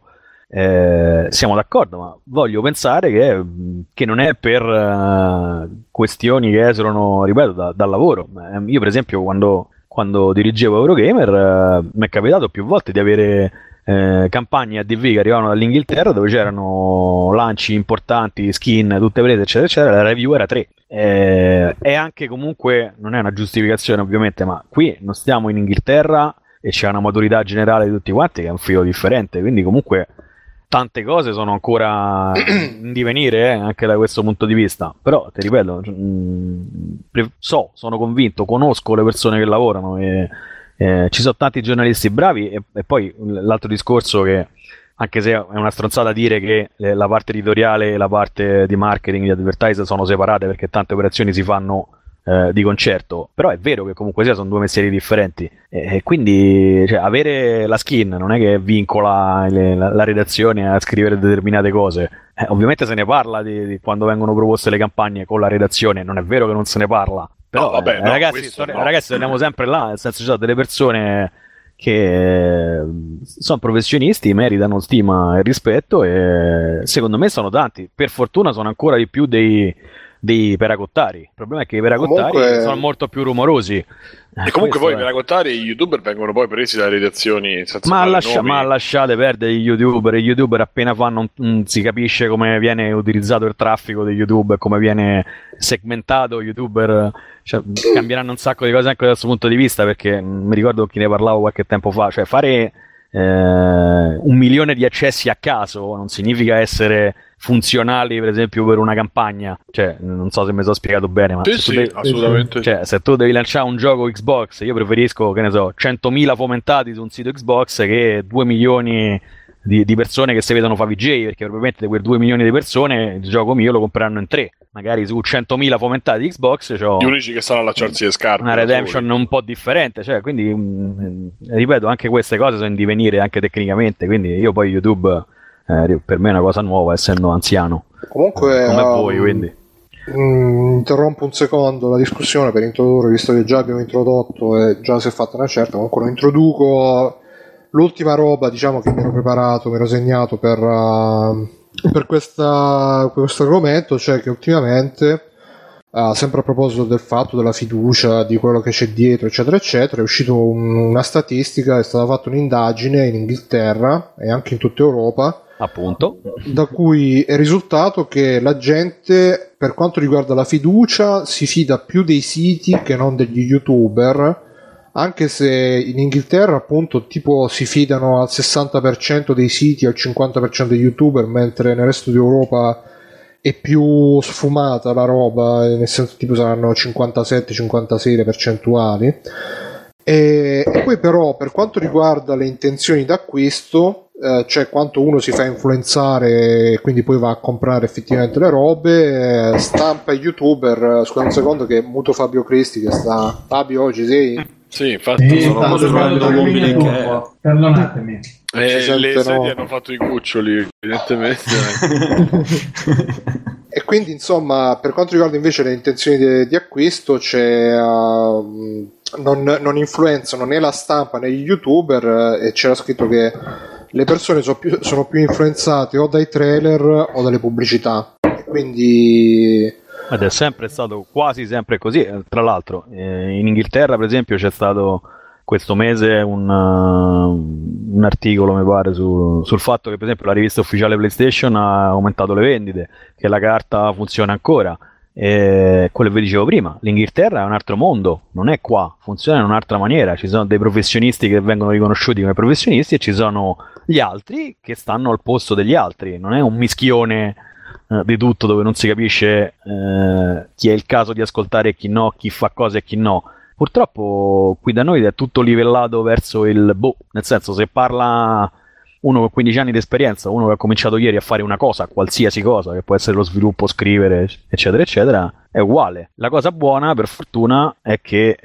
Eh, siamo d'accordo, ma voglio pensare che, che non è per uh, questioni che esulano, ripeto, da, dal lavoro. Eh, io per esempio quando, quando dirigevo Eurogamer uh, mi è capitato più volte di avere eh, campagne A D V che arrivavano dall'Inghilterra dove c'erano lanci importanti, skin, tutte prese eccetera eccetera, la review era tre. Eh, è anche comunque, non è una giustificazione ovviamente, ma qui non stiamo in Inghilterra e c'è una maturità generale di tutti quanti che è un filo differente, quindi comunque tante cose sono ancora in divenire eh, anche da questo punto di vista, però ti ripeto, mh, so, sono convinto, conosco le persone che lavorano e eh, ci sono tanti giornalisti bravi e, e poi l'altro discorso che anche se è una stronzata dire che la parte editoriale e la parte di marketing di advertiser sono separate perché tante operazioni si fanno eh, di concerto, però è vero che comunque sia sono due mestieri differenti e, e quindi cioè, avere la skin non è che vincola le, la, la redazione a scrivere determinate cose. Eh, ovviamente se ne parla di, di quando vengono proposte le campagne con la redazione, non è vero che non se ne parla, però no, vabbè, eh, no, ragazzi, no. ragazzi torniamo sempre là, nel senso ci sono delle persone che sono professionisti, meritano stima e rispetto e secondo me sono tanti, per fortuna sono ancora di più dei, dei peracottari. Il problema è che i peracottari Comunque... sono molto più rumorosi. E comunque poi Questo i è. peracottari e gli youtuber vengono poi presi dalle redazioni senza Ma, fare lascia, nomi. ma lasciate perdere gli youtuber. Gli youtuber appena fanno un, un- si capisce come viene utilizzato il traffico di YouTube, come viene segmentato. YouTuber cioè, cambieranno un sacco di cose anche da questo punto di vista, perché mh, mi ricordo chi ne parlavo qualche tempo fa, cioè fare eh, un milione di accessi a caso non significa essere funzionali per esempio per una campagna, cioè non so se mi sono spiegato bene, ma Sì, se tu sì, devi- assolutamente. cioè, se tu devi lanciare un gioco Xbox, io preferisco, che ne so, centomila fomentati su un sito Xbox che due milioni di, di persone che si vedono fa V J, perché probabilmente di quei due milioni di persone il gioco mio lo compreranno in tre. Magari su centomila fomentati di Xbox c'ho Gli unici che stanno a allacciarsi le scarpe. una da redemption soli. un po' differente, cioè, quindi mh, ripeto, anche queste cose sono in divenire anche tecnicamente, quindi io poi YouTube eh, per me è una cosa nuova, essendo anziano Comunque, come um, voi, quindi mh, interrompo un secondo la discussione per introdurre, visto che già abbiamo introdotto e già si è fatta una certa, comunque lo introduco. L'ultima roba, diciamo, che mi ero preparato, mi ero segnato per, uh, per questa, questo argomento, cioè che ultimamente, uh, sempre a proposito del fatto della fiducia, di quello che c'è dietro, eccetera, eccetera, è uscito un, una statistica, è stata fatta un'indagine in Inghilterra e anche in tutta Europa, appunto da cui è risultato che la gente, per quanto riguarda la fiducia, si fida più dei siti che non degli youtuber, anche se in Inghilterra appunto tipo si fidano al sessanta per cento dei siti, al cinquanta per cento degli youtuber, mentre nel resto d'Europa è più sfumata la roba, nel senso tipo saranno cinquantasette cinquantasei le percentuali. E, e poi però per quanto riguarda le intenzioni d'acquisto, eh, cioè quanto uno si fa influenzare e quindi poi va a comprare effettivamente le robe, eh, stampa e youtuber. Scusa un secondo che muto Fabio Cristi che sta. Fabio, oggi sei? Sì, infatti Sì, sono stanno molto giocando bello con mobile il che turbo. Perdonatemi. Eh, Si le sentono- sedie hanno fatto i cuccioli, evidentemente. E quindi insomma per quanto riguarda invece le intenzioni di, di acquisto c'è uh, non, non influenzano né la stampa né gli youtuber, eh, e c'era scritto che le persone sono più, sono più influenzate o dai trailer o dalle pubblicità, e quindi ed è sempre stato quasi sempre così. Eh, tra l'altro eh, in Inghilterra per esempio c'è stato questo mese un, uh, un articolo mi pare su, sul fatto che per esempio la rivista ufficiale PlayStation ha aumentato le vendite, che la carta funziona ancora, e quello che vi dicevo prima, l'Inghilterra è un altro mondo, non è qua, funziona in un'altra maniera, ci sono dei professionisti che vengono riconosciuti come professionisti e ci sono gli altri che stanno al posto degli altri, non è un mischione eh, di tutto, dove non si capisce eh, chi è il caso di ascoltare e chi no, chi fa cosa e chi no. Purtroppo qui da noi è tutto livellato verso il boh, nel senso, se parla uno con quindici anni di esperienza, uno che ha cominciato ieri a fare una cosa, qualsiasi cosa, che può essere lo sviluppo, scrivere, eccetera, eccetera, è uguale. La cosa buona, per fortuna, è che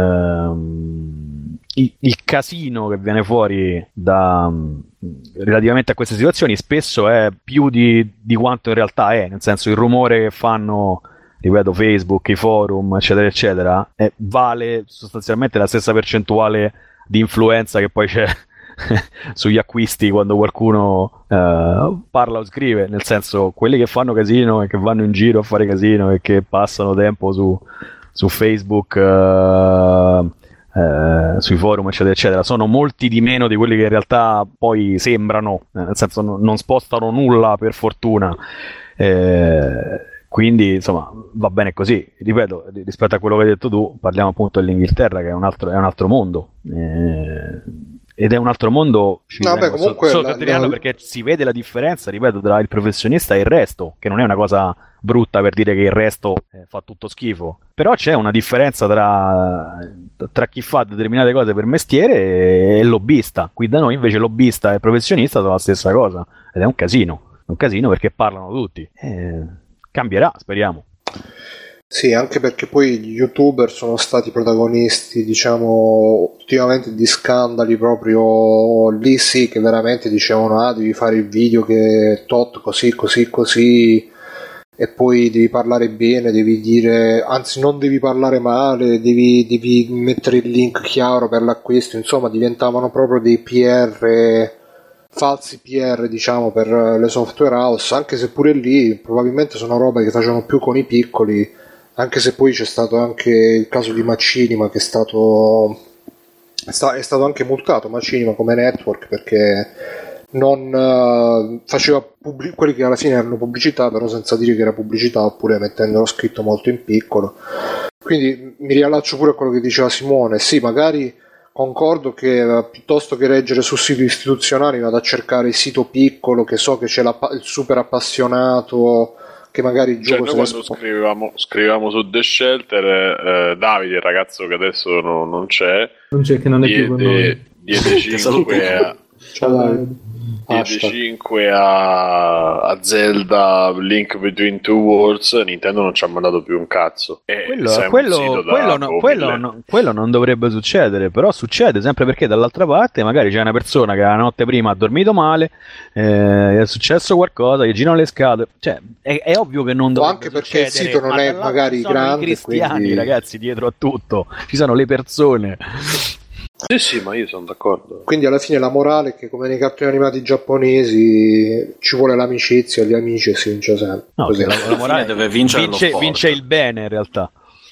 ehm, il, il casino che viene fuori da, relativamente a queste situazioni spesso è più di, di quanto in realtà è, nel senso, il rumore che fanno, ripeto, Facebook, i forum, eccetera, eccetera, eh, vale sostanzialmente la stessa percentuale di influenza che poi c'è sugli acquisti quando qualcuno uh, parla o scrive, nel senso, quelli che fanno casino e che vanno in giro a fare casino e che passano tempo su, su Facebook, uh, uh, sui forum, eccetera, eccetera, sono molti di meno di quelli che in realtà poi sembrano, nel senso, non, non spostano nulla, per fortuna. Eh, quindi insomma va bene così. Ripeto, rispetto a quello che hai detto tu, parliamo appunto dell'Inghilterra, che è un altro, è un altro mondo, eh, ed è un altro mondo, ci no, beh, comunque solo la, sottolineando la... perché si vede la differenza, ripeto, tra il professionista e il resto, che non è una cosa brutta per dire che il resto eh, fa tutto schifo, però c'è una differenza tra, tra chi fa determinate cose per mestiere e il lobbista. Qui da noi invece lobbista e professionista sono la stessa cosa, ed è un casino, un casino perché parlano tutti. Eh, cambierà, speriamo. Sì, anche perché poi gli youtuber sono stati protagonisti, diciamo, ultimamente di scandali proprio lì, sì, che veramente dicevano: ah, devi fare il video che tot così, così, così, e poi devi parlare bene, devi dire, anzi non devi parlare male, devi, devi mettere il link chiaro per l'acquisto. Insomma, diventavano proprio dei P R, falsi P R, diciamo, per le software house, anche se pure lì probabilmente sono robe che facevano più con i piccoli. Anche se poi c'è stato anche il caso di Machinima, che è stato è, sta, è stato anche multato Machinima come network, perché non uh, faceva pubblic- quelli che alla fine erano pubblicità, però senza dire che era pubblicità, oppure mettendolo scritto molto in piccolo. Quindi mi riallaccio pure a quello che diceva Simone. Sì, magari concordo che uh, piuttosto che leggere su siti istituzionali vado a cercare il sito piccolo, che so che c'è la, il super appassionato, che magari il cioè, gioco noi quando sp- scrivevamo, scrivevamo su The Shelter, eh, Davide, il ragazzo che adesso no, non c'è, non c'è, che non è più con noi. diede, diede cinque a, Ciao, Davide. diede cinque a, a Zelda Link Between Two Worlds. Nintendo non ci ha mandato più un cazzo. E Quello, siamo quello, un sito da quello, no, quello, mille. no, quello non dovrebbe succedere, però succede sempre, perché dall'altra parte magari c'è una persona che la notte prima ha dormito male, eh, è successo qualcosa, gli girano le scatole, cioè è, è ovvio che non dovrebbe anche perché il succedere, sito non ma è dall'altro magari ci sono grande, i cristiani, quindi... ragazzi, dietro a tutto ci sono le persone. Sì, sì, ma io sono d'accordo. Quindi alla fine la morale è che, come nei cartoni animati giapponesi, ci vuole l'amicizia, gli amici, e si vince sempre. No, Così. la, la morale deve vincere vince, lo sport. vince il bene in realtà.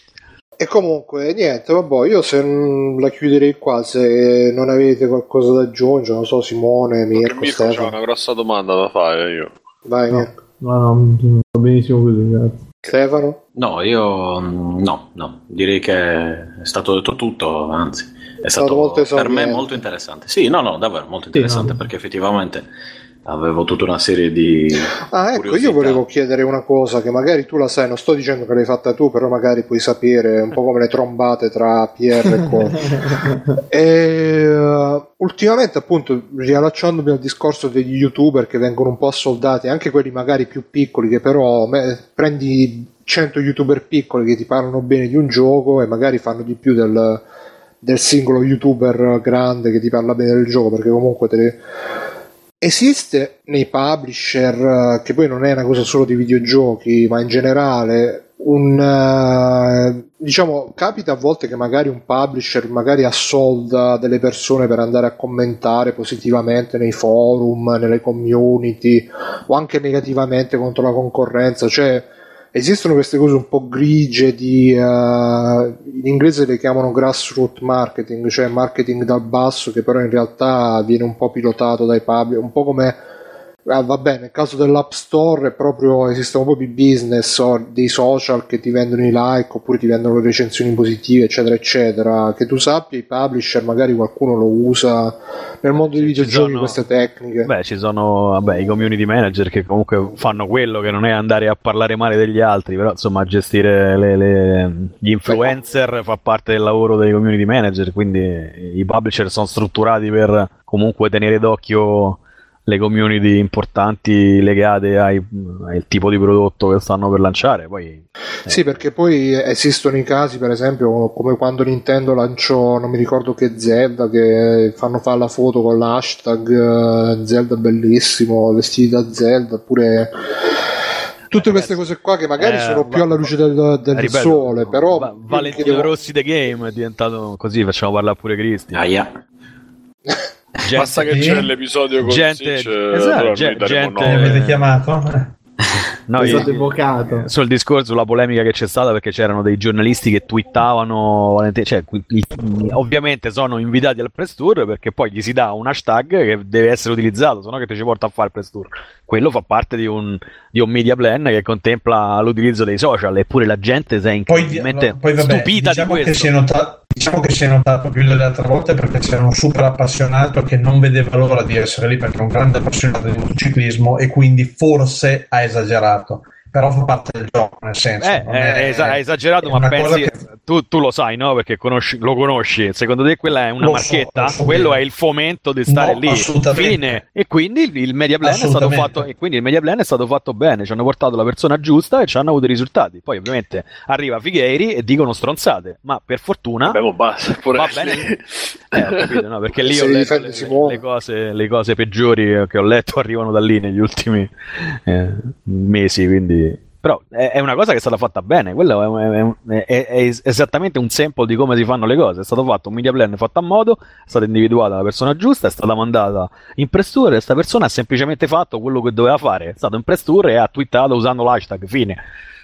E comunque niente, vabbè, io se n- la chiuderei qua, se non avete qualcosa da aggiungere, non so, Simone, Mirko, Mirko c'ha Stefano. una grossa domanda da fare io. Vai, No. Mirko. No, no, va benissimo così, grazie. Stefano? No, io mm, no, no, direi che è stato detto tutto, anzi, è stato stato, molto per esauriente. me molto interessante. Sì, no, no, davvero molto Sì, interessante, no. perché effettivamente avevo tutta una serie di Ah, ecco, curiosità. io volevo chiedere una cosa che magari tu la sai, non sto dicendo che l'hai fatta tu, però magari puoi sapere, un po' come le trombate tra P R e co. E, uh, ultimamente, appunto, riallacciandomi al discorso degli youtuber che vengono un po' assoldati, anche quelli magari più piccoli, che però me, prendi cento youtuber piccoli che ti parlano bene di un gioco e magari fanno di più del, del singolo youtuber grande che ti parla bene del gioco, perché comunque te le... Esiste nei publisher, che poi non è una cosa solo di videogiochi, ma in generale, un uh, diciamo, capita a volte che magari un publisher magari assolda delle persone per andare a commentare positivamente nei forum, nelle community, o anche negativamente contro la concorrenza. Cioè, esistono queste cose un po' grigie di uh, in inglese le chiamano grassroots marketing, cioè marketing dal basso, che però in realtà viene un po' pilotato dai pub, un po' come Ah, vabbè, nel caso dell'App Store è proprio, esistono proprio i business o dei social che ti vendono i like oppure ti vendono le recensioni positive, eccetera eccetera. Che tu sappia, i publisher magari qualcuno lo usa nel mondo dei videogiochi, sono, queste tecniche. Beh, ci sono vabbè, i community manager che comunque fanno quello, che non è andare a parlare male degli altri, però insomma gestire le, le, gli influencer Beh. fa parte del lavoro dei community manager, quindi i publisher sono strutturati per comunque tenere d'occhio le community importanti legate ai, al tipo di prodotto che stanno per lanciare. Poi eh. Sì, perché poi esistono i casi, per esempio, come quando Nintendo lanciò, non mi ricordo che Zelda, che fanno fare la foto con l'hashtag Zelda bellissimo, vestiti da Zelda, oppure tutte queste cose qua che magari eh, sono più va, alla luce del, del ripeto, sole, però va, Valentino devo... Rossi The Game è diventato così, facciamo parlare pure Cristian. Ah, yeah. Gente, basta che c'è l'episodio con gente, Sitch, esatto, gente, gente, mi avete chiamato? No, è stato evocato sul discorso, sulla polemica che c'è stata, perché c'erano dei giornalisti che twittavano, cioè, ovviamente sono invitati al press tour perché poi gli si dà un hashtag che deve essere utilizzato, se no che ti ci porta a fare il press tour. Quello fa parte di un, di un media plan che contempla l'utilizzo dei social, eppure la gente si è incredibilmente poi, poi, vabbè, stupita diciamo di questo. Che si è notato, diciamo che si è notato più delle altre volte perché c'era un super appassionato che non vedeva l'ora di essere lì perché è un grande appassionato di motociclismo e quindi forse ha esagerato, però fa parte del gioco, nel senso eh, non è, è, è esagerato, è ma pensi che... tu, tu lo sai, no? Perché conosci, lo conosci, secondo te quella è una lo marchetta? So, so quello bene. è il fomento di stare no, lì, fine, e quindi il, il media plan è stato fatto, e quindi il media plan è stato fatto bene, ci hanno portato la persona giusta e ci hanno avuto i risultati. Poi ovviamente arriva Figheiri e dicono stronzate, ma per fortuna Beh, basta, va bene. Eh, ho capito, no? Perché lì ho letto le, le, cose, le cose peggiori che ho letto arrivano da lì negli ultimi eh, mesi, quindi però è, è una cosa che è stata fatta bene. Quello è, è, è, è esattamente un sample di come si fanno le cose. È stato fatto un media plan fatto a modo, è stata individuata la persona giusta, è stata mandata in press tour e questa persona ha semplicemente fatto quello che doveva fare, è stato in press tour e ha twittato usando l'hashtag, fine.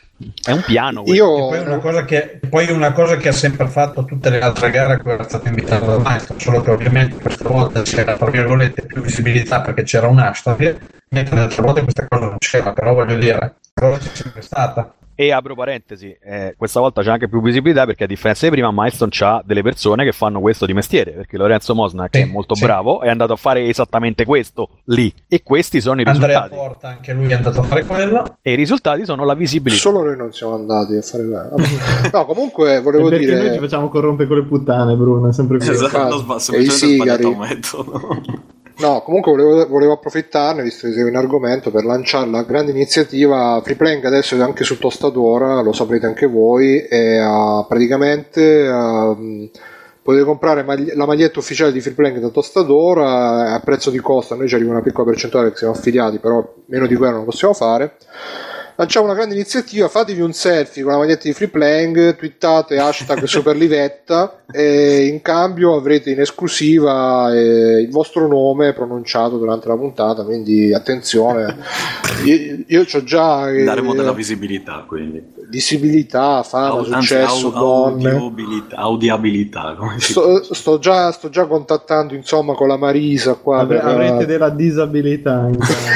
È un piano. Io... Poi, una cosa che, poi una cosa che ha sempre fatto tutte le altre gare a cui era stato invitato da Maestro, solo che ovviamente questa volta c'era tra virgolette più visibilità perché c'era un hashtag, mentre le altre volte questa cosa non c'era, però voglio dire, però c'è sempre stata. E apro parentesi, eh, questa volta c'è anche più visibilità perché a differenza di prima Milestone c'ha delle persone che fanno questo di mestiere, perché Lorenzo Mosna, che sì, è molto sì. bravo, è andato a fare esattamente questo lì, e questi sono i Andrea risultati. Porta, anche lui è andato a fare quello, e i risultati sono la visibilità. Solo noi non siamo andati a fare quello. No, comunque volevo perché dire, noi ci facciamo corrompere con le puttane, Bruno, è sempre così. Esatto, semplicemente sbagliato metodo. No, comunque volevo, volevo approfittarne, visto che sei un argomento, per lanciare la grande iniziativa Freeplaying. Adesso è anche su Tostadora, lo saprete anche voi, e uh, praticamente uh, potete comprare magli- la maglietta ufficiale di Freeplaying da Tostadora a prezzo di costo. A noi ci arriva una piccola percentuale che siamo affiliati, però meno di quello non possiamo fare. Lanciamo una grande iniziativa, fatevi un selfie con la maglietta di Freeplaying, twittate hashtag Superlivetta e in cambio avrete in esclusiva eh, il vostro nome pronunciato durante la puntata, quindi attenzione. Io, io c'ho già eh, daremo della visibilità, quindi visibilità, fama, Au, successo, anzi, donne, audibilità, audiabilità, come si sto, sto, già, sto già contattando insomma con la Marisa qua. Avre- per, avrete della disabilità.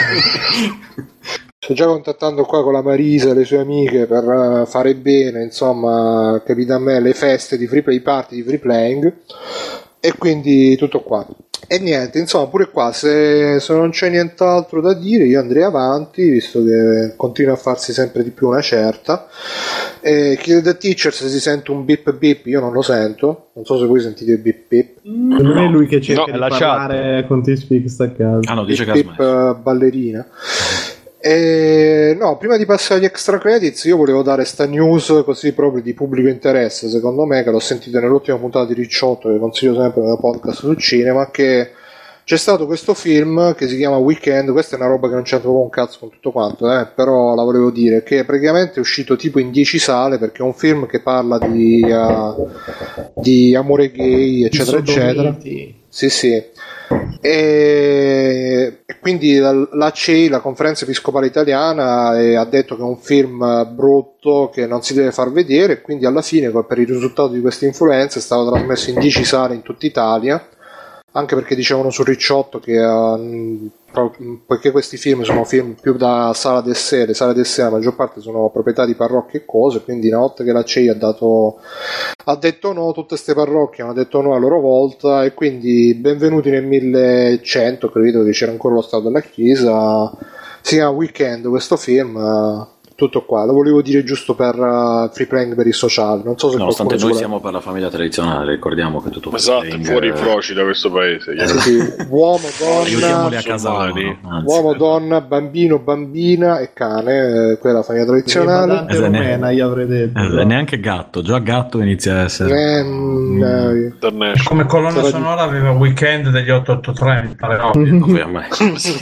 Sto già contattando qua con la Marisa e le sue amiche per uh, fare bene, insomma, capite a me, le feste di free play, party di free playing, e quindi tutto qua. E niente, insomma, pure qua, se, se non c'è nient'altro da dire, io andrei avanti, visto che continua a farsi sempre di più una certa. E chiede da Teacher se si sente un bip bip, io non lo sento, non so se voi sentite il bip bip. Non è lui che cerca No, di la parlare chat. con T-Speak staccato. Ah no, dice bip, che ha bip smesso. uh, ballerina. E, no, prima di passare agli extra credits io volevo dare sta news così proprio di pubblico interesse, secondo me, che l'ho sentita nell'ultima puntata di Ricciotto, che consiglio sempre nel podcast sul cinema, che c'è stato questo film che si chiama Weekend. Questa è una roba che non c'entra proprio un cazzo con tutto quanto, eh, però la volevo dire, che praticamente è uscito tipo in dieci sale, perché è un film che parla di, uh, di amore gay, eccetera eccetera. Sì, sì. E quindi l'A C E I, la Conferenza Episcopale Italiana, ha detto che è un film brutto che non si deve far vedere, e quindi alla fine, per il risultato di questa influenza, è stato trasmesso in dieci sale in tutta Italia, anche perché dicevano su Ricciotto che uh, poiché questi film sono film più da sala del sé, le sale del sé la maggior parte sono proprietà di parrocchie e cose, quindi una volta che la C E I ha dato ha detto no, tutte queste parrocchie hanno detto no a loro volta, e quindi benvenuti nel millecento, credo che c'era ancora lo stato della chiesa. Si chiama Weekend questo film, uh, tutto qua, lo volevo dire giusto per uh, free playing per il sociale, non so se nonostante noi vuole... siamo per la famiglia tradizionale, ricordiamo che tutto esatto, è fuori i froci da questo paese, eh, sì, sì. uomo, donna, a casa loro, uomo, donna, bambino, bambina e cane, eh, quella è la famiglia tradizionale. Esatto, rumena, io avrei detto. Eh, neanche gatto, già gatto inizia a essere. Eh, mm, eh. Come colonna Sarà sonora aveva Weekend degli otto otto tre, mi pare ovviamente.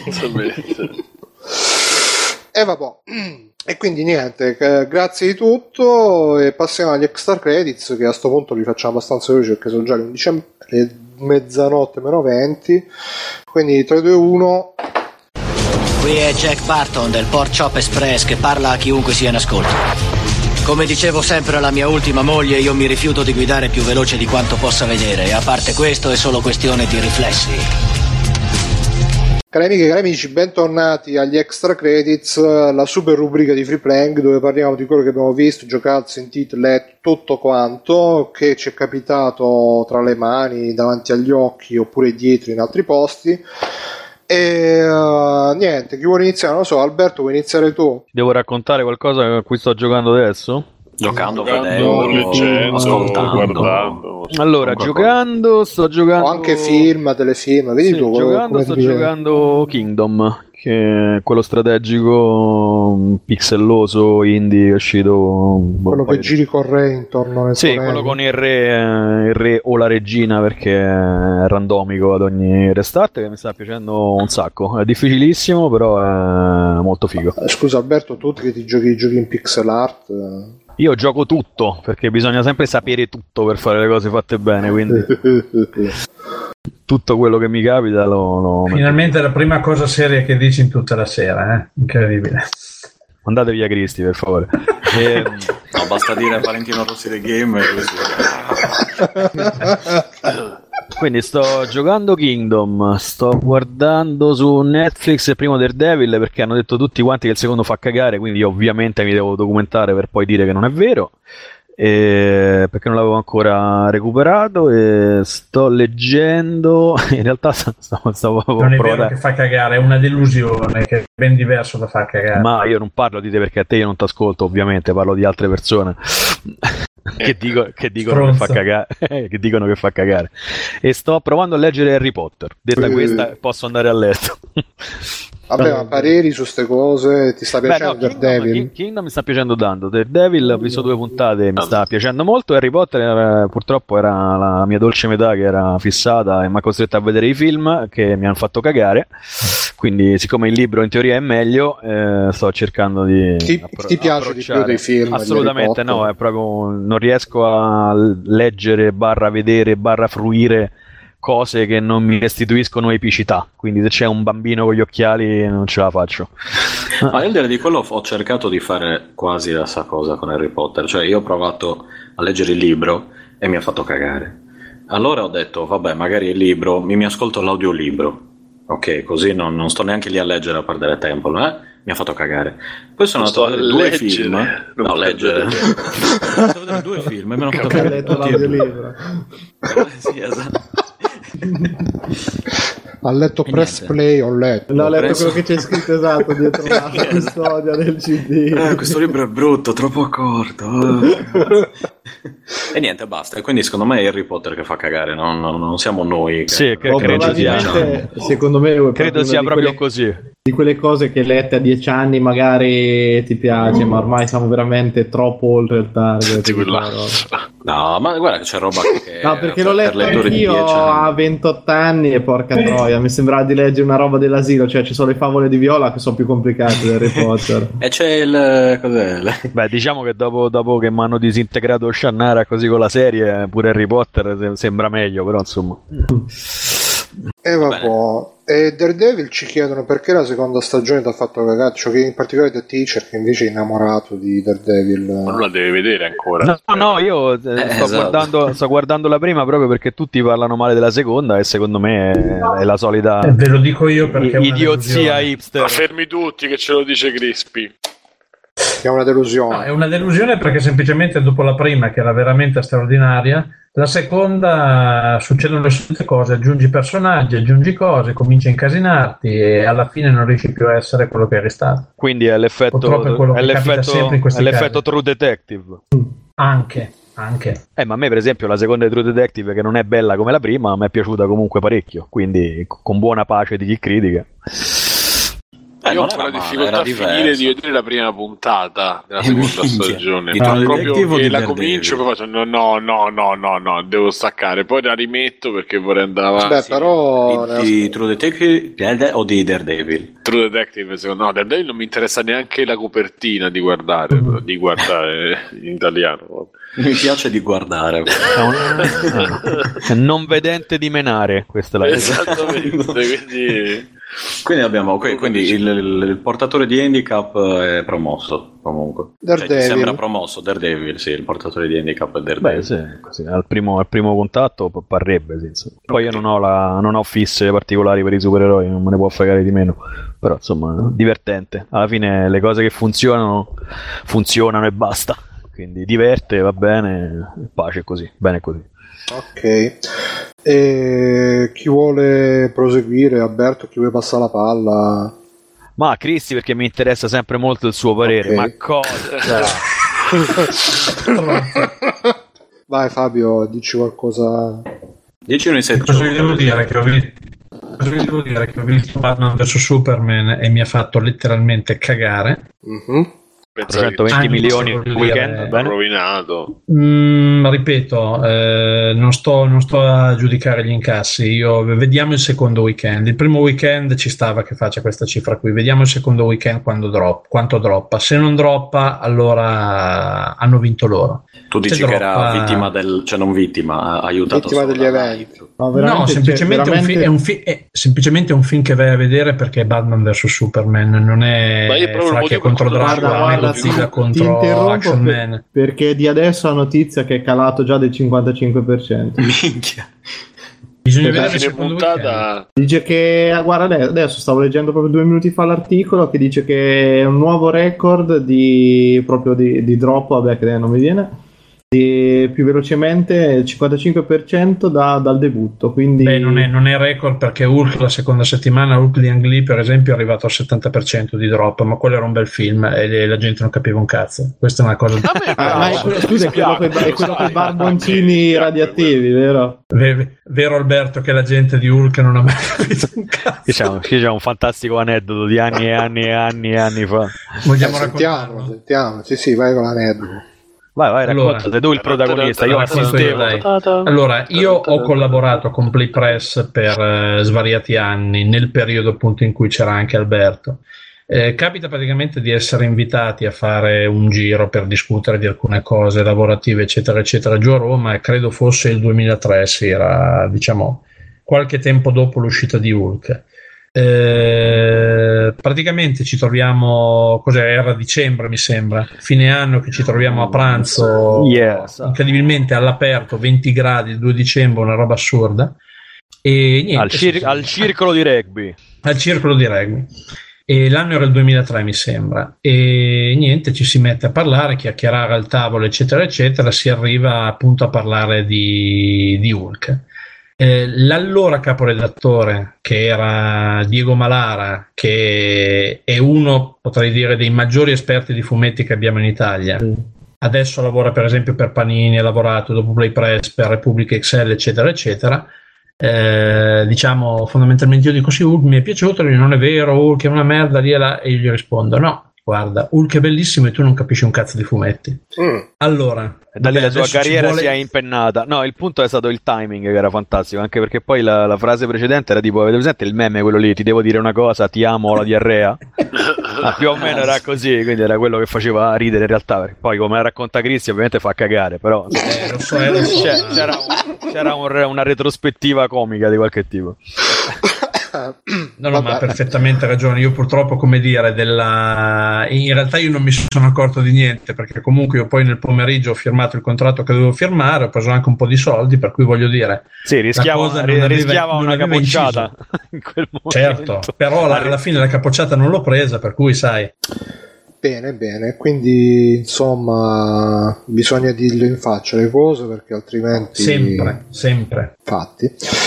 E vabbè. E quindi niente, eh, grazie di tutto e passiamo agli extra credits, che a sto punto li facciamo abbastanza veloci perché sono già le undici, le mezzanotte meno venti, quindi tre due uno. Qui è Jack Barton del Pork Chop Express che parla a chiunque sia in ascolto. Come dicevo sempre alla mia ultima moglie, io mi rifiuto di guidare più veloce di quanto possa vedere, e a parte questo è solo questione di riflessi. Cari amiche e cari amici, bentornati agli extra credits, la super rubrica di Free Playing dove parliamo di quello che abbiamo visto, giocato, sentito, letto, tutto quanto che ci è capitato tra le mani, davanti agli occhi oppure dietro in altri posti. E uh, niente, chi vuole iniziare? Non lo so, Alberto, vuoi iniziare tu? Devo raccontare qualcosa a cui sto giocando adesso? Giocando, Giocando, vedendo, leggendo, ascoltando, guardando. Allora, giocando, sto giocando... O anche film, telefilm, vedi sì, tu? Giocando, come sto ti giocando Kingdom, che è quello strategico pixelloso indie che è uscito... Quello che giri con re intorno nel Sì, quello con il re, il re o la regina, perché è randomico ad ogni restart, che mi sta piacendo un sacco. È difficilissimo, però è molto figo. Scusa Alberto, tu che ti giochi, giochi in pixel art... Io gioco tutto, perché bisogna sempre sapere tutto per fare le cose fatte bene, quindi tutto quello che mi capita lo... lo Finalmente metto. La prima cosa seria che dici in tutta la sera, eh? Incredibile. Andate via Cristi, per favore. E... No, basta dire Valentino Rossi The Game e così. Quindi sto giocando Kingdom, sto guardando su Netflix il primo Daredevil perché hanno detto tutti quanti che il secondo fa cagare, quindi io ovviamente mi devo documentare per poi dire che non è vero, e perché non l'avevo ancora recuperato, e sto leggendo, in realtà stavo, stavo non è vero che fa cagare, è una delusione che è ben diverso da far cagare. Ma io non parlo di te perché a te io non ti ascolto, ovviamente parlo di altre persone che, dico, che dicono che fa cagare che dicono che fa cagare e sto provando a leggere Harry Potter. Detta uh. questa posso andare a letto. Vabbè, ma pareri su ste cose? Ti sta piacendo Beh, no, Daredevil? Kingdom, Kingdom mi sta piacendo tanto. Daredevil ho visto due puntate, mi sta piacendo molto. Harry Potter eh, purtroppo era la mia dolce metà che era fissata e mi ha costretto a vedere i film che mi hanno fatto cagare. Quindi siccome il libro in teoria è meglio, eh, sto cercando di ti, appro- ti piace di più dei film? Assolutamente no, è proprio non riesco a leggere barra vedere barra fruire cose che non mi restituiscono epicità, quindi se c'è un bambino con gli occhiali non ce la faccio. Ma al di là di quello ho cercato di fare quasi la stessa cosa con Harry Potter, cioè io ho provato a leggere il libro e mi ha fatto cagare, allora ho detto vabbè, magari il libro, mi, mi ascolto l'audiolibro, ok, così non, non sto neanche lì a leggere a perdere tempo, eh? Mi ha fatto cagare. Poi sono andato a vedere due leggere, film no, leggere sono andato a vedere due film e mi hanno fatto cagare. Ho letto l'audiolibro. Sì, esatto. Ha letto e press niente. play, ho letto. No, ho letto preso... quello che c'è scritto esatto dietro la custodia del C D. Eh, questo libro è brutto, troppo corto. E niente, basta. E quindi secondo me è Harry Potter che fa cagare, non, non, non siamo noi. Che... Sì, che O credo sia, probabilmente, secondo me, è credo sia di proprio quelle, così. di quelle cose che lette a dieci anni magari ti piace, ma ormai siamo veramente troppo oltre il target. Sì, quella. No, ma guarda che c'è roba che No, perché l'ho per letto lettori di anch'io dieci anni. a ventotto anni e porca troia, mi sembrava di leggere una roba dell'asilo, cioè ci sono le favole di Viola che sono più complicate di Harry Potter. E c'è il... cos'è? Beh, diciamo che dopo, dopo che mi hanno disintegrato Shannara così con la serie, pure Harry Potter sembra meglio, però insomma. E vabbè. E Daredevil ci chiedono perché la seconda stagione ti ha fatto cagare, cioè che in particolare The Teacher che invece è innamorato di Daredevil. Ma non la deve vedere ancora. No, no, io eh, sto, esatto. guardando, sto guardando la prima proprio perché tutti parlano male della seconda e secondo me è, è la solita Eh, ve lo dico io perché è una idiozia delusione. hipster. Ma fermi tutti che ce lo dice Crispy. È una delusione. No, è una delusione perché semplicemente dopo la prima, che era veramente straordinaria, la seconda succedono le solite cose, aggiungi personaggi, aggiungi cose, cominci a incasinarti e alla fine non riesci più a essere quello che eri stato. Quindi è l'effetto, Purtroppo è quello è che capita l'effetto, sempre in questi è l'effetto casi. True Detective. Anche, anche. Eh, ma a me per esempio la seconda di True Detective, che non è bella come la prima, mi è piaciuta comunque parecchio, quindi con buona pace di chi critica. Eh, Io ho non ancora era male, difficoltà era a finire diverso. di vedere la prima puntata della seconda Minchia. stagione. Di Ma True proprio Detective o che di la Daredevil? comincio poi faccio no no no no no no devo staccare, poi la rimetto perché vorrei andare avanti. Beh, però Di, di True Detective o di Daredevil? True Detective secondo no, Daredevil non mi interessa neanche la copertina di guardare, di guardare in italiano. Mi piace di guardare. È un- è non vedente di menare, questa è la Esattamente, quindi Quindi abbiamo qui- quindi il, il- il portatore di handicap è promosso comunque. Cioè, ti Daredevil. sembra promosso Daredevil, sì, il portatore di handicap è Daredevil. Beh, sì, così, al, primo, al primo contatto p- parrebbe, sì, insomma. Poi io non ho, la, non ho fisse particolari per i supereroi, non me ne può fregare di meno, però insomma, divertente. Alla fine le cose che funzionano, funzionano e basta. Quindi diverte, va bene, pace così, bene così. Ok. E chi vuole proseguire? Alberto, chi vuole passare la palla? Ma Cristi, perché mi interessa sempre molto il suo parere, Ok. ma cosa? Vai Fabio, dici qualcosa. dieci uno in Cosa vi devo dire? Che ho visto, cosa vi devo dire? Che ho visto Batman versus Superman e mi ha fatto letteralmente cagare. Mhm. trecentoventi Anche milioni se il voglio weekend, dire- bene? rovinato. Mm, ripeto, eh, non, sto, non sto a giudicare gli incassi. Io, vediamo il secondo weekend. Il primo weekend ci stava che faccia questa cifra qui. Vediamo il secondo weekend quando drop, quanto droppa. Se non droppa, allora hanno vinto loro. Tu dici Se che droppa- era vittima del, cioè non vittima, ha aiutato Vittima solo degli la eventi. hype. No, No, veramente, semplicemente, cioè, è un fi- veramente- è un fi- è semplicemente un film che vai a vedere perché è Batman versus Superman, non è Ma io proprio il Fracchia motivo contro per cui Dracula, guarda, né guarda, Godzilla ti- contro ti interrompo Action per- Man. perché di adesso la notizia che è calato già del cinquantacinque per cento. Minchia. Bisogna Perché vedere Alla il fine secondo weekend. puntata Dice che, guarda, adesso- adesso stavo leggendo proprio due minuti fa l'articolo che dice che è un nuovo record di proprio di, di drop, vabbè che non mi viene, di più velocemente il cinquantacinque per cento da- dal debutto, quindi Beh, non è, non è record perché Hulk la seconda settimana, Hulk di Ang Lee per esempio è arrivato al settanta per cento di drop, ma quello era un bel film e la gente non capiva un cazzo. Questa è una cosa a me Ah, ma è, però- scusa, è quello con dispiace, i quello coi sai, barboncini radioattivi, vero? Ve- vero Alberto che la gente di Hulk non ha mai capito un cazzo. Qui c'è, un, qui c'è un fantastico aneddoto di anni e anni e anni e anni fa. Vogliamo Eh, sentiamo, raccontarlo? sentiamo. Sì, sì, vai con l'aneddoto. Vai, vai, Allora, racconta, sei tu il protagonista, io racconto io, assistevo. dai. Allora, io ho collaborato con PlayPress per eh, svariati anni, nel periodo appunto in cui c'era anche Alberto. Eh, capita praticamente di essere invitati a fare un giro per discutere di alcune cose lavorative, eccetera, eccetera, giù a Roma, e credo fosse il duemilatré, sì, era diciamo qualche tempo dopo l'uscita di Hulk. Eh, praticamente ci troviamo, cos'è, era dicembre mi sembra, fine anno che ci troviamo a pranzo, Yes. incredibilmente all'aperto, venti gradi il due dicembre, una roba assurda, e niente, Al, cir- sì, al circolo di rugby. al circolo di rugby. E l'anno era il duemilatré mi sembra, e niente, ci si mette a parlare, chiacchierare al tavolo eccetera eccetera, si arriva appunto a parlare di, di Hulk. Eh, l'allora caporedattore, che era Diego Malara, che è uno, potrei dire, dei maggiori esperti di fumetti che abbiamo in Italia, adesso lavora per esempio per Panini, ha lavorato dopo PlayPress per Repubblica X L eccetera eccetera. Eh, diciamo fondamentalmente io dico sì, Hulk mi è piaciuto, lui non è vero, Hulk è una merda lì e là, e io gli rispondo no, guarda, Hulk è bellissimo e tu non capisci un cazzo di fumetti. Mm. Allora Da lì vabbè, la sua adesso ci carriera vuole- si è impennata. No, il punto è stato il timing che era fantastico, anche perché poi la, la frase precedente era tipo, avete presente il meme quello lì, ti devo dire una cosa, ti amo, ho la diarrea? Ah, più o meno era così, quindi era quello che faceva ridere in realtà, perché poi come la racconta Cristi ovviamente fa cagare, però Eh, lo so, eh, lo so. c'è- c'era, un- c'era un- una retrospettiva comica di qualche tipo. No, no, ma ha perfettamente ragione. Io purtroppo, come dire, della... in realtà io non mi sono accorto di niente, perché comunque io poi nel pomeriggio ho firmato il contratto che dovevo firmare, ho preso anche un po' di soldi, per cui voglio dire, sì, rischiava, cosa ri- non rischiava aveva, una non capocciata in quel momento. Certo, però la, alla fine la capocciata non l'ho presa, per cui sai. Bene, bene, quindi insomma bisogna dirlo in faccia le cose, perché altrimenti sempre, sempre. Infatti.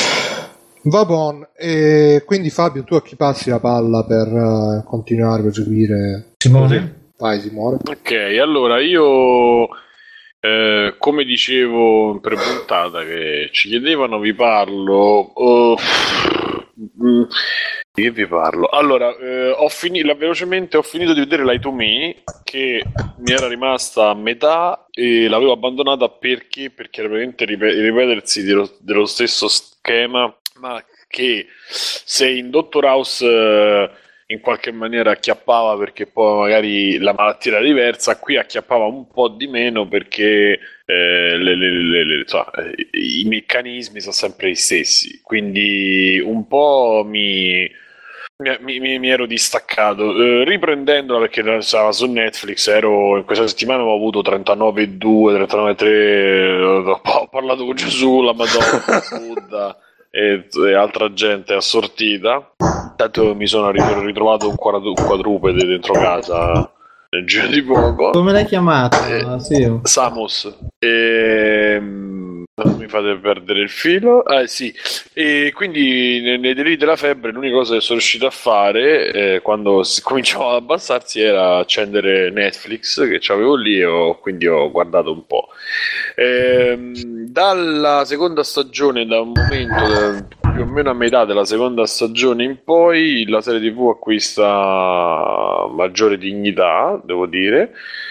Va buon, e quindi Fabio, tu a chi passi la palla per uh, continuare a proseguire? Simone? Vai Simone. Ok, allora io eh, come dicevo in pre-puntata che ci chiedevano, vi parlo oh, mm, di che vi parlo? Allora, eh, ho finito velocemente ho finito di vedere Lie to Me, che mi era rimasta a metà e l'avevo abbandonata perché perché era veramente ripet- ripetersi dello, dello stesso schema, ma che se in Doctor House eh, in qualche maniera acchiappava perché poi magari la malattia era diversa, qui acchiappava un po' di meno perché eh, le, le, le, le, cioè, i meccanismi sono sempre gli stessi, quindi un po' mi Mi, mi, mi ero distaccato, eh, riprendendola perché stava su Netflix. Ero in questa settimana avevo avuto trentanove virgola due, trentanove virgola tre, ho, ho parlato con Gesù, la Madonna, Buddha e, e altra gente assortita. Tanto mi sono ritrovato un, quadru- un quadrupede dentro casa nel giro di poco. Come l'hai chiamato? Eh, sì. Samus. E non mi fate perdere il filo. Eh sì, e quindi nei, nei deliri della febbre l'unica cosa che sono riuscito a fare eh, quando si cominciava ad abbassarsi era accendere Netflix che c'avevo lì, e ho, quindi ho guardato un po'. E, dalla seconda stagione, da un momento da, più o meno a metà della seconda stagione in poi, la serie tivù acquista maggiore dignità, devo dire.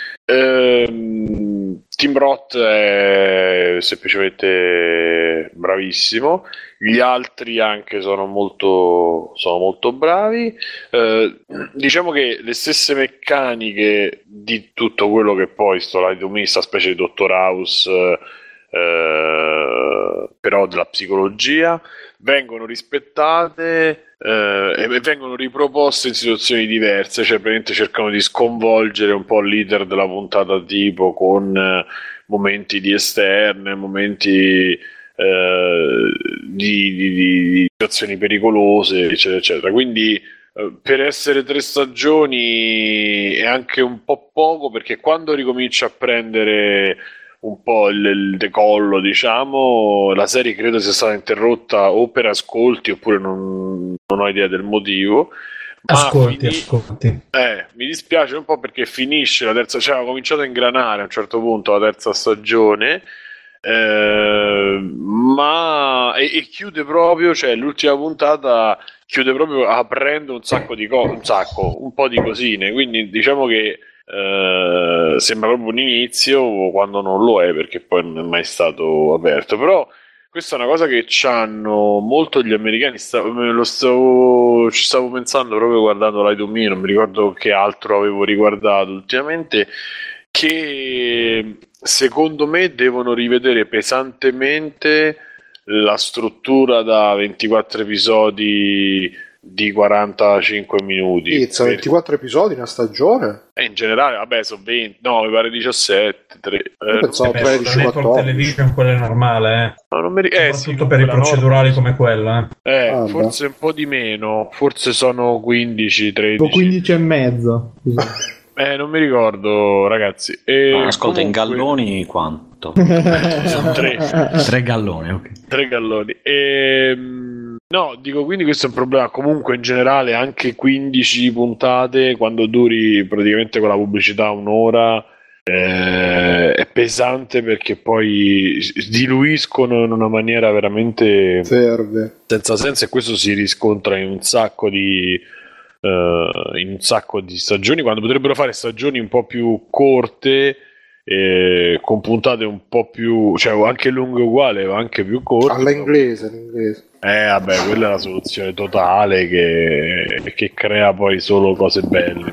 Ehm, Tim Roth è semplicemente bravissimo, gli altri anche sono molto, sono molto bravi. Eh, diciamo che le stesse meccaniche di tutto quello che poi sto Lie to Me, sta specie di Doctor House, eh, però della psicologia, vengono rispettate eh, e vengono riproposte in situazioni diverse, cioè praticamente cercano di sconvolgere un po' l'iter della puntata tipo con eh, momenti di esterne, momenti eh, di, di, di situazioni pericolose, eccetera eccetera. Quindi eh, per essere tre stagioni è anche un po' poco, perché quando ricomincia a prendere un po' il, il decollo, diciamo, la serie credo sia stata interrotta o per ascolti oppure non, non ho idea del motivo. Ascolti, fini... ascolti. Eh, mi dispiace un po' perché finisce la terza, cioè ha cominciato a ingranare a un certo punto la terza stagione, eh, ma e, e chiude proprio, cioè l'ultima puntata chiude proprio aprendo un sacco di cose, un sacco, un po' di cosine, quindi diciamo che Uh, sembra proprio un inizio quando non lo è, perché poi non è mai stato aperto. Però questa è una cosa che c'hanno molto gli americani. Stavo, lo stavo, ci stavo pensando proprio guardando Lie to Me, non mi ricordo che altro avevo riguardato ultimamente, che secondo me devono rivedere pesantemente la struttura da ventiquattro episodi di quarantacinque minuti. Pizza, ventiquattro episodi una stagione? E in generale, vabbè, sono venti, no, mi pare diciassette. tre, Io eh, pensavo Beh, tredici Network quattordici. Television quello è normale, eh. no, non mi ri- eh, Soprattutto sì, per i quella procedurali norma. come quello, eh. Eh, Ah, forse un po' di meno, forse sono quindici, tredici. Tipo quindici e mezzo. Eh, non mi ricordo, ragazzi. E No, ascolta, in comunque- galloni quanto? Sono tre. Tre galloni, ok. Tre galloni. Ehm, no, dico, quindi questo è un problema. Comunque in generale anche quindici puntate, quando duri praticamente con la pubblicità un'ora, eh, è pesante, perché poi s- diluiscono in una maniera veramente Ferve. senza senso, e questo si riscontra in un sacco di eh, in un sacco di stagioni, quando potrebbero fare stagioni un po' più corte, eh, con puntate un po' più, cioè anche lunghe uguali ma anche più corte. Alla inglese, l'inglese. Eh vabbè, quella è la soluzione totale che, che crea poi solo cose belle.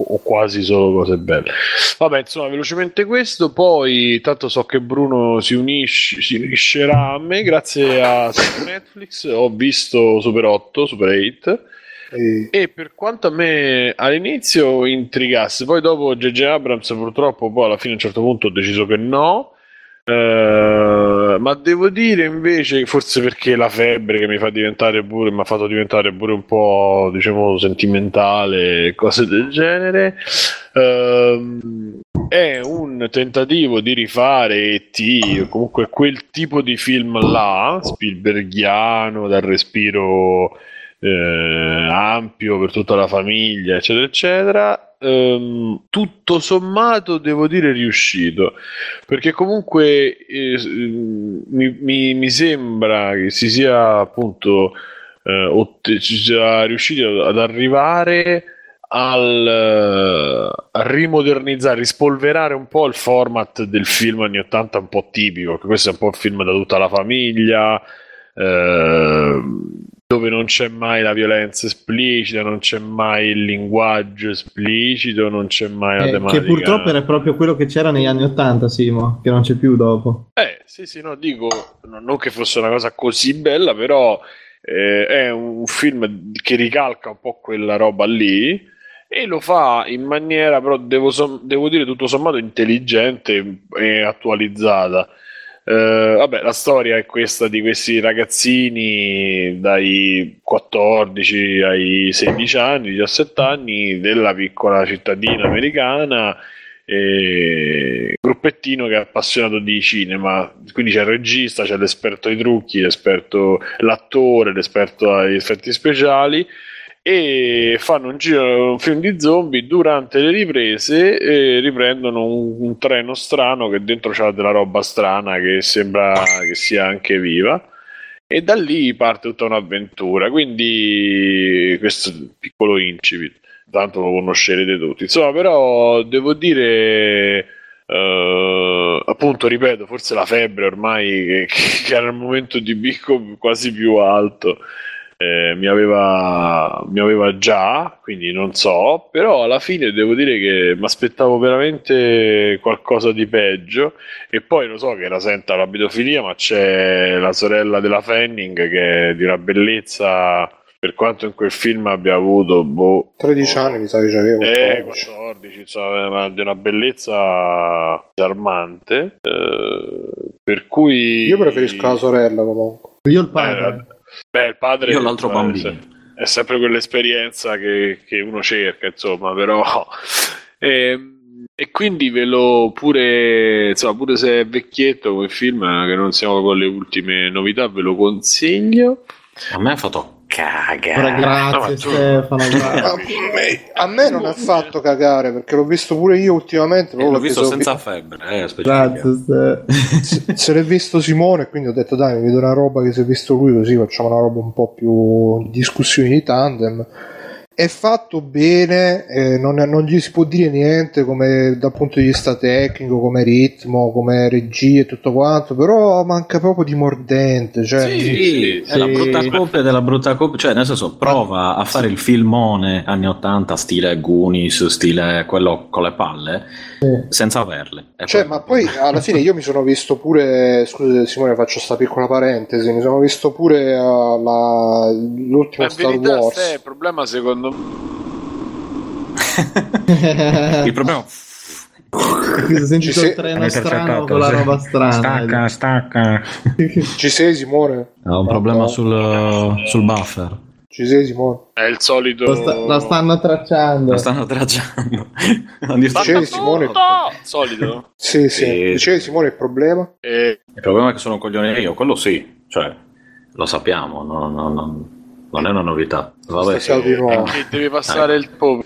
o quasi solo cose belle. Vabbè, insomma, velocemente questo. Poi tanto so che Bruno si unisce si uniscerà a me grazie a Netflix. Ho visto Super otto, Super otto. E... e per quanto a me all'inizio intrigasse, poi dopo J J Abrams purtroppo poi alla fine a un certo punto ho deciso che no. Uh, ma devo dire invece, forse perché la febbre che mi fa diventare pure mi ha fatto diventare pure un po', diciamo, sentimentale, cose del genere, uh, è un tentativo di rifare E T o comunque quel tipo di film là, Spielbergiano, dal respiro eh, ampio per tutta la famiglia, eccetera eccetera. Um, tutto sommato devo dire riuscito, perché comunque eh, mi, mi, mi sembra che si sia appunto eh, ott- ci sia riusciti ad arrivare al a rimodernizzare, rispolverare un po' il format del film anni ottanta un po' tipico, che questo è un po' il film da tutta la famiglia, eh, dove non c'è mai la violenza esplicita, non c'è mai il linguaggio esplicito, non c'è mai la eh, tematica. Che purtroppo era proprio quello che c'era negli anni ottanta, Simo, che non c'è più dopo. Eh, sì, sì, no, dico, non che fosse una cosa così bella, però eh, è un film che ricalca un po' quella roba lì e lo fa in maniera, però devo, devo dire tutto sommato intelligente e attualizzata. Uh, vabbè, la storia è questa di questi ragazzini dai quattordici ai sedici anni, diciassette anni, della piccola cittadina americana, e gruppettino che è appassionato di cinema, quindi c'è il regista, c'è l'esperto ai trucchi, l'esperto, l'attore, l'esperto agli effetti speciali, e fanno un giro, un film di zombie. Durante le riprese e riprendono un, un treno strano che dentro c'ha della roba strana che sembra che sia anche viva, e da lì parte tutta un'avventura. Quindi questo piccolo incipit, tanto lo conoscerete tutti, insomma. Però devo dire uh, appunto, ripeto, forse la febbre ormai che, che era il momento di picco quasi più alto Eh, mi aveva mi aveva già, quindi non so, però alla fine devo dire che mi aspettavo veramente qualcosa di peggio. E poi lo so che rasenta la pedofilia, ma c'è la sorella della Fanning che è di una bellezza, per quanto in quel film abbia avuto boh, tredici anni, mi sa che c'avevo eh, quattordici, insomma, di una bellezza disarmante, eh, per cui io preferisco la sorella comunque. Io il padre. Eh, Beh, il padre, Io l'altro bambino. È sempre quell'esperienza che, che uno cerca, insomma, però. E, e quindi ve lo pure, insomma, pure se è vecchietto come film, che non siamo con le ultime novità, ve lo consiglio. A me ha fatto cagare. Ora, grazie, No, tu... Stefano. Grazie. A me, a me non ha fatto cagare, perché l'ho visto pure io ultimamente. Eh, l'ho l'ho visto preso- senza febbre. Eh, Grazie, Stefano. se, se l'è visto Simone, quindi ho detto dai, mi vedo una roba che si è visto lui, così facciamo una roba un po' più discussioni di tandem. È fatto bene, eh, non, non gli si può dire niente come dal punto di vista tecnico, come ritmo, come regia e tutto quanto, però manca proprio di mordente, cioè, Sì, sì, è la brutta coppia della brutta coppia, cioè nel senso prova a fare il filmone anni ottanta stile Goonies, stile quello con le palle, Sì. senza averle. È Cioè, quello. ma poi alla fine io mi sono visto pure, scusa Simone, faccio sta piccola parentesi, mi sono visto pure uh, la, l'ultimo In Star verità, Wars. se, il problema secondo me Il problema Ho sentito Ci sei- il treno strano con la roba strana. Stacca, stacca. Ci sei Simone? Ha un problema sul, sul buffer. Ci sei Simone? è il solito. Lo, sta- lo stanno tracciando. lo stanno tracciando. Non dir- Dicevi Simone? Solito. Sì, sì. Sì. Dicevi Simone il problema? E Il problema è che sono un coglione io, quello sì, cioè lo sappiamo, no, no, no, non è una novità. Vabbè, Stasera di nuovo. che deve passare il po'.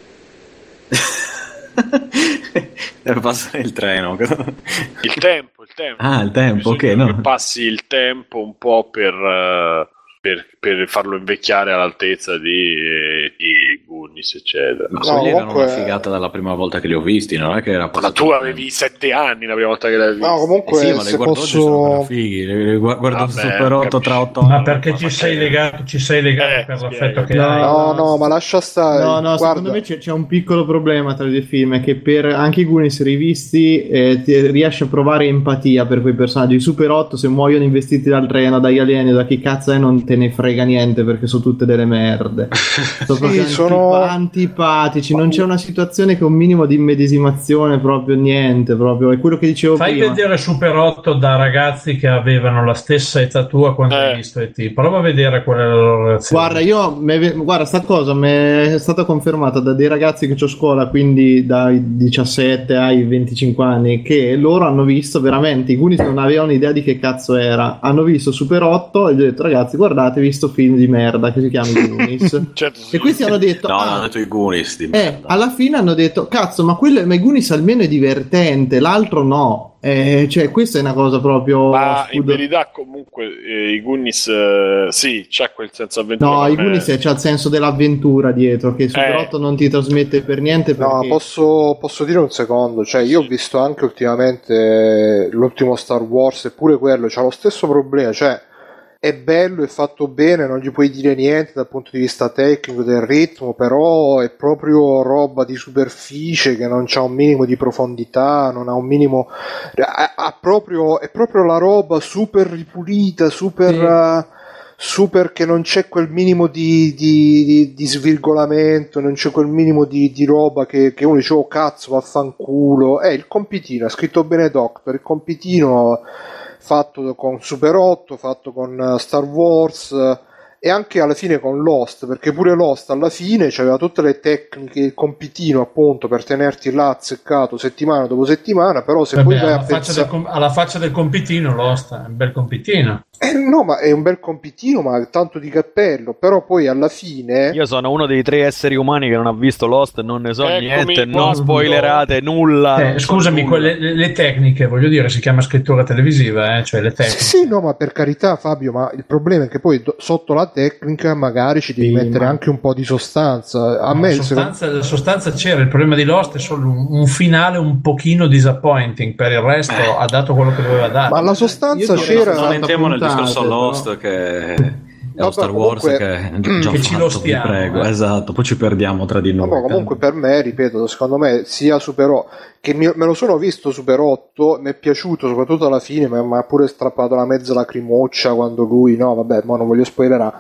deve passare il treno. Il tempo, il tempo. Ah, il tempo, ok, Bisogna no. che passi il tempo un po' per, eh, per, per farlo invecchiare all'altezza di, di Goonies. Goonies, eccetera. Ma No, quelli erano comunque- una figata dalla prima volta che li ho visti, non è che era Ma passato. tu avevi sette anni la prima volta che l'hai visto. No, comunque Eh sì, ma se le guardo oggi sono posso ancora fighi. Le- le gu- Guardo Vabbè, Super otto capisci. tra otto anni. Ma perché ci sei legato, ci sei legato Eh, per spiega. l'affetto che No, hai? No, no, ma lascia stare. No, no, Guarda, secondo me c'è, c'è un piccolo problema tra i due film, è che per anche i Goonies rivisti eh, ti riesci a provare empatia per quei personaggi. I Super otto, se muoiono investiti dal treno, dagli alieni o da chi cazzo è, non te ne frega niente perché sono tutte delle merde. Sono proprio Sì, sono- antipa- antipatici, non c'è una situazione che un minimo di immedesimazione, proprio niente, proprio è quello che dicevo Fai prima. vedere Super otto da ragazzi che avevano la stessa età tua quando Eh. hai visto E T. Prova a vedere qual è la loro reazione. Guarda, io me- guarda, sta cosa mi è stata confermata da dei ragazzi che ho a scuola, quindi dai diciassette ai venticinque anni, che loro hanno visto veramente i Goonies, non avevano idea di che cazzo era. Hanno visto Super otto e gli ho detto, ragazzi, guardate, visto film di merda che si chiama i Goonies. Certo, sì. E questi hanno detto, No, ah, hanno detto i Goonies di eh, merda. alla fine hanno detto, cazzo, ma quello ma i Goonies almeno è divertente, l'altro no. Eh, cioè, questa è una cosa proprio. Ma in scudo- verità comunque eh, i Goonies eh, sì, c'è quel senso avventura. No, ma i non è- Goonies c'è il senso dell'avventura dietro, che Super Eh. otto non ti trasmette per niente. no, Perché... posso, posso dire un secondo. Cioè, io ho visto anche ultimamente l'ultimo Star Wars, eppure quello c'ha lo stesso problema. Cioè, è bello, è fatto bene, non gli puoi dire niente dal punto di vista tecnico del ritmo, però è proprio roba di superficie che non c'ha un minimo di profondità, non ha un minimo. Ha, ha proprio, è proprio la roba super ripulita, super. Sì. eh, super che non c'è quel minimo di, di, di, di svirgolamento, non c'è quel minimo di, di roba che, che uno dice oh cazzo vaffanculo. È il compitino, ha scritto bene Doctor, il compitino fatto con Super otto, fatto con uh, Star Wars uh, e anche alla fine con Lost, perché pure Lost alla fine c'aveva tutte le tecniche, il compitino appunto per tenerti là azzeccato settimana dopo settimana, però se Vabbè, poi vai alla, a faccia pensare del, com- alla faccia del compitino, Lost, è un bel compitino. eh, no, ma è un bel compitino, ma tanto di cappello, però poi alla fine Io sono uno dei tre esseri umani che non ha visto Lost, non ne so Eccomi niente, qua. non spoilerate nulla. Eh, non so scusami, nulla. quelle, le, le tecniche, voglio dire, si chiama scrittura televisiva, eh, cioè le sì, tecniche. sì, no, ma per carità Fabio, ma il problema è che poi do- sotto la tecnica magari ci devi Sì, mettere ma- anche un po' di sostanza. A No, me la, il secondo- sostanza, la sostanza c'era, il problema di Lost è solo un, un finale un pochino disappointing, per il resto Eh. ha dato quello che doveva dare. ma la sostanza Io direi c'era che Non entriamo nel puntate, discorso però. Lost che è lo Vabbè, Star Wars comunque- che è già Che ci fatto, lo vi stiamo, prego. eh. Esatto, poi ci perdiamo tra di noi. No, comunque per me, ripeto, secondo me sia Super otto che mi- me lo sono visto Super otto, mi è piaciuto soprattutto alla fine, ma mi ha pure strappato la mezza lacrimoccia quando lui, no vabbè, ma non voglio spoilerare.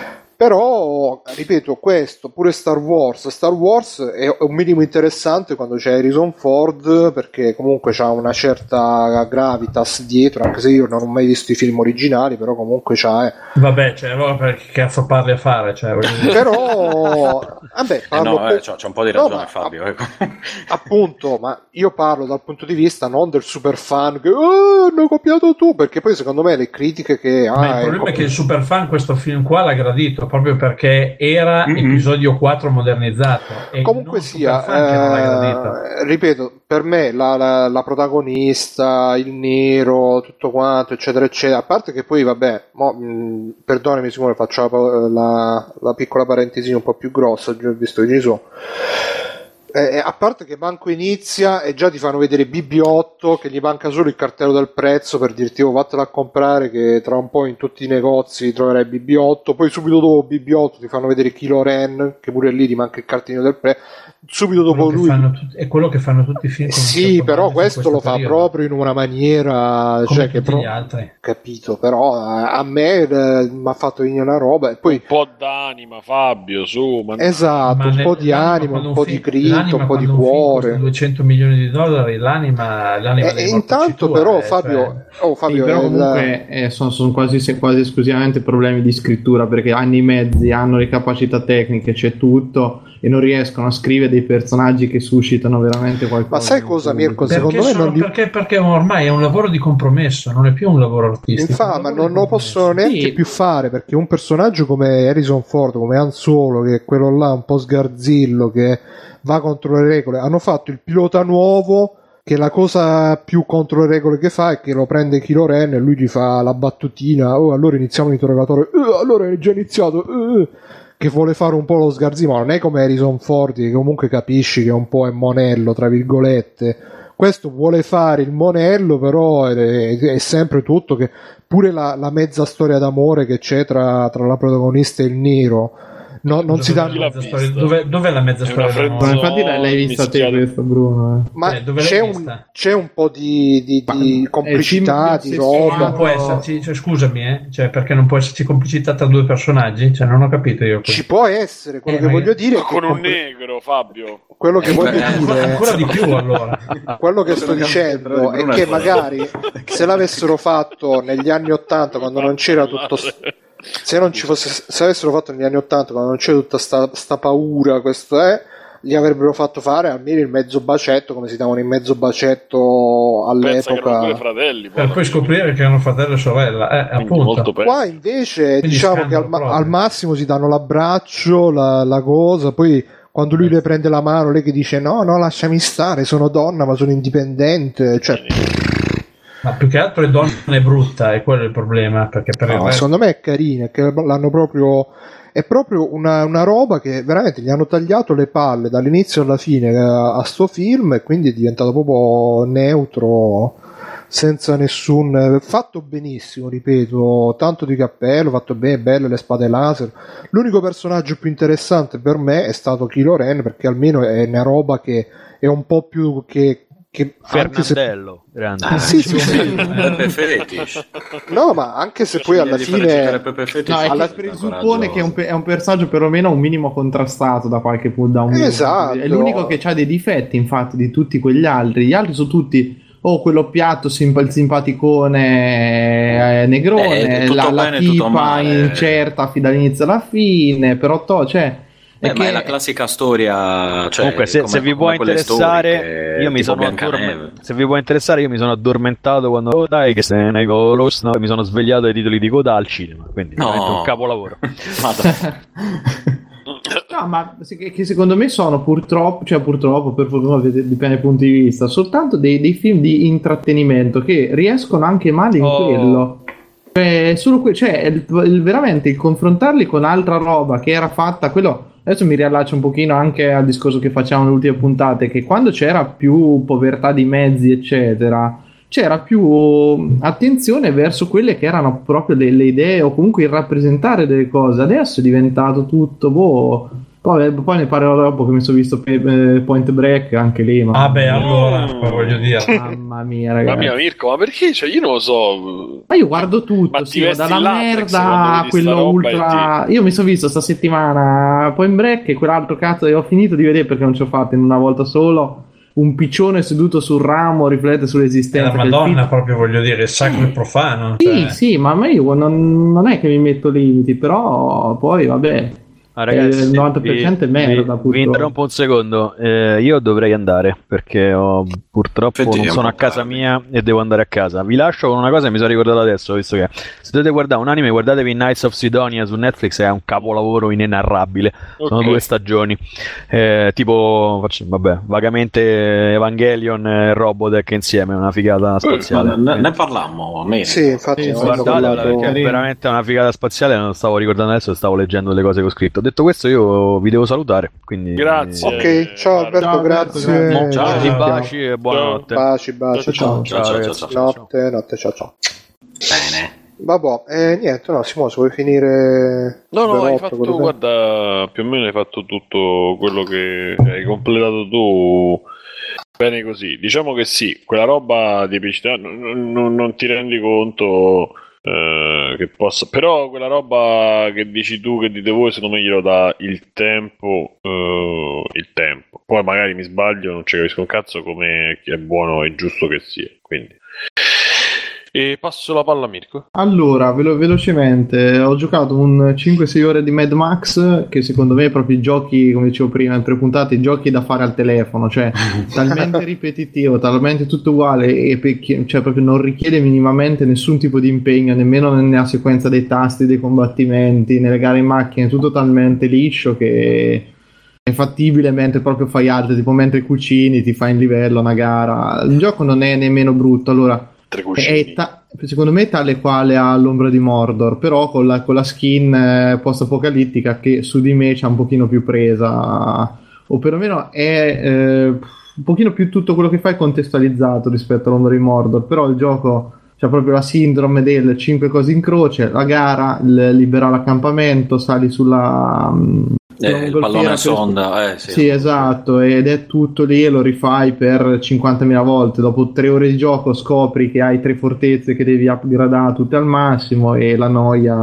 Però, ripeto, questo, pure Star Wars, Star Wars è un minimo interessante quando c'è Harrison Ford, perché comunque c'ha una certa gravitas dietro, anche se io non ho mai visto i film originali, però comunque c'ha... Eh. Vabbè, cioè, allora perché cazzo parli a fare? Cioè, voglio dire. Però, vabbè, Eh parlo... no, eh, c'ha, c'ha un po' di No, ragione ma- Fabio. ecco. Appunto, ma io parlo dal punto di vista non del super fan che oh, hanno copiato tu, perché poi secondo me le critiche che ah, Ma il è problema è copi- che il superfan questo film qua l'ha gradito proprio perché era Mhm. episodio quattro modernizzato. E comunque non sia, superfan che non l'ha gradito. eh, ripeto, per me la, la- la protagonista, il nero, tutto quanto, eccetera, eccetera. A parte che poi, vabbè, mo, mh, perdonami Simone, faccio la, la- la piccola parentesi un po' più grossa, già ho visto che ci sono. Eh, a parte che manco inizia e già ti fanno vedere B B otto che gli manca solo il cartello del prezzo per dirti oh vattela a comprare che tra un po' in tutti i negozi troverai B B otto, poi subito dopo B B otto ti fanno vedere Kylo Ren che pure lì ti manca il cartellino del prezzo, subito dopo Quello che lui fanno tut- è quello che fanno tutti i film con un sì, certo però budget in questo lo fa periodo, proprio in una maniera come cioè che tutti pro- gli altri. capito, però eh, a me mi ha fatto venire una roba e poi Un po' d'anima, Fabio, su. Ma... esatto, Ma un ne- po' di l'anima anima, quando un po' film- di grinta, l'anima un po' di quando un film costa cuore. duecento milioni di dollari, l'anima, l'anima E, dei e mortacci intanto tua, però eh, Fabio, cioè- oh, Sì, Fabio però il- comunque eh, sono, sono quasi, se- quasi esclusivamente problemi di scrittura perché hanno i mezzi, hanno le capacità tecniche, c'è tutto e non riescono a scrivere dei personaggi che suscitano veramente qualcosa. Ma sai nel cosa, pubblico. Mirko? perché, secondo me sono- non li- perché, perché ormai è un lavoro di compromesso, non è più un lavoro artistico. Infatti, è un ma lavoro non di lo possono compromesso. neanche Sì. più fare perché un personaggio come Harrison Ford, come Han Solo, che è quello là un po' sgarzillo che va contro le regole, hanno fatto il pilota nuovo che la cosa più contro le regole che fa è che lo prende Kylo Ren e lui gli fa la battutina oh allora iniziamo l'interrogatorio, "Eh, allora è già iniziato, eh". che vuole fare un po' lo sgarzino, non è come Harrison Ford che comunque capisci che un po' è monello tra virgolette. Questo vuole fare il monello, però è, è sempre tutto che pure la, la mezza storia d'amore che c'è tra, tra la protagonista e il nero. No, non dove, si dà... storia, dove, dov'è la mezza storia d'amore? Infatti l'hai vista te questo, Bruno. Eh. Ma eh, dove c'è, l'hai un, vista? c'è un po' di, di, di complicità, film, di sì, roba. Non può esserci, cioè, scusami, eh, cioè, perché non può esserci complicità tra due personaggi? Cioè, non ho capito io. Questo. Ci può essere, quello Eh, che ma voglio io- dire è che Con un compl- negro, Fabio. quello che Eh, voglio beh, Ancora, dire ancora di più allora. quello che sto dicendo è che magari se l'avessero fatto negli anni ottanta quando non c'era tutto st- se non ci fosse se avessero fatto negli anni ottanta quando non c'era tutta sta, sta paura, questo è, gli avrebbero fatto fare almeno il mezzo bacetto come si davano il mezzo bacetto Pensa che erano due all'epoca. fratelli. Per poi scoprire che erano fratello e sorella. Eh, Quindi appunto. molto peggio. Qua invece Quindi diciamo che al, scandalo ma- proprio. al massimo si danno l'abbraccio, la, la cosa, poi quando lui le prende la mano, lei che dice no, no, lasciami stare, sono donna ma sono indipendente, cioè Ma più che altro è donna è brutta, è quello il problema. Perché per il no, resto- secondo me è carina, è che l'hanno proprio è proprio una, una roba che veramente gli hanno tagliato le palle dall'inizio alla fine a, a sto film e quindi è diventato proprio neutro, senza nessun fatto benissimo, ripeto, tanto di cappello, fatto bene, belle le spade laser. L'unico personaggio più interessante per me è stato Kylo Ren, perché almeno è una roba che è un po' più che che anche se- Fernandello, grande. Ah, sì, sì, sì. Pepe Fetish. No, ma anche se poi alla fine Pepe Fetish No, è alla- che presuppone che è un, pe- è un personaggio perlomeno un minimo contrastato da qualche punto. Da un Esatto. È l'unico che ha dei difetti, infatti, di tutti quegli altri. Gli altri sono tutti o quello piatto simp- il simpaticone eh, negrone, Eh, tutto la, la bene, tutto tipa male. incerta fi- dall'inizio alla fine, però to, cioè Eh, è ma che- è la classica storia. Cioè, Comunque, se, come- se vi come può quelle interessare, storiche, io mi tipo sono Biancaneve. addorme- se vi può interessare, io mi sono addormentato quando oh, dai, che se ne lo no, mi sono svegliato ai titoli di coda al cinema. Quindi No. veramente un capolavoro. Madonna. No, ma se- che che secondo me sono purtroppo, cioè purtroppo, per fortuna dipende dai punti di vista, soltanto dei, dei film di intrattenimento che riescono anche male in Oh. quello. Cioè, solo que- cioè il- il- veramente il confrontarli con altra roba che era fatta, quello adesso mi riallaccio un pochino anche al discorso che facciamo nelle ultime puntate, che quando c'era più povertà di mezzi, eccetera, c'era più attenzione verso quelle che erano proprio le, le idee o comunque il rappresentare delle cose. Adesso è diventato tutto boh. Poi, poi ne parlerò dopo che mi sono visto pe- eh, Point Break anche lì. Ma Ah, beh, allora poi voglio dire. mamma mia, ragazzi. Mamma mia, Mirko, ma perché? Cioè, io non lo so. Ma io guardo tutto, Ma ti sì, vesti dalla in latex merda quando a vedi sta quello roba ultra. Io mi sono visto sta settimana Point Break e quell'altro cazzo che ho finito di vedere perché non ci ho fatto in una volta solo. Un piccione seduto sul ramo riflette È sull'esistenza la del Madonna, film. proprio voglio dire, è sacro e profano. Sì, Cioè. sì, ma ma io non, non è che mi metto limiti, però poi vabbè. Ah, ragazzi, Eh, il novanta per cento è merda, vi, purtroppo. vi interrompo un secondo. Eh, io dovrei andare perché ho, purtroppo non Effettivamente sono a è un po' casa tardi. mia e devo andare a casa. Vi lascio con una cosa che mi sono ricordato adesso, visto che se dovete guardare un anime, guardatevi Knights of Sidonia su Netflix, è un capolavoro inenarrabile. Sono Ok. due stagioni. Eh, tipo, faccio- vabbè, vagamente Evangelion e Robotech insieme, una figata spaziale. Ne, ne parlammo, Mary. sì, infatti Sì, ne sì, avevamo Guardatela parlato. perché è veramente una figata spaziale, non lo stavo ricordando adesso, stavo leggendo le cose che ho scritto. Detto questo, io vi devo salutare, quindi Grazie. Ok, ciao Alberto, Ciao, grazie. Alberto, Ciao. baci, Ciao. baci e buonanotte. Baci, baci, ciao. Ciao, ciao, ciao, ragazzi. ciao, ciao. Notte, notte, ciao ciao. Bene. Vabbè, eh, niente, no, Simone, se vuoi finire No, no, hai veloce, fatto, quello che- guarda, più o meno hai fatto tutto quello che hai completato tu bene così. Diciamo che sì, quella roba di epicità non, non- non ti rendi conto eh, che possa, però quella roba che dici tu, che dite voi, secondo me glielo dà il tempo, eh, il tempo. Poi magari mi sbaglio, non ci capisco un cazzo come è buono e giusto che sia, quindi. E passo la palla a Mirko. Allora, velo- velocemente, ho giocato un cinque sei ore di Mad Max, che secondo me è proprio i giochi, come dicevo prima, in tre puntate, i giochi da fare al telefono, cioè talmente ripetitivo, talmente tutto uguale, e pe- cioè proprio non richiede minimamente nessun tipo di impegno, nemmeno nella sequenza dei tasti, dei combattimenti, nelle gare in macchina, è tutto talmente liscio che è fattibile mentre proprio fai altro, tipo mentre cucini, ti fai in livello una gara. Il gioco non è nemmeno brutto, allora... Tre cuscini. È ta- secondo me tale quale all'ombra di Mordor, però con la, con la skin eh, post-apocalittica che su di me c'ha un pochino più presa, o perlomeno è eh, un pochino più tutto quello che fai contestualizzato rispetto all'ombra di Mordor, però il gioco c'ha proprio la sindrome del cinque cose in croce, la gara, il, libera l'accampamento, sali sulla... Eh, il pallone sonda, eh, sì. Sì, esatto, ed è tutto lì e lo rifai per cinquantamila volte. Dopo tre ore di gioco scopri che hai tre fortezze che devi upgradare tutte al massimo e la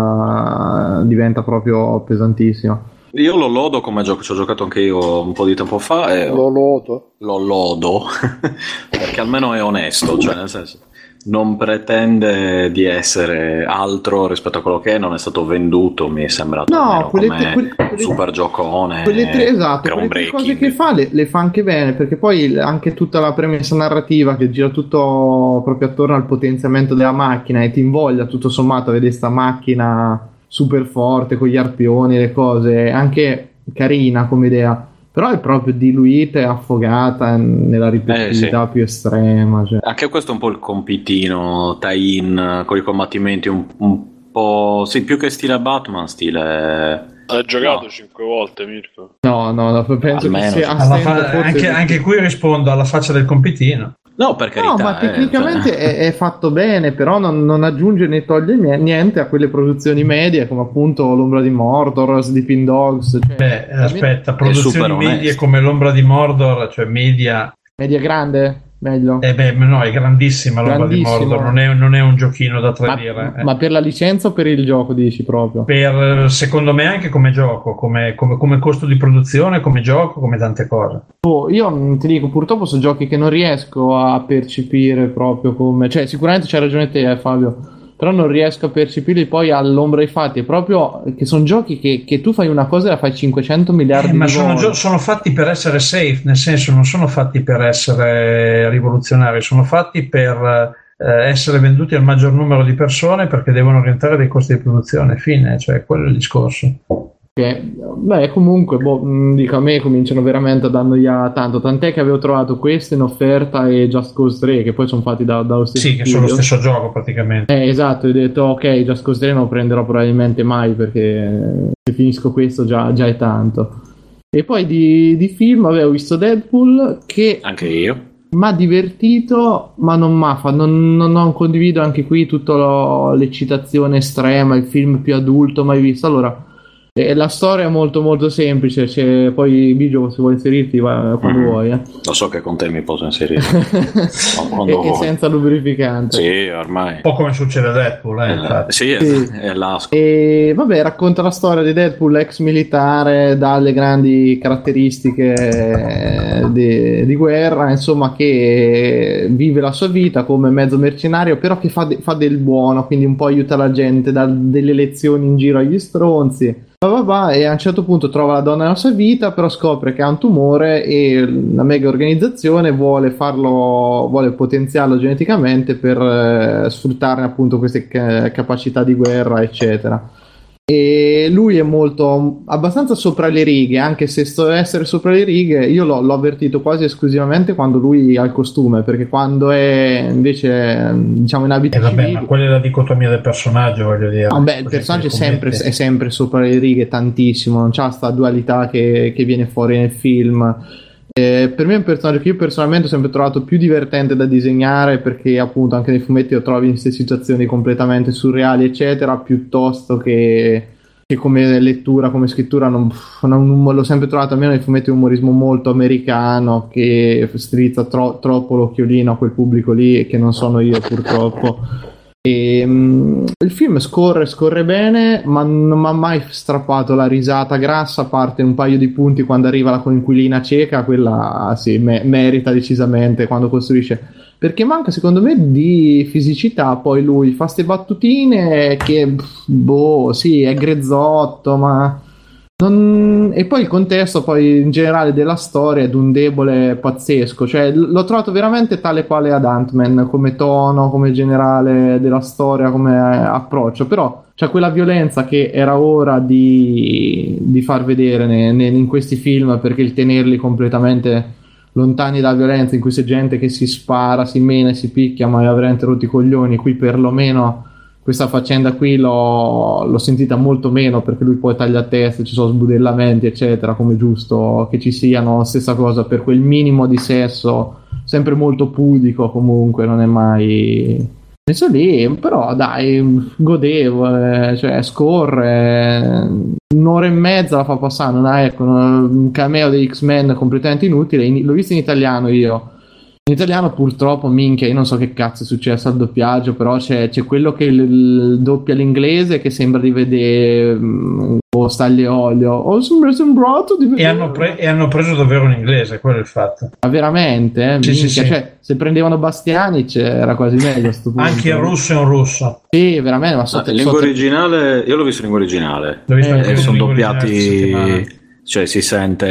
noia diventa proprio pesantissima. Io lo lodo come gioco, ci ho giocato anche io un po' di tempo fa e Lo lodo. lo lodo perché almeno è onesto, cioè nel senso non pretende di essere altro rispetto a quello che è, non è stato venduto, mi è sembrato no, quelle, come quelle, quelle, super giocone, quelle tre, esatto, quelle tre cose che fa le, le fa anche bene, perché poi anche tutta la premessa narrativa che gira tutto proprio attorno al potenziamento della macchina e ti invoglia tutto sommato a vedere sta macchina super forte con gli arpioni e le cose, anche carina come idea, però è proprio diluita e affogata nella ripetitività eh, sì. più estrema, cioè. Anche questo è un po' il compitino tie-in con i combattimenti un, un po' sì, più che stile Batman, stile hai giocato no. cinque volte, Mirko? No, no, no penso almeno che sia fa- anche, anche qui rispondo alla faccia del compitino. No, per carità. No, ma tecnicamente eh, è, è fatto bene, però non, non aggiunge né toglie niente a quelle produzioni medie come appunto l'ombra di Mordor, Sleeping Dogs. Cioè, Beh, aspetta, produzioni medie come l'ombra di Mordor, cioè media... Media grande? Meglio. Eh beh, no, è grandissima l'ombra di Mordor, non è, non è un giochino da tre ma, lire. Eh. Ma per la licenza o per il gioco dici proprio? Per, secondo me anche come gioco, come, come, come costo di produzione, come gioco, come tante cose. Oh, io ti dico, purtroppo sono giochi che non riesco a percepire proprio come... Cioè, sicuramente c'hai ragione te, eh, Fabio, però non riesco a percepirli poi all'ombra dei fatti. È proprio che sono giochi che, che tu fai una cosa e la fai cinquecento miliardi eh, di ma volte. sono, gio- sono fatti per essere safe, nel senso non sono fatti per essere rivoluzionari, sono fatti per eh, essere venduti al maggior numero di persone perché devono rientrare dei costi di produzione, fine, cioè quello è il discorso. Che, beh, comunque, boh, dico, a me cominciano veramente ad annoiare tanto. Tant'è che avevo trovato questo in offerta e Just Cause tre, che poi sono fatti da, dallo stesso sì, che studio. sono lo stesso gioco praticamente. Eh, esatto, ho detto ok, Just Cause tre non lo prenderò probabilmente mai perché se finisco questo già, già è tanto. E poi di, di film avevo visto Deadpool, che anche io mi ha divertito, ma non m'ha fa, non, non, non condivido anche qui tutta lo, l'eccitazione estrema, il film più adulto mai visto. Allora, eh, la storia è molto molto semplice, c'è, poi Bigio se vuoi inserirti va, quando mm. vuoi. Eh. Lo so che con te mi posso inserire. e, e senza lubrificante. Sì, ormai. Un po' come succede a Deadpool, eh, eh, sì, sì. È l'asco. E vabbè, racconta la storia di Deadpool, ex militare, dalle grandi caratteristiche di, di guerra, insomma, che vive la sua vita come mezzo mercenario, però che fa, de, fa del buono, quindi un po' aiuta la gente, dà delle lezioni in giro agli stronzi. Va, va, e a un certo punto trova la donna nella sua vita, però scopre che ha un tumore e la mega organizzazione vuole farlo, vuole potenziarlo geneticamente per eh, sfruttarne appunto queste ca- capacità di guerra, eccetera. E lui è molto abbastanza sopra le righe, anche se sto a essere sopra le righe io l'ho, l'ho avvertito quasi esclusivamente quando lui ha il costume, perché quando è invece diciamo in abiti eh vabbè, civili, ma quella è la dicotomia del personaggio, voglio dire. Vabbè, il personaggio è sempre, è sempre sopra le righe tantissimo, non c'ha sta dualità che, che viene fuori nel film. Eh, per me è un personaggio che io personalmente ho sempre trovato più divertente da disegnare, perché appunto anche nei fumetti lo trovi in queste situazioni completamente surreali eccetera, piuttosto che, che come lettura, come scrittura non, non, l'ho sempre trovato almeno nei fumetti un umorismo molto americano che strizza tro, troppo l'occhiolino a quel pubblico lì, che non sono io purtroppo. E, um, il film scorre scorre bene, ma non mi ha mai strappato la risata grassa, a parte un paio di punti quando arriva la coinquilina cieca, quella sì, me- merita decisamente quando costruisce, perché manca secondo me di fisicità. Poi lui fa ste battutine che boh, sì, è grezzotto, ma non... e poi il contesto poi in generale della storia è di un debole pazzesco, cioè l'ho trovato veramente tale quale ad Ant-Man come tono, come generale della storia, come approccio, però c'è quella violenza che era ora di, di far vedere ne, ne, in questi film, perché il tenerli completamente lontani dalla violenza, in cui c'è gente che si spara, si mena e si picchia, ma è veramente rotti i coglioni. Qui perlomeno questa faccenda qui l'ho, l'ho sentita molto meno, perché lui poi taglia a testa, ci sono sbudellamenti eccetera, come giusto che ci siano. Stessa cosa per quel minimo di sesso, sempre molto pudico, comunque non è mai messo lì, però dai, godevole, cioè scorre, un'ora e mezza la fa passare, non ha, ecco, un cameo degli X-Men completamente inutile. L'ho visto in italiano io. In italiano purtroppo, minchia, io non so che cazzo è successo al doppiaggio, però c'è, c'è quello che il, il doppia l'inglese, che sembra di vedere um, o staglie olio, o sembra sembrato di vedere... E hanno, pre- e hanno preso davvero un inglese, quello è il fatto. Ma veramente, eh? Sì, Minchia, sì, sì. cioè, se prendevano Bastianic era quasi meglio a sto punto. Anche il russo è un russo. Sì, veramente, ma sotto, in lingua sotto... originale, io l'ho visto in lingua originale. L'ho visto anche E in sono lingua doppiati, originale cioè si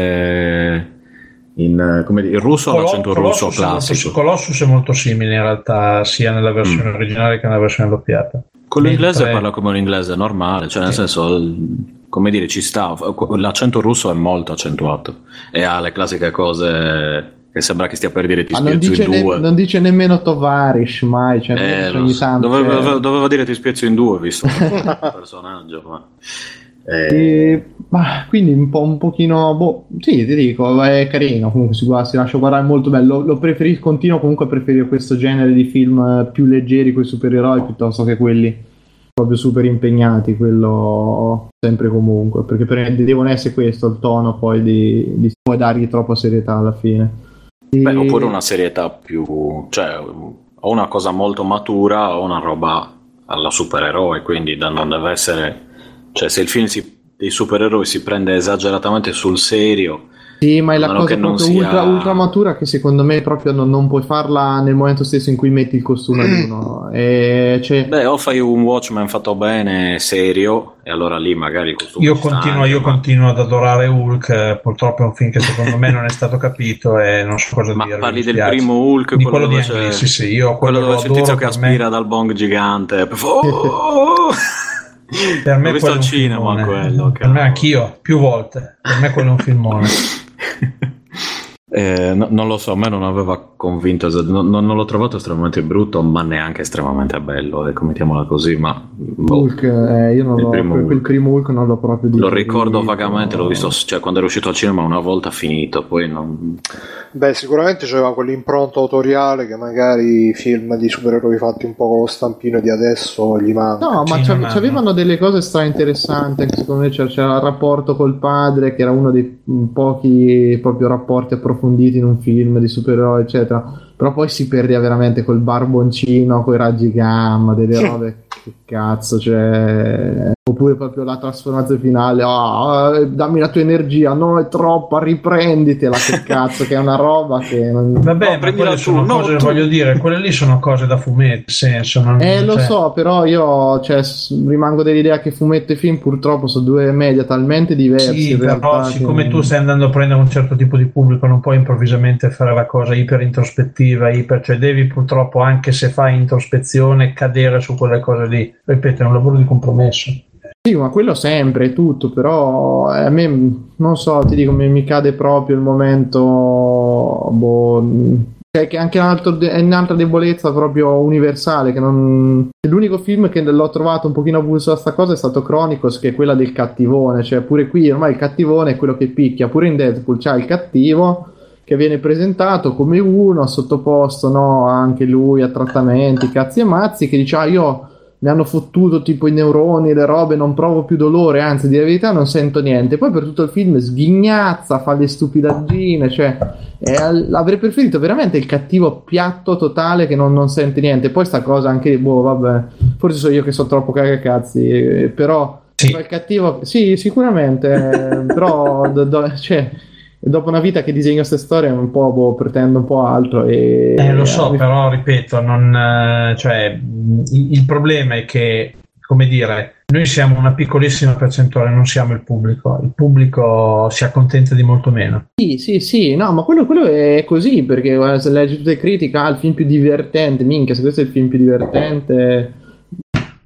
sente in, come dire, il russo ha Colo- l'accento russo Colossus è molto- classico. Colossus è molto simile in realtà, sia nella versione Mm. originale che nella versione doppiata. Con l'inglese Mentre- parla come un inglese normale, cioè nel Sì. senso, il- come dire, ci sta. L'accento russo è molto accentuato e ha le classiche cose che sembra che stia per dire ti Ma non spiezzo dice, in ne- due. non dice nemmeno Tovarish mai, cioè, Eh, ogni lo so. tanto, doveva, cioè- doveva dire ti spiezzo in due, visto il personaggio, ma... Eh, E, ma quindi un po' un pochino, boh, sì, ti dico, è carino, comunque si, guarda, si lascia guardare, molto bello. Lo, lo preferisco, continuo comunque a preferire questo genere di film eh, più leggeri con i supereroi piuttosto che quelli proprio super impegnati, quello sempre comunque, perché per, devono essere questo il tono poi di, di poi dargli troppa serietà alla fine. E... Beh, oppure una serietà più, cioè o una cosa molto matura o una roba alla supereroe, quindi da, non deve essere, cioè se il film si, dei supereroi si prende esageratamente sul serio, Sì, ma è la a meno cosa che non proprio sia- ultra, ultra matura che secondo me proprio non, non puoi farla nel momento stesso in cui metti il costume ad uno. E cioè, beh, o fai un Watchmen fatto bene, serio, e allora lì magari il costume Io ci sta continuo, anche, io ma- continuo ad adorare Hulk, eh, purtroppo è un film che secondo me non è stato capito e non so cosa Ma dire. parli mi del dispiace. primo Hulk, Di quello quello di dove Ang c'è- Lee, sì, sì, io quello dove lo c'è il tizio adoro, che per me- aspira dal bong gigante. Oh! Per me L'ho visto quello è al un cinema filmone. quello, Per me cavolo. anch'io, più volte. Per me quello è un filmone. Eh, no- non lo so, a me non aveva convinto, es- non, non l'ho trovato estremamente brutto, ma neanche estremamente bello, ecco, mettiamola così, ma boh, Hulk, eh, io non Il l'ho, primo quel, quel Hulk. primo Hulk non l'ho proprio lo digerito. ricordo vagamente, l'ho visto, cioè quando era uscito al cinema una volta finito, poi non... Beh, sicuramente c'aveva quell'impronta autoriale che magari i film di supereroi fatti un po' con lo stampino di adesso gli manca. No, ma Sì, c'ave- non hanno. c'avevano delle cose stra interessanti, anche secondo me c'era, c'era il rapporto col padre, che era uno dei mm, pochi proprio rapporti approfonditi in un film di supereroi, eccetera. Però poi si perdeva veramente col barboncino, coi raggi gamma, delle robe, che cazzo, cioè... Oppure proprio la trasformazione finale, ah, eh, dammi la tua energia, no, è troppa, riprenditela, che cazzo, che è una roba che non... Vabbè, No, ma prendila quelle tu, sono no, cose, tu. voglio dire, quelle lì sono cose da fumetto, nel senso. Non, Eh, lo cioè- so, però io cioè, s- rimango dell'idea che fumetto e film purtroppo sono due media talmente diversi. Sì, in però realtà, siccome che- tu stai andando a prendere un certo tipo di pubblico, non puoi improvvisamente fare la cosa iper introspettiva, iper, cioè devi purtroppo, anche se fai introspezione, cadere su quelle cose lì. Ripeto, è un lavoro di compromesso. Sì, ma quello sempre, è tutto, però eh, a me, non so, ti dico, mi, mi cade proprio il momento, boh, cioè, che anche un altro de- è un'altra debolezza proprio universale, che non... L'unico film che l'ho trovato un pochino avulso da sta cosa è stato Chronicles, che è quella del cattivone, cioè pure qui ormai il cattivone è quello che picchia, pure in Deadpool c'ha il cattivo che viene presentato come uno sottoposto, no, anche lui a trattamenti, cazzi e mazzi, che dice, ah, io mi hanno fottuto tipo i neuroni, le robe, non provo più dolore, anzi di la verità non sento niente. Poi per tutto il film sghignazza, fa le stupidaggine, cioè eh, avrei preferito veramente il cattivo piatto totale che non, non sente niente. Poi sta cosa anche, boh, vabbè, forse sono io che sono troppo cagacazzi, eh, però Sì. il cattivo, sì, sicuramente, eh, però do- do- cioè, dopo una vita che disegno queste storie un po', boh, pretendo un po' altro e Eh, lo so, eh, però ripeto, non, eh, cioè, mh, il, il problema è che, come dire, noi siamo una piccolissima percentuale, non siamo il pubblico. Il pubblico si accontenta di molto meno. Sì, sì, sì, no, ma quello, quello è così, perché guarda, se leggi tutte le critiche, ah, il film più divertente, minchia, se questo è il film più divertente,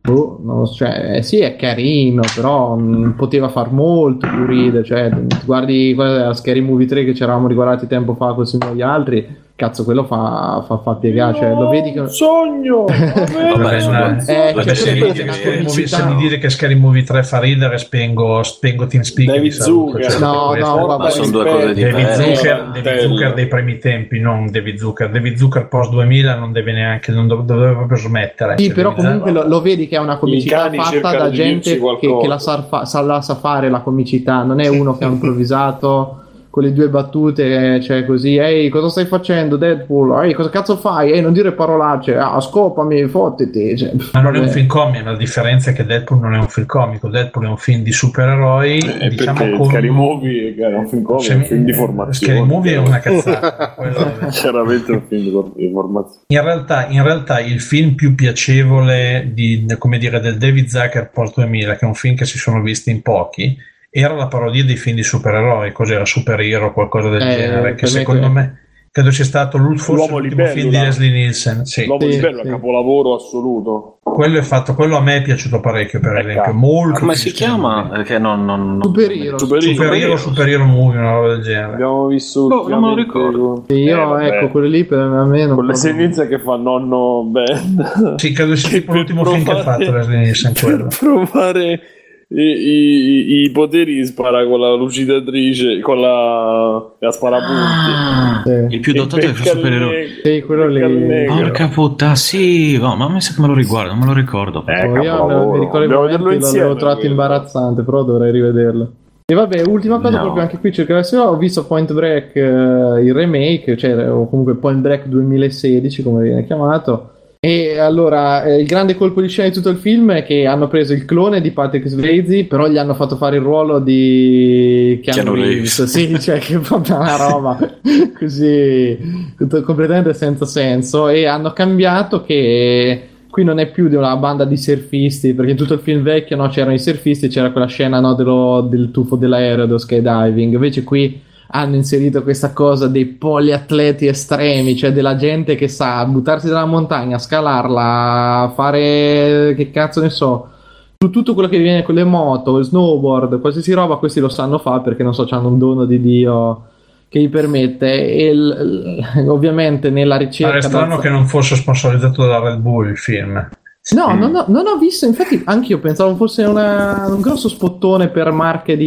Boh, non so, cioè, sì, è carino, però mh, poteva far molto più ridere. Cioè, guardi la Scary Movie tre che ci eravamo riguardati tempo fa così noi gli altri. Cazzo, quello fa, fa, fa piegare, cioè, lo vedi che... Un sogno! Vabbè, eh, eh, cioè, se, mi dire che, movie, se mi dire che Scary Movie tre fa ridere, spengo, spengo TeamSpeak. David Zucker. No, no, vabbè, sono due cose David diverse. Zucker, David Zucker dei primi tempi, non David Zucker. David Zucker post duemila non deve neanche, non dov- doveva proprio smettere. Sì, però comunque lo, lo vedi che è una comicità fatta da gente che, che la sa, fa, sa, la sa fare la comicità, non è uno che ha improvvisato con le due battute, cioè così, ehi, cosa stai facendo Deadpool? Ehi, cosa cazzo fai? Ehi, non dire parolacce, ah, scopami, fottiti. Cioè, ma non è un film comico, la differenza è che Deadpool non è un film comico, Deadpool è un film di supereroi, eh, diciamo perché con... Scary Movie è un film comico, è un film di formazione. Scary Movie è una cazzata. Chiaramente un film di formazione. In realtà, in realtà il film più piacevole di, come dire, del David Zucker post duemila, che è un film che si sono visti in pochi, era la parodia dei film di supereroi, cos'era Superhero o qualcosa del eh, genere, che secondo me, me credo sia stato forse l'uomo l'ultimo libellula. film di Leslie Nielsen. Sì. L'uomo sì, libello è sì. un capolavoro assoluto. Quello è fatto, quello a me è piaciuto parecchio, per esempio, Ecco. molto. Come si chiama? Che non, non, non... Superhero. Superhero, Superhero Movie, una roba del genere. Abbiamo visto no, non me lo ricordo. Io, eh, ecco, quello lì per me non con le proprio... sentenze che fa nonno Ben. Sì, credo sia tipo l'ultimo provare, film che ha fatto Leslie Nielsen, quello. Per provare i, i, i poteri spara con la lucidatrice, con la, la sparapunti. Ah, Sì. il più dotato è il supereroe. Sì, quello lì. Porca puttana, sì, oh, ma a me sa che me lo riguardo, non me lo ricordo. Eh, Oh, io me- mi ricordo i Dobbiamo momenti, vederlo insieme, l'avevo trovato quello. imbarazzante, però dovrei rivederlo. E vabbè, ultima cosa, No. proprio anche qui cercare se ho visto Point Break, eh, il remake, cioè o comunque Point Break duemilasedici come viene chiamato. E allora eh, il grande colpo di scena di tutto il film è che hanno preso il clone di Patrick Swayze, però gli hanno fatto fare il ruolo di Keanu Keanu Reeves. Reeves. Sì, cioè che è proprio una roba così tutto completamente senza senso, e hanno cambiato che qui non è più di una banda di surfisti, perché in tutto il film vecchio, no, c'erano i surfisti, c'era quella scena, no, dello, del tuffo dell'aereo, dello skydiving. Invece qui hanno inserito questa cosa dei poliatleti estremi, cioè della gente che sa buttarsi dalla montagna, scalarla, fare, che cazzo ne so, tutto quello che viene con le moto, il snowboard, qualsiasi roba, questi lo sanno fare perché non so, hanno un dono di Dio che gli permette. E il, il, ovviamente nella ricerca, Pare strano da... che non fosse sponsorizzato da Red Bull il film. No, non ho, non ho visto, infatti anch'io pensavo fosse una, un grosso spottone per marche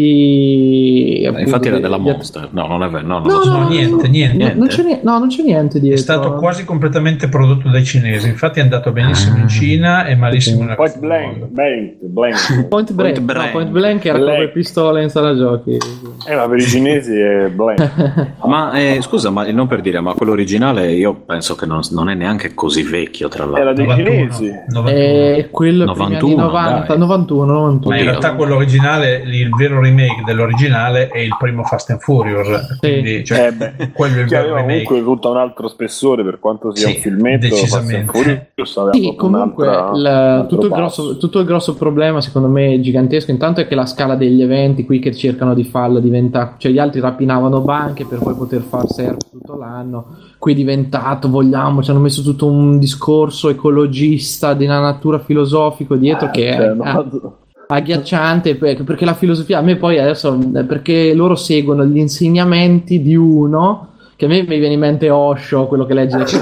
di... Eh, infatti era di- della di- Monster. No, non è vero. No, non No, lo so. no, No, niente, niente. No, non c'è, ni- no, non c'è niente dietro. È stato quasi completamente prodotto dai cinesi, infatti è andato benissimo in Cina e malissimo nel Point resto del blank, mondo. blank, blank. Point Blank, Point no, Blank. Point Blank era Blank. come pistola in sala giochi. Eh, ma per i cinesi è blank. Ma eh, scusa, ma non per dire, ma quello originale io penso che non, non è neanche così vecchio, tra l'altro. Era dei novantuno, cinesi. novantuno. E quello primi anni novantuno, novanta, dai. novantuno, novantuno. Ma in realtà quello originale, il vero remake dell'originale è il primo Fast and Furious, quindi cioè, Eh beh, quello è il che vero aveva remake. comunque tutto un altro spessore, per quanto sia Sì, un filmetto. decisamente. Fast and Furious aveva Sì, proprio comunque un'altra- il- un altro tutto, il passo. grosso, tutto il grosso problema secondo me gigantesco intanto è che la scala degli eventi qui che cercano di farlo diventa, cioè gli altri rapinavano banche per poi poter far surf tutto l'anno, qui è diventato, vogliamo, ci hanno messo tutto un discorso ecologista di una natura filosofico dietro che Cioè, è no, agghiacciante, per- perché la filosofia a me poi adesso, perché loro seguono gli insegnamenti di uno che a me mi viene in mente Osho, quello che legge le cose su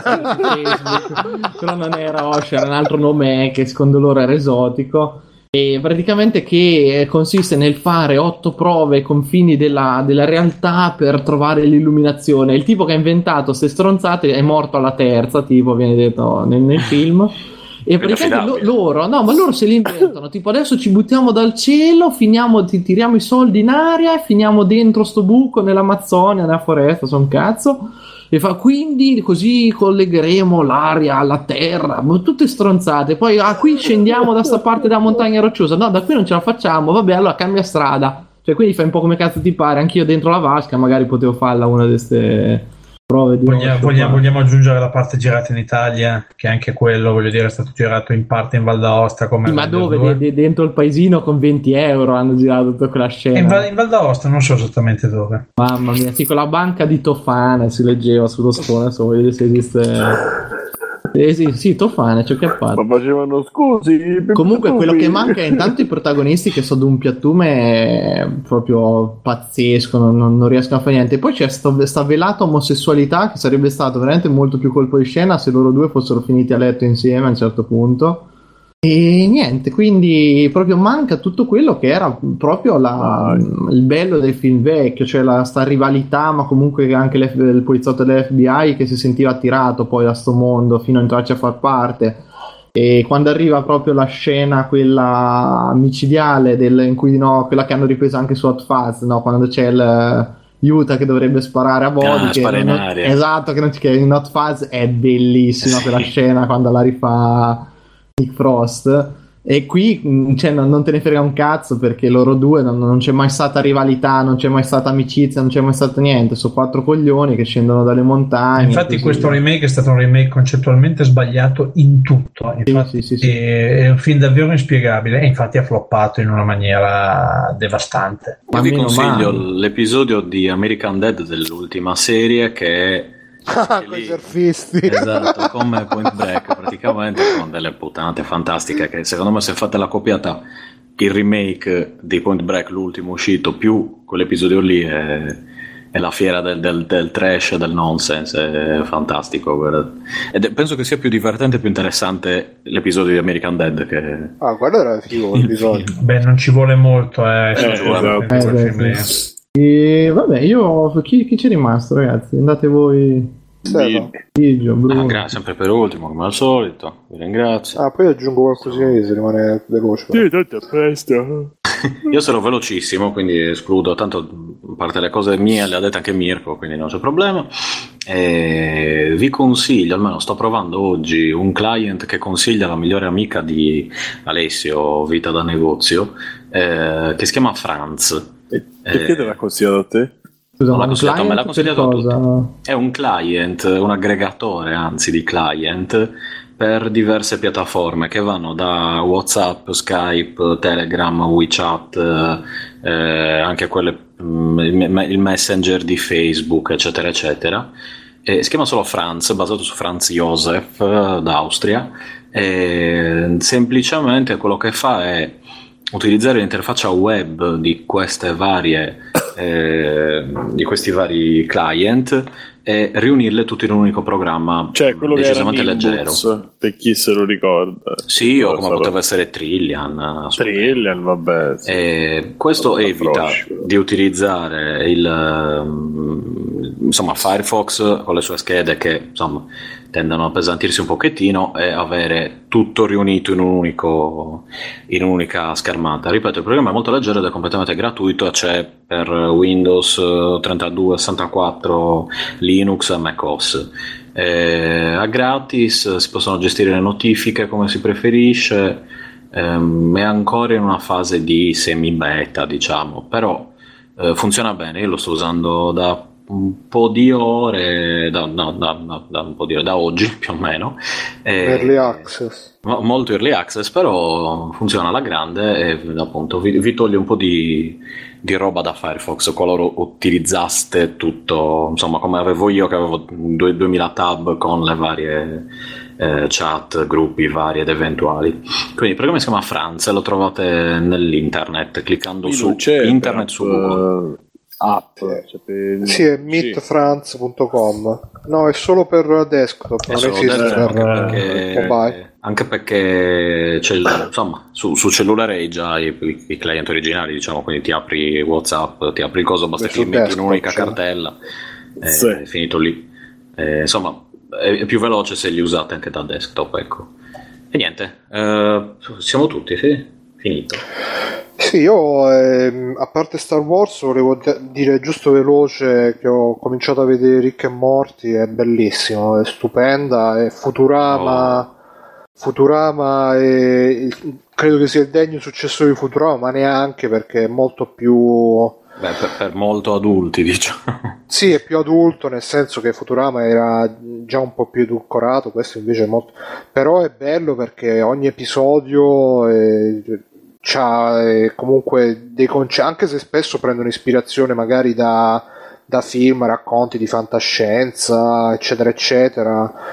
Facebook, però non era Osho, era un altro nome che secondo loro era esotico, e praticamente che consiste nel fare otto prove ai confini della, della realtà per trovare l'illuminazione. Il tipo che ha inventato ste stronzate è morto alla terza, tipo viene detto nel, nel film. E praticamente lo- loro, no, ma loro se li inventano, tipo adesso ci buttiamo dal cielo, finiamo, ti tiriamo i soldi in aria e finiamo dentro sto buco nell'Amazzonia, nella foresta, son cazzo, e fa quindi così collegheremo l'aria alla terra, ma tutte stronzate, poi ah, qui scendiamo da sta parte della montagna rocciosa, no, da qui non ce la facciamo, vabbè, allora cambia strada, cioè quindi fai un po' come cazzo ti pare, anch'io dentro la vasca magari potevo farla una di queste prove di Vogliamo, Osho, vogliamo, ma- vogliamo aggiungere la parte girata in Italia, che anche quello, voglio dire, è stato girato in parte in Val d'Aosta come ma Ranger dove? due. De- de- dentro il paesino con venti euro hanno girato tutta quella scena. E in, Val, in Val d'Aosta non so esattamente dove. Mamma mia, sì, con la banca di Tofana si leggeva sullo sfondo, adesso voglio vedere se esiste. Eh sì, sì, Tofane, ciò che ha fatto. Ma facevano scusi. Comunque quello che manca è intanto i protagonisti che sono di un piattume è proprio pazzesco, non, non, non riescono a fare niente. E poi c'è sto, sta velata omosessualità che sarebbe stato veramente molto più colpo di scena se loro due fossero finiti a letto insieme a un certo punto. E niente, quindi proprio manca tutto quello che era proprio la, il bello del film vecchio, cioè la sta rivalità, ma comunque anche il poliziotto dell'F B I che si sentiva attirato poi da sto mondo fino a entrarci a far parte. E quando arriva proprio la scena quella micidiale del, in cui no, quella che hanno ripreso anche su Hot Fuzz, no, quando c'è il Utah che dovrebbe sparare a Body, ah, che spara in non, aria. esatto, che, non, che in Hot Fuzz è bellissima, sì, quella scena quando la rifà Nick Frost. E qui cioè, non, non te ne frega un cazzo perché loro due non, non c'è mai stata rivalità, non c'è mai stata amicizia, non c'è mai stato niente, sono quattro coglioni che scendono dalle montagne. Infatti questo remake è stato un remake concettualmente sbagliato in tutto, infatti, sì, sì, sì, sì. È un film davvero inspiegabile e infatti ha floppato in una maniera devastante. Io vi consiglio male. l'episodio di American Dad dell'ultima serie che è Ah, con i surfisti. Esatto, come Point Break praticamente, con delle puttanate fantastiche che secondo me se fate la copiata il remake di Point Break, l'ultimo uscito, più quell'episodio lì è, è la fiera del, del, del trash, del nonsense, è fantastico, guarda. Ed è, penso che sia più divertente e più interessante l'episodio di American Dad che... Ah, guarda, era figo l'episodio. Beh, non ci vuole molto eh, eh, esatto. eh, beh, sì. E vabbè, io chi, chi c'è rimasto, ragazzi? Andate voi. Biggio, Bruno. Ah, grazie, sempre per ultimo, come al solito. Vi ringrazio. Ah, poi aggiungo qualcosina se rimane veloce. Sì, tanto a presto. Io sarò velocissimo, quindi escludo. Tanto, a parte le cose mie, le ha dette anche Mirko, quindi non c'è problema. E vi consiglio, almeno sto provando oggi, un client che consiglia la migliore amica di Alessio, Vita da Negozio, eh, che si chiama Franz. E perché eh, te l'ha consigliato a te? Scusa, non l'ha un consigliato, me l'ha consigliato a tutti. È un client, un aggregatore anzi di client per diverse piattaforme che vanno da WhatsApp, Skype, Telegram, WeChat, eh, anche quelle, mh, il Messenger di Facebook, eccetera, eccetera. E si chiama solo Franz, basato su Franz Josef d'Austria. E semplicemente quello che fa è utilizzare l'interfaccia web di queste varie eh, di questi vari client e riunirle tutte in un unico programma, cioè quello decisamente che era leggero, Nimbus, per chi se lo ricorda. Sì, o come poteva essere Trillian. Trillian, vabbè. Sì. E questo non evita di utilizzare il insomma Firefox con le sue schede che insomma tendono a appesantirsi un pochettino e avere tutto riunito in un unico in un'unica schermata. Ripeto, il programma è molto leggero ed è completamente gratuito, c'è per Windows trentadue, sessantaquattro, Linux e macOS. Eh, a gratis, si possono gestire le notifiche come si preferisce, ehm, è ancora in una fase di semi beta, diciamo, però eh, funziona bene. Io lo sto usando da un po' di ore, da, no, da, da, da un po' di ore, da oggi più o meno. Eh, early access. Molto early access, però funziona alla grande e appunto vi, vi toglie un po' di, di roba da Firefox qualora utilizzaste tutto, insomma, come avevo io che avevo duemila tab con le varie eh, chat, gruppi vari ed eventuali. Quindi il programma si chiama Franz e lo trovate nell'internet cliccando su internet su Google. App, cioè per... sì, è meet franz punto com. No, è solo per desktop, non esiste per anche perché, mobile. Anche perché c'è il, insomma, su, su cellulare hai già i, i, i client originali, diciamo, quindi ti apri WhatsApp, ti apri il coso, basta Beh, che li metti in un'unica cioè. cartella e sì. è finito lì. E, insomma, è, è più veloce se li usate anche da desktop, ecco. E niente, eh, siamo tutti, sì? Finito. Sì, io eh, a parte Star Wars volevo dire giusto veloce che ho cominciato a vedere Rick e Morty, è bellissimo, è stupenda, è Futurama, oh. Futurama è, credo che sia il degno successore di Futurama, ma neanche, perché è molto più... Beh, per, per molto adulti, diciamo. Sì, è più adulto, nel senso che Futurama era già un po' più edulcorato, questo invece è molto... Però è bello perché ogni episodio... È... c'ha eh, comunque dei concetti, anche se spesso prendono ispirazione magari da, da film, racconti di fantascienza, eccetera eccetera,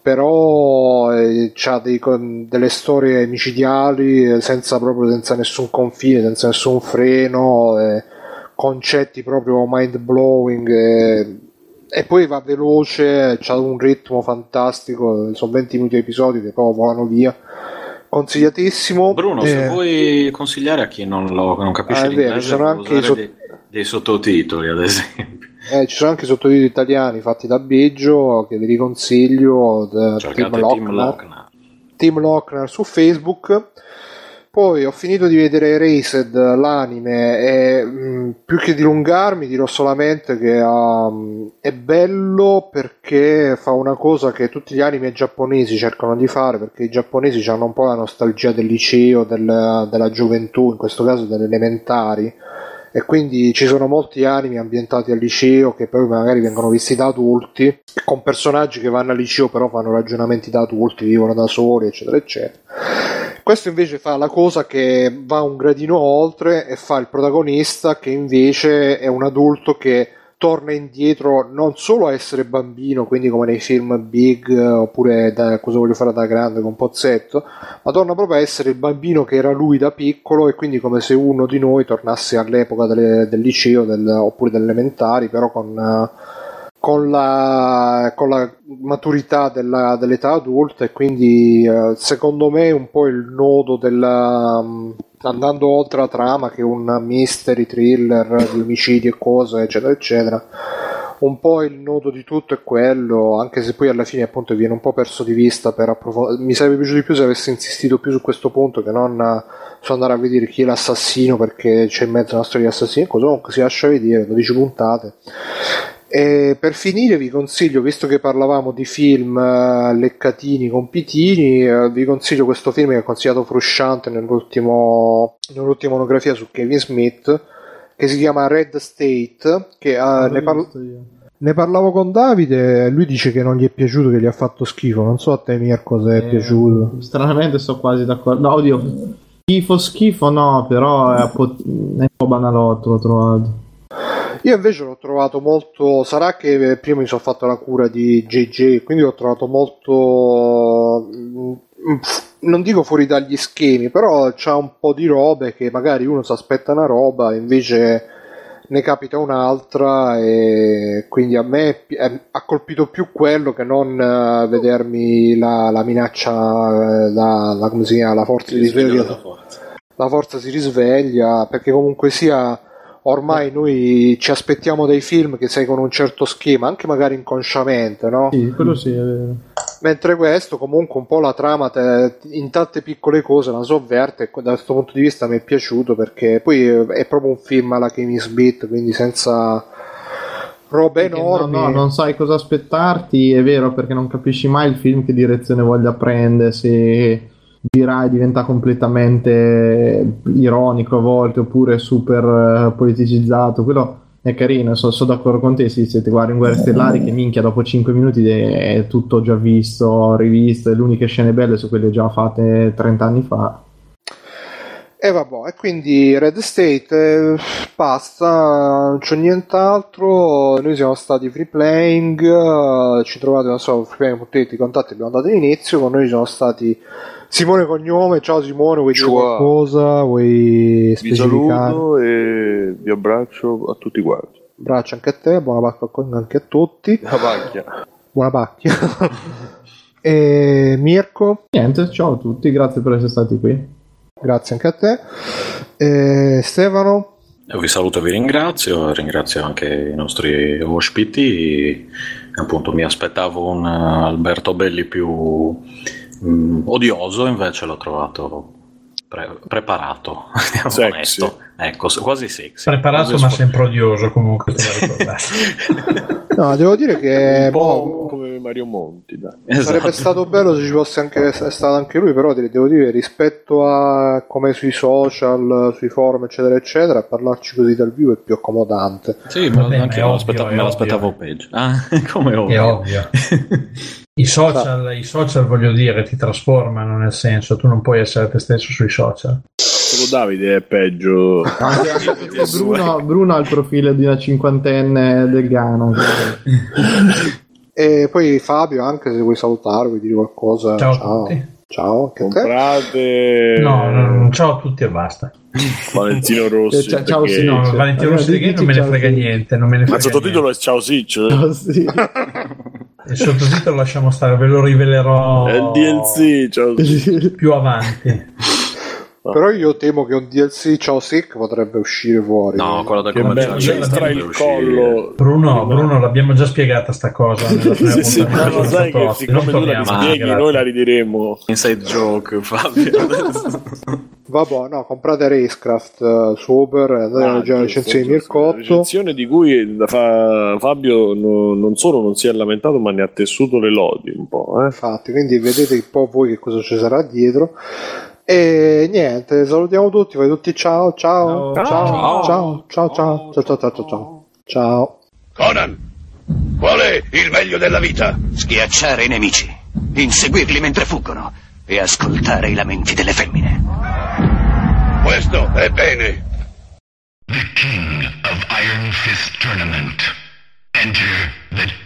però eh, c'ha dei, delle storie micidiali senza proprio senza nessun confine, senza nessun freno, eh, concetti proprio mind blowing, eh, e poi va veloce, c'ha un ritmo fantastico, sono venti minuti di episodi che poi volano via. Consigliatissimo. Bruno, eh, se vuoi consigliare a chi non, lo, non capisce ah, l'inglese, ci sono anche usare i so- dei, dei sottotitoli, ad esempio. Eh, ci sono anche sottotitoli italiani fatti da Biggio che vi riconsiglio, da Tim Lochner. Lochner. Tim Lochner su Facebook. Poi ho finito di vedere Erased, l'anime, e mh, più che dilungarmi dirò solamente che um, è bello perché fa una cosa che tutti gli anime giapponesi cercano di fare, perché i giapponesi hanno un po' la nostalgia del liceo, del, della gioventù, in questo caso delle elementari, e quindi ci sono molti anime ambientati al liceo che poi magari vengono visti da adulti, con personaggi che vanno al liceo però fanno ragionamenti da adulti, vivono da soli, eccetera eccetera. Questo invece fa la cosa che va un gradino oltre e fa il protagonista che invece è un adulto che torna indietro non solo a essere bambino, quindi come nei film Big oppure da Cosa voglio fare da grande con Pozzetto, ma torna proprio a essere il bambino che era lui da piccolo, e quindi come se uno di noi tornasse all'epoca delle, del liceo del, oppure delle elementari, però con, con, la, con la maturità della, dell'età adulta, e quindi secondo me un po' il nodo della... andando oltre la trama, che è un mystery thriller di omicidi e cose eccetera eccetera, un po' il nodo di tutto è quello, anche se poi alla fine appunto viene un po' perso di vista per approfondire. Mi sarebbe piaciuto di più se avessi insistito più su questo punto che non su andare a vedere chi è l'assassino, perché c'è in mezzo una storia di assassino, comunque si lascia vedere, dodici puntate. E per finire vi consiglio, visto che parlavamo di film uh, leccatini, compitini, uh, vi consiglio questo film che ha consigliato Frusciante nell'ultimo, nell'ultima monografia su Kevin Smith, che si chiama Red State, che uh, ne, parlo, ne parlavo con Davide, lui dice che non gli è piaciuto, che gli ha fatto schifo. Non so a te Mirko se è eh, piaciuto. Stranamente sto quasi d'accordo. No, oddio, schifo schifo no, però è un po', è un po' banalotto, l'ho trovato. Io invece l'ho trovato molto, sarà che prima mi sono fatto la cura di J J, quindi l'ho trovato molto, non dico fuori dagli schemi, però c'ha un po' di robe che magari uno si aspetta una roba, invece ne capita un'altra, e quindi a me ha colpito più quello che non vedermi la, la minaccia, la, la, come si chiama, la forza si risveglia, la forza. la forza si risveglia, perché comunque sia... Ormai noi ci aspettiamo dei film che seguono un certo schema, anche magari inconsciamente, no? Sì, quello sì, è vero. Mentre questo comunque un po' la trama te, in tante piccole cose la sovverte, e da questo punto di vista mi è piaciuto, perché poi è proprio un film alla Kevin Smith, quindi senza robe perché enormi. No, no, non sai cosa aspettarti, è vero, perché non capisci mai il film che direzione voglia prendere, se dirà e diventa completamente ironico a volte oppure super uh, politicizzato. Quello è carino, sono so d'accordo con te. Se siete guardi in Guerre Stellari, che minchia, dopo cinque minuti è tutto già visto, rivisto, e le uniche scene belle sono quelle già fatte trenta anni fa. E vabbè, e quindi Red State, eh, basta, non c'è nient'altro. Noi siamo stati Free Playing, uh, ci trovate, non so, freeplaying punto it, i contatti abbiamo dato all'inizio. Con noi sono stati Simone Cognome. Ciao Simone, vuoi dire qualcosa? Vuoi specificare? Vi saluto e vi abbraccio a tutti quanti. Abbraccio anche a te, buona pacchia anche a tutti. La pacchia. Buona pacchia. E Mirko? Niente, ciao a tutti, grazie per essere stati qui. Grazie anche a te. E Stefano? Io vi saluto e vi ringrazio, ringrazio anche i nostri ospiti. Appunto mi aspettavo un Alberto Belli più mh, odioso, invece l'ho trovato pre- preparato, onesto. Ecco, quasi sexy. Preparato quasi ma sp- sempre odioso, comunque te la ricordate. No, devo dire che un po' boh, come Mario Monti, dai. Sarebbe Esatto. stato bello se ci fosse anche stato anche lui, però devo dire, rispetto a come sui social, sui forum eccetera eccetera, parlarci così dal vivo è più accomodante. Sì, ma Vabbè, anche è me, ovvio, l'aspettavo, è me ovvio. l'aspettavo peggio. Ah, come ovvio. È ovvio. I social, i social, voglio dire, ti trasformano, nel senso, tu non puoi essere te stesso sui social. Solo Davide è peggio. Bruno, Bruno ha il profilo di una cinquantenne del Ghana. E poi Fabio, anche se vuoi salutare, vuoi dire qualcosa. Ciao, ciao. a tutti. Ciao, anche a te. Comprate No, no, ciao a tutti e basta. Valentino Rossi. Ciao, ciao, perché- sì, No, Cioè, Valentino allora, Rossi di Gay non me ne dici frega ciao, sì. niente, non me ne Ma frega il sottotitolo niente. è Ciao Siccio. Oh, sì. Il sottotitolo lasciamo stare, ve lo rivelerò È il D L C. Ciao Siccio. più avanti. Però io temo che un D L C Ciao Sick potrebbe uscire fuori. No, quello da Vabbè, commercialista c'entra deve il uscire. collo. Bruno, Bruno, l'abbiamo già spiegata sta cosa nella prima Sì, sì, puntata ma lo con sai che Sottoposti. siccome Non tu la torniamo, rispieghi, grazie. noi la ridiremo. Inside joke, Fabio. Vabbè, no, comprate Racecraft uh, su Uber e andate a leggere la recensione di La Mircotto. recensione di cui da fa- Fabio no- non solo non si è lamentato, ma ne ha tessuto le lodi un po'. Eh. Infatti, quindi vedete un po' voi che cosa ci sarà dietro. E niente, salutiamo tutti, vai tutti ciao, ciao, ciao, ciao, ciao, ciao, ciao, ciao, ciao, ciao, ciao, ciao. Conan, qual è il meglio della vita? Schiacciare i nemici, inseguirli mentre fuggono e ascoltare i lamenti delle femmine. Questo è bene. The King of Iron Fist Tournament. Enter the